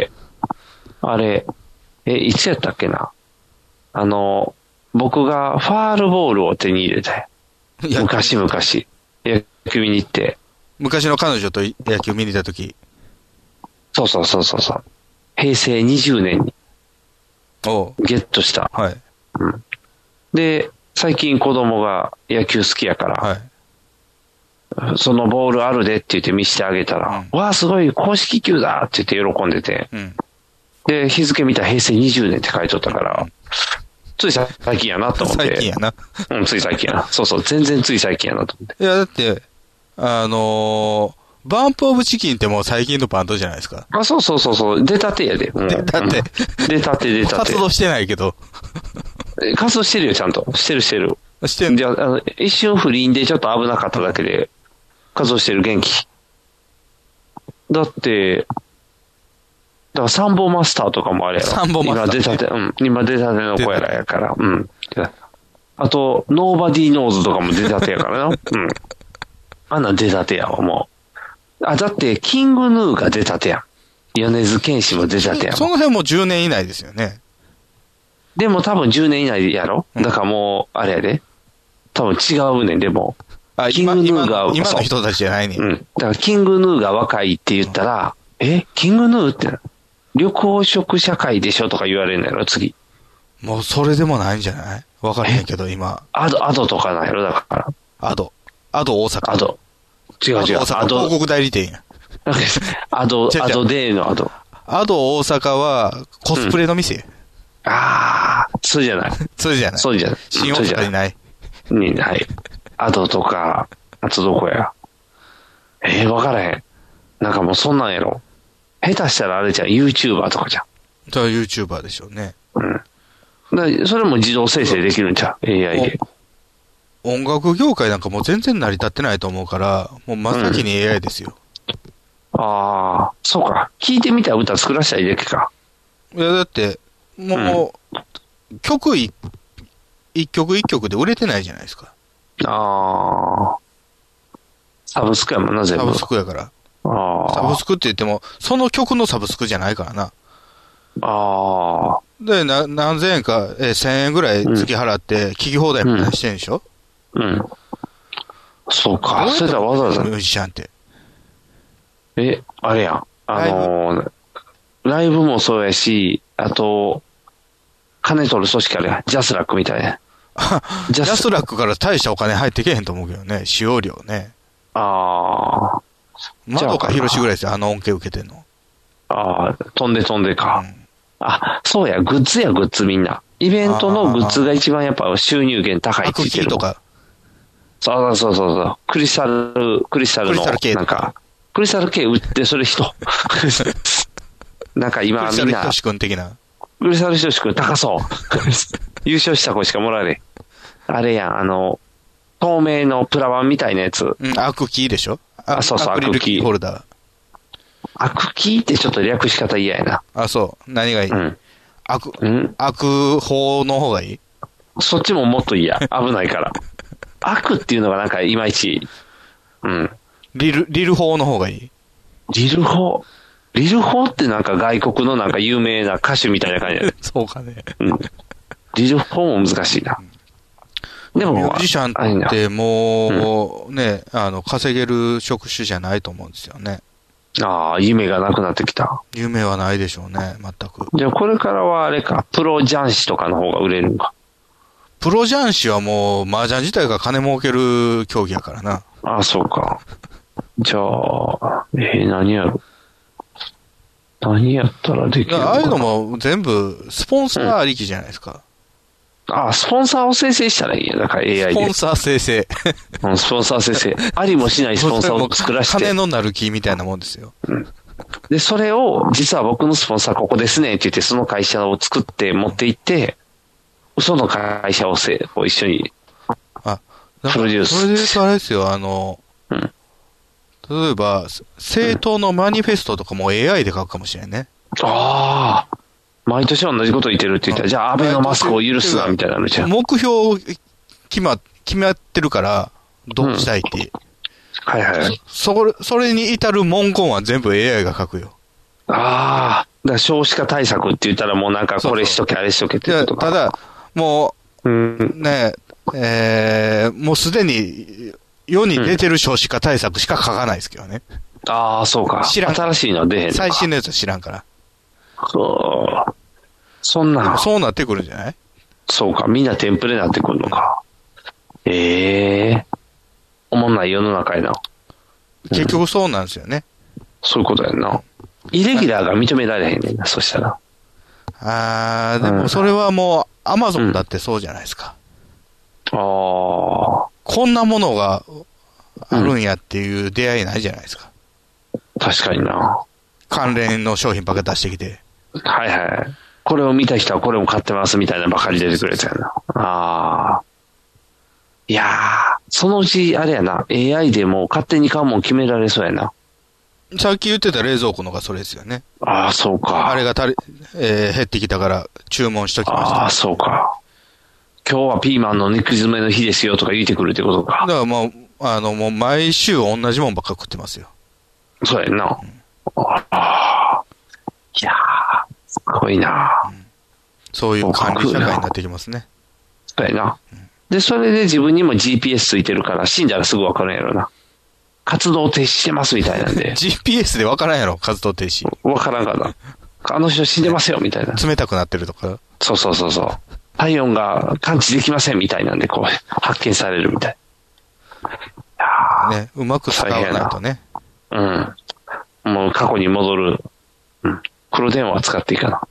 あれ、え、いつやったっけな。あの、僕がファールボールを手に入れて。昔々。野球見に行って。 昔の彼女と野球見に行ったとき。 そうそうそうそう。へいせいにじゅうねんに。 おゲットした。 はい。 うん。で、最近子供が野球好きやから。はい。そのボールあるでって言って見せてあげたら、うん、わあすごい公式球だって言って喜んでて。うん。で、日付見たらへいせいにじゅうねんって書いとったから、うん、つい最近やなと思って。 最近やな。 うん、つい最近やな。そうそう、全然つい最近やなと思って。 いや、だって、あのー、バンプオブチキンってもう最近のバンドじゃないですか。 あ、そうそうそうそう、出たてやで。うん、 出たて。 出たて、出たて。 活動してないけど。 活動してるよ、ちゃんと。してるしてる。 してんじゃあ、あの、一瞬不倫でちょっと危なかっただけで、活動してる、元気。だって、だからサンボマスターとかもあれやろ。 サンボマスター、 今出たて、うん。今出たての子やらやから。うん。あと、ノーバディーノーズとかも出たてやからな。うん。あんなん出たてやわ、もう。あ、だって、キングヌーが出たてやん。米津玄師も出たてやん。 その辺もじゅうねん以内ですよね。 でも多分じゅうねん以内やろ、うん、だからもう、あれやで。多分違うねん、でも。 あ、キングヌーが、今の人たちじゃないねん。 うん。だから、キングヌーが若いって言ったら、うん、え、キングヌーって緑黄色社会でしょとか言われるんやろ、次。 もうそれでもないんじゃないわかんないけど、今。 アド、アドとかなんやろ、だから。 アド。アド大阪。 アド。違う違う。 アド大阪。広告代理店や。 アド、アドデーのアド。 アド大阪はコスプレの店。うん、 ああ、そうじゃない。 そうじゃない。 そうじゃない。 新大阪にない。 にない。アドとか、あとどこや。えー、わからへん。なんかもうそんなんやろ。下手したらあれじゃん、YouTuber とかじゃん。 それは YouTuber でしょうね。 うん。だそれも自動生成できるんちゃう ?エーアイ で。 音楽業界なんかもう全然成り立ってないと思うから、もう真っ先に エーアイ ですよ。 うん、ああ、そうか。聴いてみたら歌作らせたらいいだけか。 いや、だって、もう、うん、曲一、一曲一曲で売れてないじゃないですか。 ああ。サブスクやもんな、全部。 サブスクやから。 ああ。 サブスクって言っても、その曲のサブスクじゃないからな。 ああ。 で、な、何千円か、えー、千円ぐらい月払って、聞き放題みたいにしてんでしょ、 うん、うん。そうか。それだわざわざ。 ミュージシャンって。 え、あれやん。あのー、ライブもそうやし、あと、金取る組織あれや。ジャスラックみたいな。 ジャスラックから大したお金入ってけへんと思うけどね。使用料ね。 ああ。 まどかひろしぐらいですよ。あの恩恵受けてんの。 ああ、飛んで飛んでか。うん、あ、そうや、グッズや、グッズみんな。イベントのグッズが一番やっぱ収入源高いって言ってる。 アクキーとか。 そうそうそうそう。クリスタル、クリスタルの、なんか、クリスタル系売ってそれ人。なんか今みんな。クリスタルひとし君的な。クリスタルひとし君高そう。優勝した子しかもらえない。あれやん、あの、透明のプラ板みたいなやつ。 うん、アクキーでしょ？ あ、そうそう、 アクリルキーホルダー。 アクキーってちょっと略し方嫌やな。 あ、そう。何がいい？うん。アク、 うん、 アク法の方がいい？ そっちももっと嫌。危ないから。アクっていうのがなんかいまいち、うん。 リル、リル法の方がいい？ リル法リル法ってなんか外国のなんか有名な歌手みたいな感じや。 そうかね。 うん。リル法も難しいな。 でも、ミュージシャンってもう、うん、ね、あの、稼げる職種じゃないと思うんですよね。 ああ、夢がなくなってきた。 夢はないでしょうね、全く。 じゃあこれからはあれか、プロ雀士とかの方が売れるんか。 プロ雀士はもう、麻雀自体が金儲ける競技やからな。 ああ、そうか。じゃあ、えー、何やろ。何やったらできるのかな。 ああいうのも全部、スポンサーありきじゃないですか。うんああ、スポンサーを生成したらいいよ。だから エーアイ で。 スポンサー生成。 うん、スポンサー生成。ありもしないスポンサーを作らせて。 金のなる木みたいなもんですよ。 うん。で、それを、実は僕のスポンサーここですねって言って、その会社を作って持って行って、その会社をせ、を一緒に、 あ、 プロデュース。 それで言うとあれですよ、あの、うん、例えば、政党のマニフェストとかも エーアイ で書くかもしれんね。 ああ。毎年同じこと言ってるって言ったら、じゃあ安倍のマスクを許すな、みたいなのじゃん。 目標決ま、決まってるから、どうしたいって。うん、 はいはい。 それ、それに至る文言は全部 エーアイ が書くよ。 ああ。だから少子化対策って言ったらもうなんかこれしとけ、あれしとけってことか。 ただ、もう、うん、ねえ、えー、もうすでに世に出てる少子化対策しか書かないですけどね。 うん、ああ、そうか。 知らん。 新しいのは出へんのか。 最新のやつは知らんから。 そう。そんな。 そうなってくるんじゃない？ そうか。みんなテンプレになってくるのか。ええー。おもんない世の中やな。 結局そうなんですよね。 うん、そういうことやんな。イレギュラーが認められへんねんな、そしたら。 ああ、でもそれはもう、アマゾンだってそうじゃないですか。 うん、ああ。 こんなものがあるんやっていう出会いないじゃないですか。 うん、確かにな。 関連の商品ばっかり出してきて。 はいはい。これを見た人はこれも買ってますみたいなばかり出てくれたよな。ああ。いやー、そのうち、あれやな、エーアイ でもう勝手に買うもん決められそうやな。 さっき言ってた冷蔵庫のがそれですよね。 ああ、そうか。 あれが足り、えー、減ってきたから注文しときました。 ああ、そうか。今日はピーマンの肉詰めの日ですよとか言ってくるってことか。 だからもう、あの、もう毎週同じもんばっか食ってますよ。 そうやんな。うん、ああ。いやー、すごいな、うん。 そういう管理社会になってきますね。 そうやな。うん、で、それで自分にも ジーピーエス ついてるから、死んだらすぐ分かるんやろな。活動停止してますみたいなんで。 ジーピーエス で分からんやろ、活動停止。 分からんかな。あの人死んでますよ、みたいな。 冷たくなってるとか。 そうそうそうそう。体温が感知できませんみたいなんで、こう、発見されるみたい。 いやね、うまく使わないとね。 うん。もう過去に戻る。うん。黒電話は使っていいかな。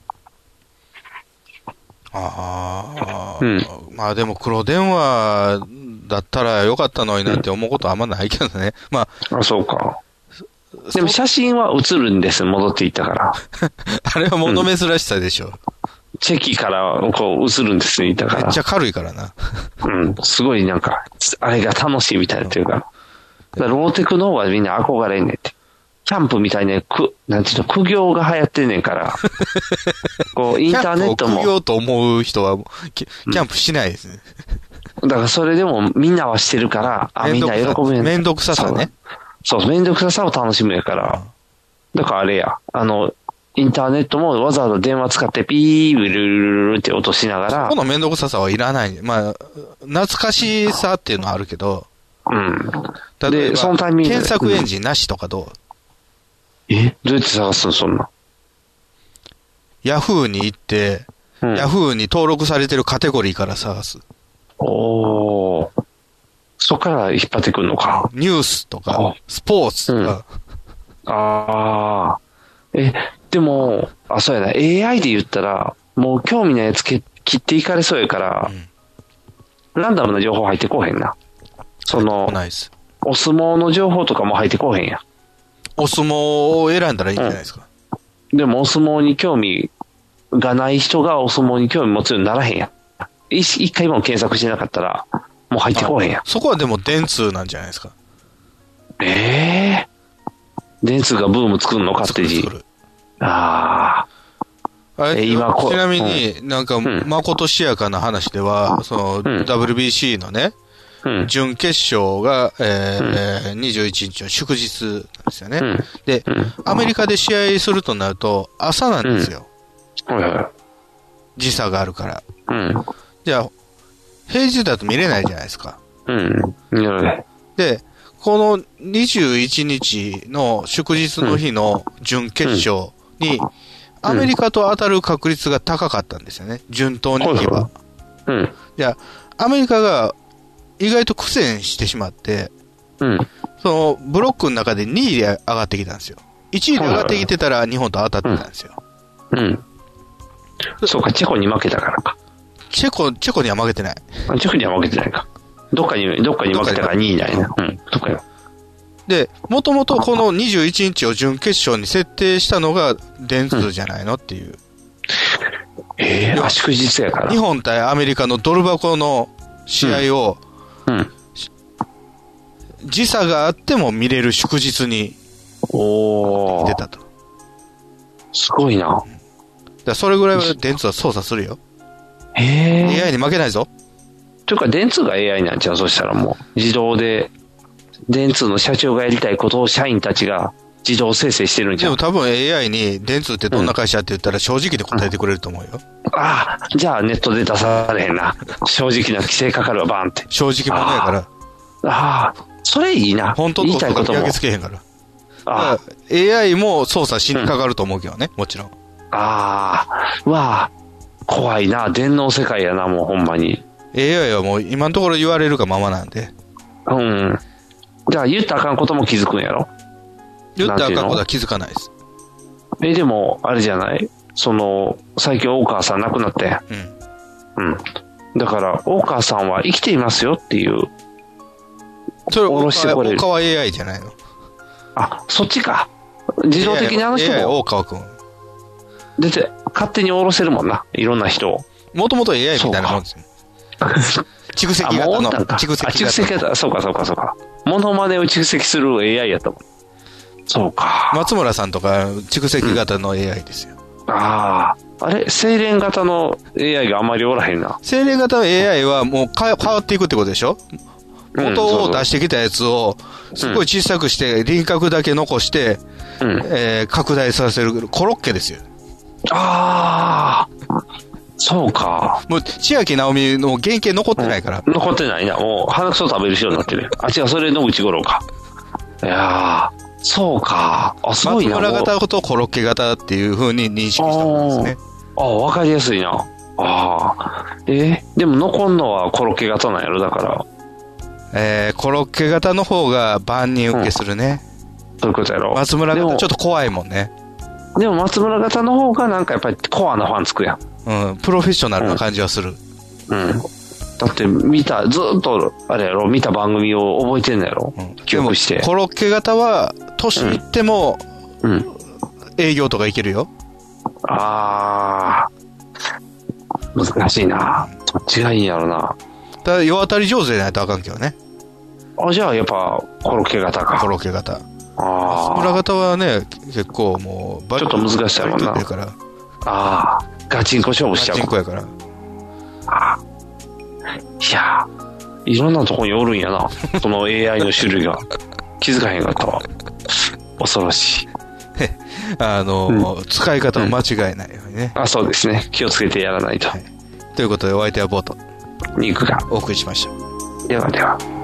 ああ、うん。まあでも黒電話だったらよかったのになって思うことはあんまないけどね。まあ。あ、そうか。でも写真は写るんです、戻っていったから。 あれは物珍しさでしょ。うん、 チェキからこう映るんですね、だから。 めっちゃ軽いからな。 うん、すごいなんか、あれが楽しいみたいになってるから。だからローテクの方がみんな憧れんねんって。キャンプみたいに、く、なんていうの、苦行が流行ってんねんから。こう、インターネットも。 苦行と思う人はキ、キャンプしないですね。 うん、だからそれでもみんなはしてるから、あ、みんな喜ぶねん。 めんどくささね。 そう、そうめんどくささを楽しむやから。だからあれや、あの、インターネットもわざわざ電話使ってピー、ブルルルルって音しながら。 このめんどくささはいらない。まあ、懐かしさっていうのはあるけど。 うん。 例えば、そのタイミング検索エンジンなしとかどう？ え？どうやって探すのそんな。 ヤフーに行って、うん、ヤフーに登録されてるカテゴリーから探す。 おー。そっから引っ張ってくるのか。 ニュースとか、スポーツとか。 うん、あー。え、でも、あ、そうやな。エーアイ で言ったら、もう興味ないやつ切っていかれそうやから、うん、ランダムな情報入ってこうへんな。 その、お相撲の情報とかも入ってこへんやん。 お相撲を選んだらいいんじゃないですか。 うん、でも、お相撲に興味がない人がお相撲に興味持つようにならへんやん。一, 一回も検索してなかったら、もう入ってこへんやん。 そこはでも電通なんじゃないですか。 ええー。電通がブーム作るのかってじ。ああ。あれ、今こちなみに、うん、なんか、まことしやかな話では、その、うん、ダブリュービーシー のね、うん、準決勝が、えーうん、にじゅういちにちの祝日なんですよね。うん、で、うん、アメリカで試合するとなると、朝なんですよ。うんはいはい、時差があるから。うん、じゃあ、平日だと見れないじゃないですか。うん。で、このにじゅういちにちの祝日の日の準決勝に、アメリカと当たる確率が高かったんですよね。順当にいけば。うん。じゃあ、アメリカが意外と苦戦してしまって、うん。その、ブロックの中でにいで上がってきたんですよ。いちいで上がってきてたら日本と当たってたんですよ。 うん。うん、そうか、チェコに負けたからか。 チェコ、チェコには負けてない。 チェコには負けてないか。どっかに、どっかに負けたからにいないな。うん。どっかに。 で、もともとこのにじゅういちにちを準決勝に設定したのが電通じゃないのっていう。うん、 ええー、祝日やから。 日本対アメリカのドル箱の試合を、うんうん、時差があっても見れる祝日に出たと。 すごいな。 だそれぐらいは電通は操作するよ。 へえ。 エーアイ に負けないぞ。 というか、電通が エーアイ なんちゃう？そしたらもう、自動で、電通の社長がやりたいことを社員たちが自動生成してるんじゃん。 でも多分 エーアイ に、電通ってどんな会社って言ったら正直で答えてくれると思うよ。 うん、ああ、じゃあネットで出されへんな。正直な規制かかるわ、バーンって。 正直者やから。 ああ、それいいな。 本当と嘘が見分けつけへんから。ああ。エーアイ も操作しにかかると思うけどね、うん、もちろん。 ああ、うわあ、怖いな。電脳世界やな、もうほんまに。 エーアイ はもう今のところ言われるがままなんで。 うん。じゃあ言ったらあかんことも気づくんやろ？ 言ったらあかんことは気づかないです。 え、でも、あれじゃないその、最近大川さん亡くなって。うん。うん。だから、大川さんは生きていますよっていう。 それ、大川、大川 エーアイ じゃないの？ あ、そっちか。自動的にあの人も。 エーアイ、大川くん。 出て、勝手に下ろせるもんな。いろんな人を。 もともと エーアイ みたいなもんですよ。蓄積型の。 蓄積型。蓄積型。そうか、そうか、そうか。モノマネを蓄積する エーアイ やったもん。そうか。 松村さんとか蓄積型の エーアイ ですよ。 うん、ああ。あれ精錬型の エーアイ があんまりおらへんな。 精錬型の エーアイ はもう変わっていくってことでしょ？元を出してきたやつをすごい小さくして輪郭だけ残して、うんえー、拡大させるコロッケですよ。 ああ。そうか。 もう、千秋直美の原型残ってないから。 うん、残ってないな。もう、鼻くそ食べる人になってる。あ、違う、それ野口五郎か。いやー、そうか。あ、すごいな。 松村型とコロッケ型っていう風に認識したものですね。 ああ、わかりやすいな。ああ。えー、でも残んのはコロッケ型なんやろ、だから。 えー、コロッケ型の方が万人受けするね。 うん、そういうことやろ。 松村型ちょっと怖いもんね。 でも松村型の方がなんかやっぱりコアなファンつくやん。 うん、プロフェッショナルな感じはする。 うん。うん、だって見た、ずっと、あれやろ、見た番組を覚えてんのやろ、うん、記憶して。 コロッケ型は、年いっても、うん。営業とかいけるよ。 あー。難しいな。どっちがいいんやろな。 だ世当たり上手でないとあかんけどね。 あ、じゃあやっぱ、コロッケ型か。 コロッケ型。ああ。松村型はね、結構もう、 ちょっと難しいもんな。 から。 ああ。ガチンコ勝負しちゃう。 ガチンコやから。 ああ。いやー、いろんなとこにおるんやな。その エーアイ の種類が。気づかへんかったわ。恐ろしい。 あの、うん、使い方を間違えないようにね、 うん。あ、そうですね。気をつけてやらないと。 はい、ということで、お相手はボート。 ニークがお送りしました。 ではでは。